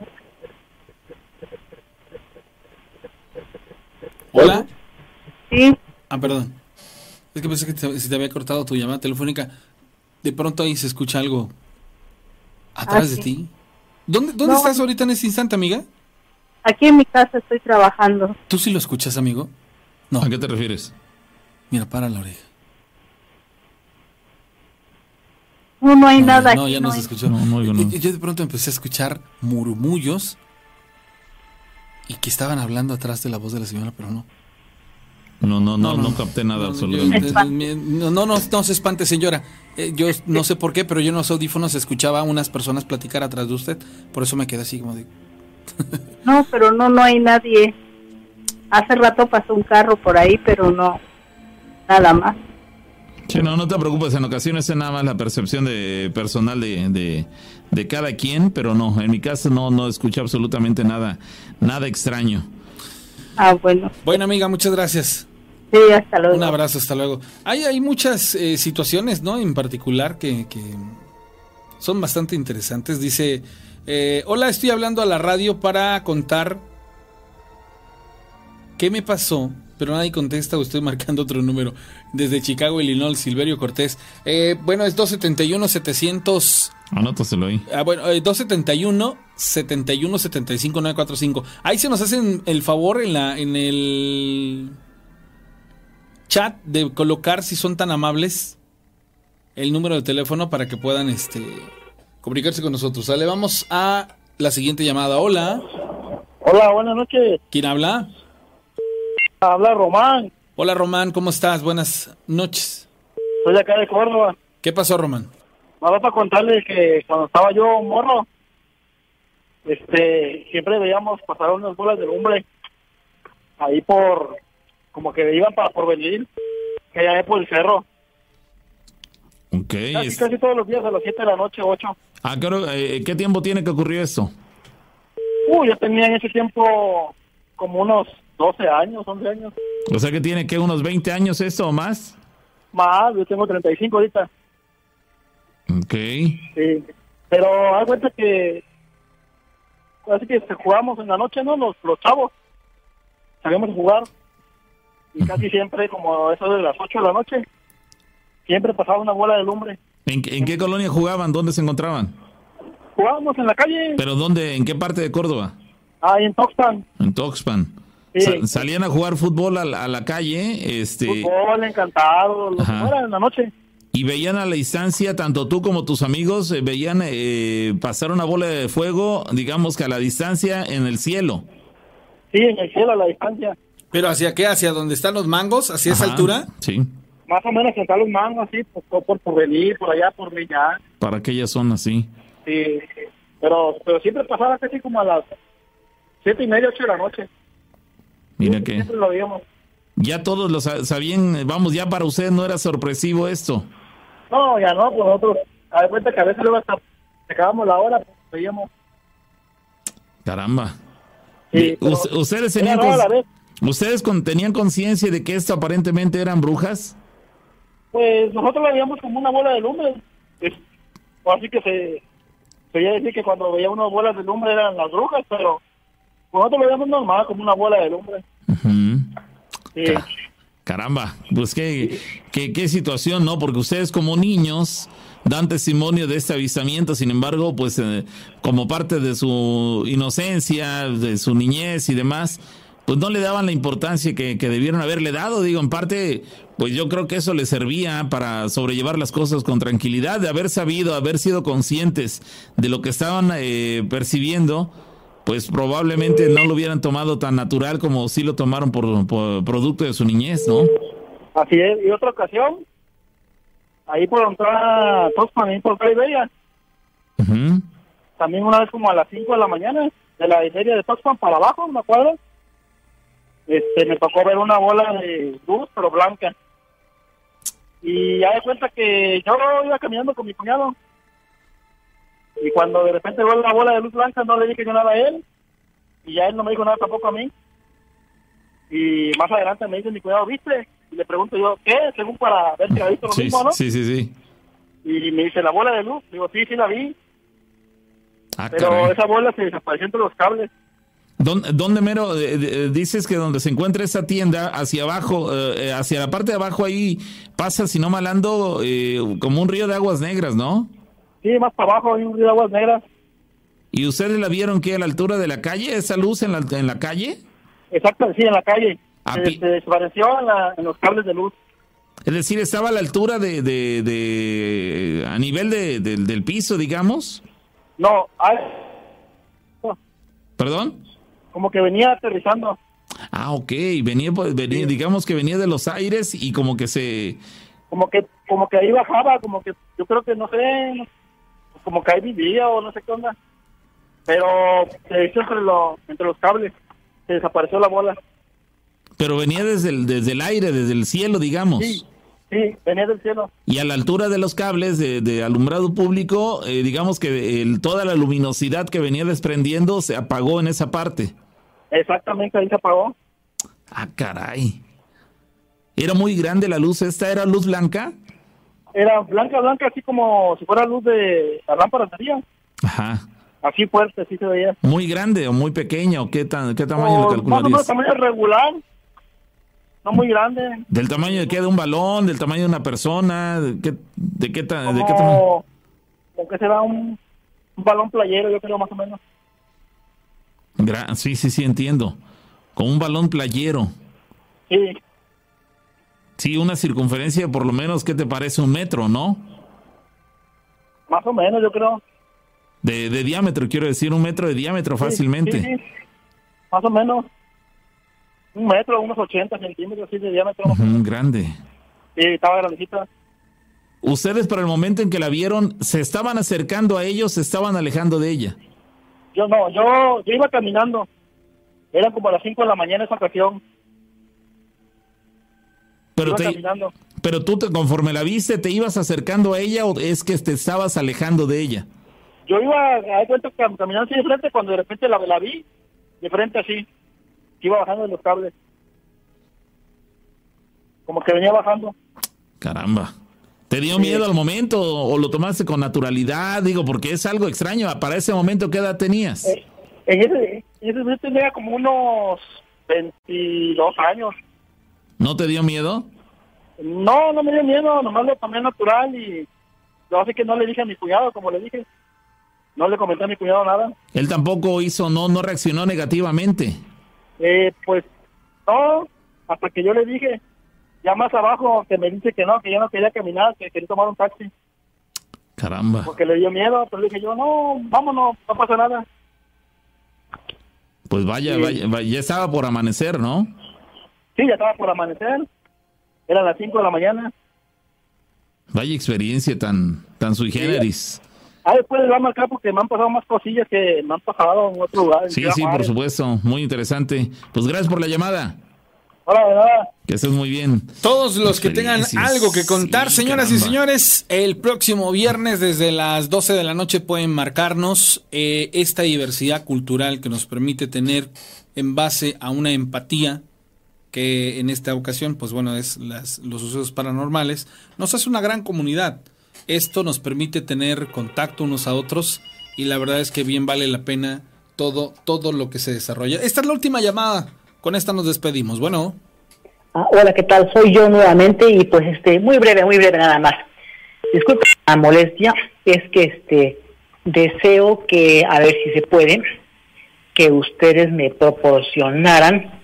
¿Hola? Sí. Ah, perdón. Es que pensé que te, se te había cortado tu llamada telefónica. De pronto ahí se escucha algo atrás ah, de sí. ti. ¿Dónde, dónde no. estás ahorita en este instante, amiga? Aquí en mi casa estoy trabajando. ¿Tú sí lo escuchas, amigo? No. ¿A qué te refieres? Mira, para la oreja. No, no hay no, nada. No, aquí, ya no, no se escuchó. No, no oigo, no. Yo, yo de pronto empecé a escuchar murmullos y que estaban hablando atrás de la voz de la señora, pero no. No, no, no, no, no, no capté nada no, absolutamente. Yo, no, no, no, no se espante, señora. Eh, yo no sé por qué, pero yo en los audífonos escuchaba a unas personas platicar atrás de usted. Por eso me quedé así como de... No, pero no, no hay nadie. Hace rato pasó un carro por ahí, pero no, nada más. Sí, no, no te preocupes, en ocasiones es nada más la percepción de personal de, de, de cada quien, pero no, en mi caso no, no escuché absolutamente nada, nada extraño. Ah, bueno. Bueno, amiga, muchas gracias. Sí, hasta luego. Un abrazo, hasta luego. Hay, hay muchas eh, situaciones, ¿no? En particular que, que son bastante interesantes. Dice, eh, hola, estoy hablando a la radio para contar qué me pasó, pero nadie contesta o estoy marcando otro número. Desde Chicago, Illinois, Silverio Cortés. Eh, bueno, es dos setenta y uno, setecientos... Anótaselo ahí. Ah, bueno, eh, dos setenta y uno, setenta y uno, setenta y cinco, nueve cuarenta y cinco. Ahí se nos hacen el favor en la en el chat de colocar, si son tan amables, el número de teléfono para que puedan este comunicarse con nosotros. ¿Sale? Vamos a la siguiente llamada. Hola. Hola, buenas noches. ¿Quién habla? Habla Román. Hola, Román, ¿cómo estás? Buenas noches. Soy de acá de Córdoba. ¿Qué pasó, Román? Nada para contarles que cuando estaba yo morro, este, siempre veíamos pasar unas bolas de lumbre ahí por, como que iban para por venir, que allá por el cerro. Ok. Casi, es... casi todos los días a las siete de la noche, ocho. Ah, claro, eh, ¿qué tiempo tiene que ocurrir esto? Uh, yo tenía en ese tiempo como unos doce años, once años. O sea que tiene que unos veinte años esto o más. Más, yo tengo treinta y cinco ahorita. Ok. Sí, pero haz cuenta que así que jugamos en la noche, ¿no? Los, los chavos sabíamos jugar y casi siempre, como eso de las ocho de la noche, siempre pasaba una bola de lumbre. ¿En, en qué colonia jugaban? ¿Dónde se encontraban? Jugábamos en la calle. ¿Pero dónde? ¿En qué parte de Córdoba? Ah, en Tuxpan. En Tuxpan. Sí. Sa- salían a jugar fútbol a la, a la calle, este... Fútbol, encantado, lo que fuera en la noche. Y veían a la distancia, tanto tú como tus amigos, eh, veían eh, pasar una bola de fuego, digamos que a la distancia, en el cielo. Sí, en el cielo, a la distancia. ¿Pero hacia qué? ¿Hacia donde están los mangos? ¿Hacia Ajá, esa altura? Sí. Más o menos sentar los mangos, así, por, por, por venir, por allá, por Millán. Para aquella zona, sí. Sí, pero, pero siempre pasaba casi como a las siete y media, ocho de la noche. Mira sí, que... Siempre lo veíamos. Ya todos lo sabían, vamos, ya para usted no era sorpresivo esto. No, ya no, pues nosotros, a ver cuenta que a veces luego hasta sacábamos la hora, pues veíamos. Caramba. Sí, U- ¿Ustedes tenían, cons- ¿ustedes con- tenían conciencia de que esto aparentemente eran brujas? Pues nosotros la veíamos como una bola de lumbre. Es, así que se quería decir que cuando veía unas bolas de lumbre eran las brujas, pero nosotros lo veíamos normal, como una bola de lumbre. Uh-huh. Sí. Ca- Caramba, pues qué, qué, qué situación, ¿no? Porque ustedes como niños dan testimonio de este avistamiento, sin embargo, pues eh, como parte de su inocencia, de su niñez y demás, pues no le daban la importancia que, que debieron haberle dado. Digo, en parte, pues yo creo que eso les servía para sobrellevar las cosas con tranquilidad, de haber sabido, haber sido conscientes de lo que estaban eh, percibiendo, pues probablemente no lo hubieran tomado tan natural como sí lo tomaron por, por producto de su niñez, ¿no? Así es. Y otra ocasión, ahí por entrar a Tuxpan, ahí por Calle Bella, Uh-huh. también una vez como a las cinco de la mañana, de la feria de Tuxpan para abajo, me acuerdo, este, me tocó ver una bola de luz, pero blanca. Y ya de cuenta que yo iba caminando con mi cuñado, y cuando de repente veo la bola de luz blanca, no le dije yo nada a él, y ya él no me dijo nada tampoco a mí. Y más adelante me dice mi cuñado, ¿viste? Y le pregunto yo, ¿qué? Según para ver si ha visto lo Sí, mismo, ¿no? sí, sí, sí. Y me dice, ¿la bola de luz? Digo, sí, sí la vi. Ah, Pero caray. esa bola se desapareció entre los cables. ¿Dónde, dónde mero eh, eh, dices que donde se encuentra esa tienda, hacia abajo, eh, hacia la parte de abajo ahí pasa, si no mal ando, eh, como un río de aguas negras, ¿no? Sí, más para abajo hay un río de aguas negras. ¿Y ustedes la vieron que a la altura de la calle, esa luz en la, en la calle? Exacto, sí, en la calle. Ah, Se, pi- se desapareció en, la- en los cables de luz. Es decir, estaba a la altura de, de, de a nivel de, de- del piso, digamos. No, hay, ¿Perdón? como que venía aterrizando. Ah, ok, venía, pues, venía, digamos que venía de los aires y como que se... Como que como que ahí bajaba, como que yo creo que no sé, como que ahí vivía o no sé qué onda. Pero se hizo entre, lo- entre los cables. Se desapareció la bola. Pero venía desde el, desde el aire, desde el cielo, digamos. Sí, sí, venía del cielo. Y a la altura de los cables de, de alumbrado público, eh, digamos que el, toda la luminosidad que venía desprendiendo se apagó en esa parte. Exactamente, ahí se apagó. Ah, caray. ¿Era muy grande la luz? ¿Esta era luz blanca? Era blanca, blanca, así como si fuera luz de la lámpara sería. Ajá. Así fuerte, así se veía. ¿Muy grande o muy pequeña? ¿O qué, tan, qué tamaño O le más o menos calcularías? tamaño regular. No muy grande. ¿Del tamaño de qué? ¿De un balón? ¿Del tamaño de una persona? ¿De qué, de qué, ta- de qué tamaño? Como, como que será un, un balón playero, yo creo, más o menos. Gra- sí, sí, sí, entiendo. Con un balón playero. Sí, Sí, una circunferencia de por lo menos, ¿qué te parece? Un metro, ¿no? más o menos, yo creo. De, de diámetro, quiero decir, un metro de diámetro Sí, fácilmente. sí, sí. Más o menos. Un metro, unos ochenta centímetros así de diámetro. Ujú, grande. Sí, estaba grandecita. ¿Ustedes para el momento en que la vieron, se estaban acercando a ellos, se estaban alejando de ella? Yo no, yo, yo iba caminando. Era como a las cinco de la mañana esa ocasión. Pero, Iba te, caminando. pero tú, te, conforme la viste, ¿te ibas acercando a ella o es que te estabas alejando de ella? Yo iba a dar cuenta cam- caminando así de frente cuando de repente la, la vi de frente así. Iba bajando de los cables. Como que venía bajando. Caramba. ¿Te dio miedo al momento o lo tomaste con naturalidad? Digo, porque es algo extraño. Para ese momento, ¿qué edad tenías? Eh, en ese, en ese momento tenía como unos veintidós años. ¿No te dio miedo? No, no me dio miedo, nomás lo tomé natural y lo hace que no le dije a mi cuñado, como le dije. No le comenté a mi cuñado nada. Él tampoco hizo, no, no reaccionó negativamente. Eh, pues no, hasta que yo le dije, ya más abajo, que me dice que no, que yo no quería caminar, que quería tomar un taxi, Caramba. porque le dio miedo. Pero le dije yo, no, vámonos, no pasa nada. Pues vaya, Sí. vaya, vaya, ya estaba por amanecer, ¿no? Sí, ya estaba por amanecer, eran las cinco de la mañana. Vaya experiencia tan, tan sui generis. Ah, después les va a marcar porque me han pasado más cosillas que me han pasado en otro lugar. en Sí, Ciudad sí, por Juárez. supuesto. Muy interesante. Pues gracias por la llamada. Hola, de nada. Que estés muy bien. Todos los que tengan algo que contar, Sí, señoras caramba. y señores, el próximo viernes desde las doce de la noche pueden marcarnos eh, esta diversidad cultural que nos permite tener en base a una empatía que en esta ocasión, pues bueno, es las, los sucesos paranormales, nos hace una gran comunidad. Esto nos permite tener contacto unos a otros y la verdad es que bien vale la pena todo, todo lo que se desarrolla. Esta es la última llamada, con esta nos despedimos. Bueno. Ah, hola, ¿qué tal? Soy yo nuevamente y pues este, muy breve, muy breve nada más. Disculpe la molestia, es que este deseo que, a ver si se puede, que ustedes me proporcionaran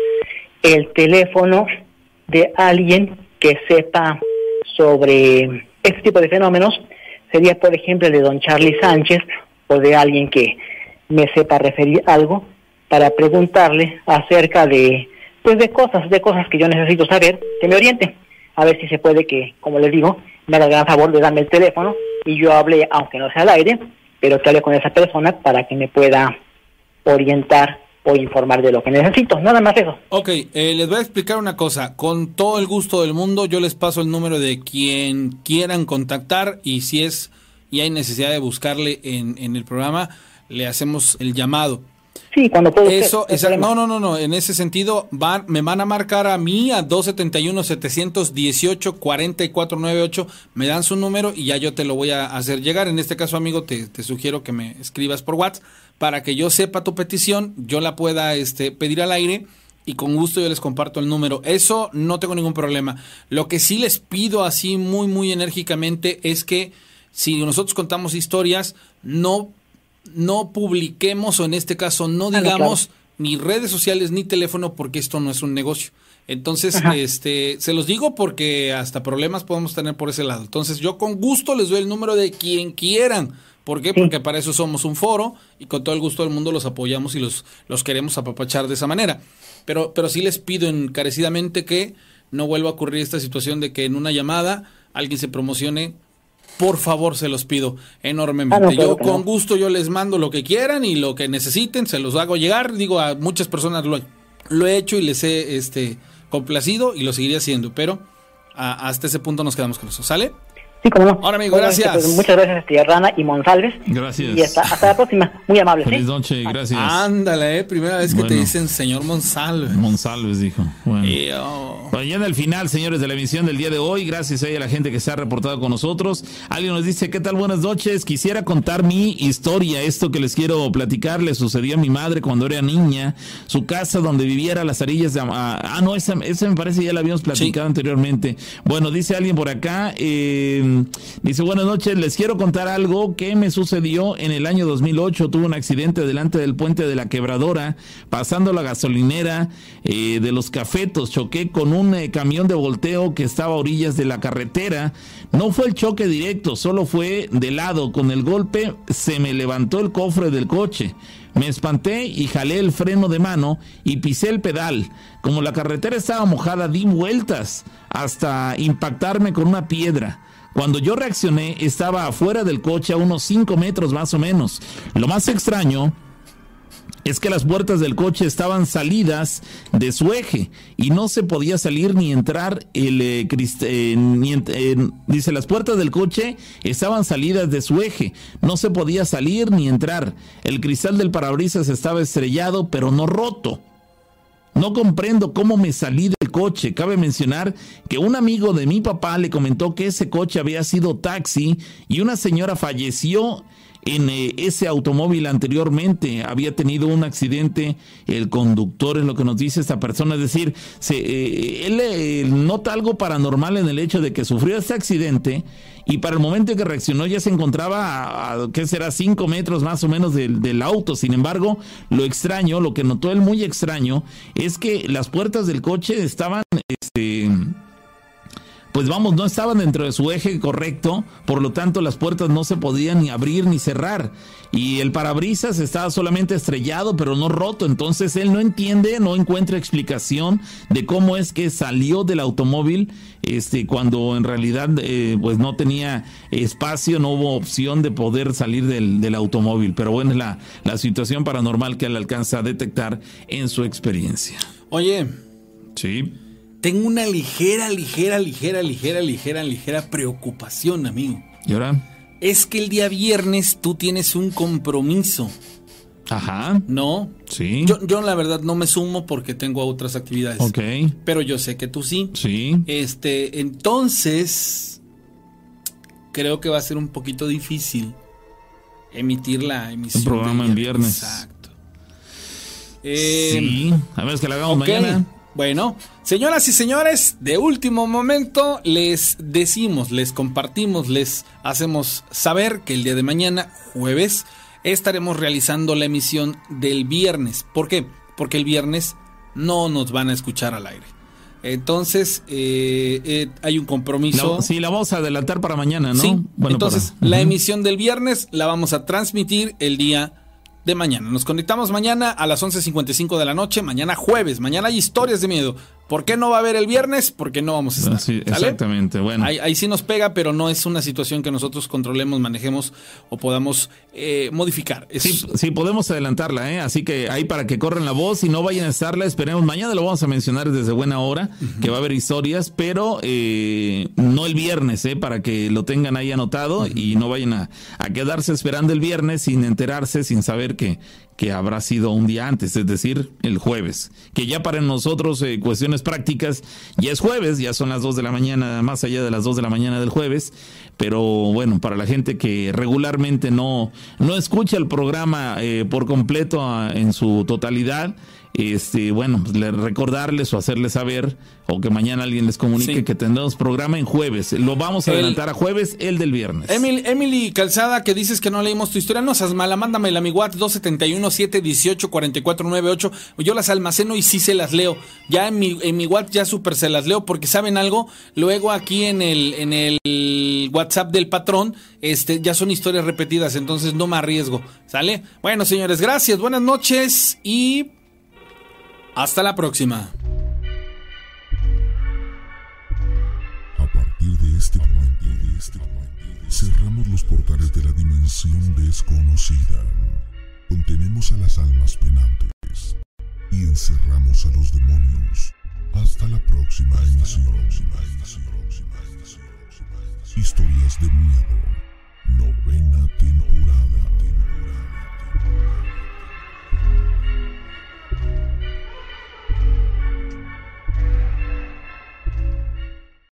el teléfono de alguien que sepa sobre este tipo de fenómenos. Sería, por ejemplo, el de don Charlie Sánchez o de alguien que me sepa referir algo para preguntarle acerca de pues de cosas, de cosas que yo necesito saber, que me oriente. A ver si se puede que, como les digo, me haga el gran favor de darme el teléfono y yo hable, aunque no sea al aire, pero que hable con esa persona para que me pueda orientar o informar de lo que necesito. Nada más eso. Ok, eh, les voy a explicar una cosa. Con todo el gusto del mundo, yo les paso el número de quien quieran contactar y si es y hay necesidad de buscarle en, en el programa, le hacemos el llamado. Sí, cuando puedo. Eso, esa, no, no, no, no, en ese sentido, van, me van a marcar a mí a dos siete uno, siete uno ocho, cuatro cuatro nueve ocho, me dan su número y ya yo te lo voy a hacer llegar. En este caso, amigo, te, te sugiero que me escribas por WhatsApp para que yo sepa tu petición, yo la pueda este, pedir al aire y con gusto yo les comparto el número. Eso no tengo ningún problema. Lo que sí les pido así muy, muy enérgicamente es que si nosotros contamos historias, no no publiquemos o en este caso no digamos ah, no, claro. ni redes sociales ni teléfono porque esto no es un negocio. Entonces, Ajá. este, se los digo porque hasta problemas podemos tener por ese lado. Entonces, yo con gusto les doy el número de quien quieran. ¿Por qué? Sí. Porque para eso somos un foro y con todo el gusto del mundo los apoyamos y los, los queremos apapachar de esa manera. Pero, pero sí les pido encarecidamente que no vuelva a ocurrir esta situación de que en una llamada alguien se promocione. Por favor, se los pido enormemente. Ah, no, yo con no. gusto yo les mando lo que quieran y lo que necesiten, se los hago llegar. Digo, a muchas personas lo, lo he hecho y les he este, complacido y lo seguiré haciendo, pero a, hasta ese punto nos quedamos con eso. ¿Sale? Sí, como no. Ahora, amigo, gracias. Pues, muchas gracias, tía Rana y Monsalves. Gracias. Y hasta, hasta la próxima. Muy amable. Feliz ¿sí? noche, gracias. Ándale, eh. Primera vez que bueno. te dicen señor Monsalves. Monsalves, dijo. Bueno. Y, oh. bueno, ya en el final, señores, de la emisión del día de hoy, gracias a ella, la gente que se ha reportado con nosotros. Alguien nos dice, ¿qué tal? Buenas noches. Quisiera contar mi historia. Esto que les quiero platicar le sucedió a mi madre cuando era niña. Su casa donde viviera a las orillas de... Ah, no, esa, esa me parece ya la habíamos platicado sí. anteriormente. Bueno, dice alguien por acá, eh, dice, buenas noches, les quiero contar algo que me sucedió en el año dos mil ocho. Tuve un accidente delante del puente de la Quebradora, pasando la gasolinera eh, de los Cafetos. Choqué con un eh, camión de volteo que estaba a orillas de la carretera. No fue el choque directo, solo fue de lado. Con el golpe se me levantó el cofre del coche. Me espanté y jalé el freno de mano y pisé el pedal. Como la carretera estaba mojada, di vueltas hasta impactarme con una piedra. Cuando yo reaccioné, estaba afuera del coche a unos cinco metros más o menos. Lo más extraño es que las puertas del coche estaban salidas de su eje y no se podía salir ni entrar el eh, crist- eh, ni ent- eh, dice, las puertas del coche estaban salidas de su eje, no se podía salir ni entrar. El cristal del parabrisas estaba estrellado pero no roto. No comprendo cómo me salí del coche. Cabe mencionar que un amigo de mi papá le comentó que ese coche había sido taxi y una señora falleció en eh, ese automóvil anteriormente. Había tenido un accidente el conductor, es lo que nos dice esta persona. Es decir, se, eh, él eh, nota algo paranormal en el hecho de que sufrió este accidente y para el momento en que reaccionó ya se encontraba a, a ¿qué será? cinco metros más o menos del, del auto. Sin embargo, lo extraño, lo que notó él muy extraño, es que las puertas del coche estaban... este pues vamos, no estaban dentro de su eje correcto, por lo tanto las puertas no se podían ni abrir ni cerrar, y el parabrisas estaba solamente estrellado pero no roto. Entonces él no entiende, no encuentra explicación de cómo es que salió del automóvil este cuando en realidad eh, pues no tenía espacio, no hubo opción de poder salir del, del automóvil. Pero bueno, es la, la situación paranormal que él alcanza a detectar en su experiencia. Oye, Sí. Tengo una ligera, ligera, ligera, ligera, ligera, ligera preocupación, amigo. ¿Y ahora? Es que el día viernes tú tienes un compromiso. Ajá. ¿No? Sí. Yo, yo la verdad no me sumo porque tengo otras actividades. Ok. Pero yo sé que tú sí. Sí. Este, entonces, creo que va a ser un poquito difícil emitir la emisión. Un programa en viernes. Exacto. Eh, sí. A ver, es que la hagamos okay. mañana. Bueno, señoras y señores, de último momento les decimos, les compartimos, les hacemos saber que el día de mañana, jueves, estaremos realizando la emisión del viernes. ¿Por qué? Porque el viernes no nos van a escuchar al aire. Entonces, eh, eh, hay un compromiso. La, sí, la vamos a adelantar para mañana, ¿no? Sí, bueno, entonces para... la uh-huh. emisión del viernes la vamos a transmitir el día de mañana. Nos conectamos mañana a las once cincuenta y cinco de la noche, mañana jueves. Mañana hay historias de miedo. ¿Por qué no va a haber el viernes? Porque no vamos a estar. Sí, exactamente, bueno. Ahí, ahí sí nos pega, pero no es una situación que nosotros controlemos, manejemos o podamos eh, modificar. Es... Sí, sí, podemos adelantarla, ¿eh? Así que ahí para que corran la voz y no vayan a estarla, esperemos. Mañana lo vamos a mencionar desde buena hora, uh-huh. que va a haber historias, pero eh, no el viernes, ¿eh? Para que lo tengan ahí anotado uh-huh. y no vayan a, a quedarse esperando el viernes sin enterarse, sin saber que, que habrá sido un día antes, es decir, el jueves. Que ya para nosotros, eh, cuestiones prácticas, ya es jueves, ya son las dos de la mañana, más allá de las dos de la mañana del jueves, pero bueno, para la gente que regularmente no, no escucha el programa eh, por completo a, en su totalidad, este, bueno, pues le, recordarles o hacerles saber, o que mañana alguien les comunique sí. que tendremos programa en jueves. Lo vamos a el, adelantar a jueves, el del viernes. Emily, Emily Calzada, que dices que no leímos tu historia, no seas mala, mándamela a mi WhatsApp dos siete uno, siete uno ocho, cuatro cuatro nueve ocho. Yo las almaceno y sí se las leo. Ya en mi, en mi WhatsApp ya súper se las leo, porque ¿saben algo? Luego aquí en el, en el WhatsApp del patrón, este, ya son historias repetidas, entonces no me arriesgo. ¿Sale? Bueno, señores, gracias, buenas noches y hasta la próxima. A partir de este momento, de este momento, cerramos los portales de la dimensión desconocida. Contenemos a las almas penantes y encerramos a los demonios. Hasta la próxima emisión. Historias de miedo.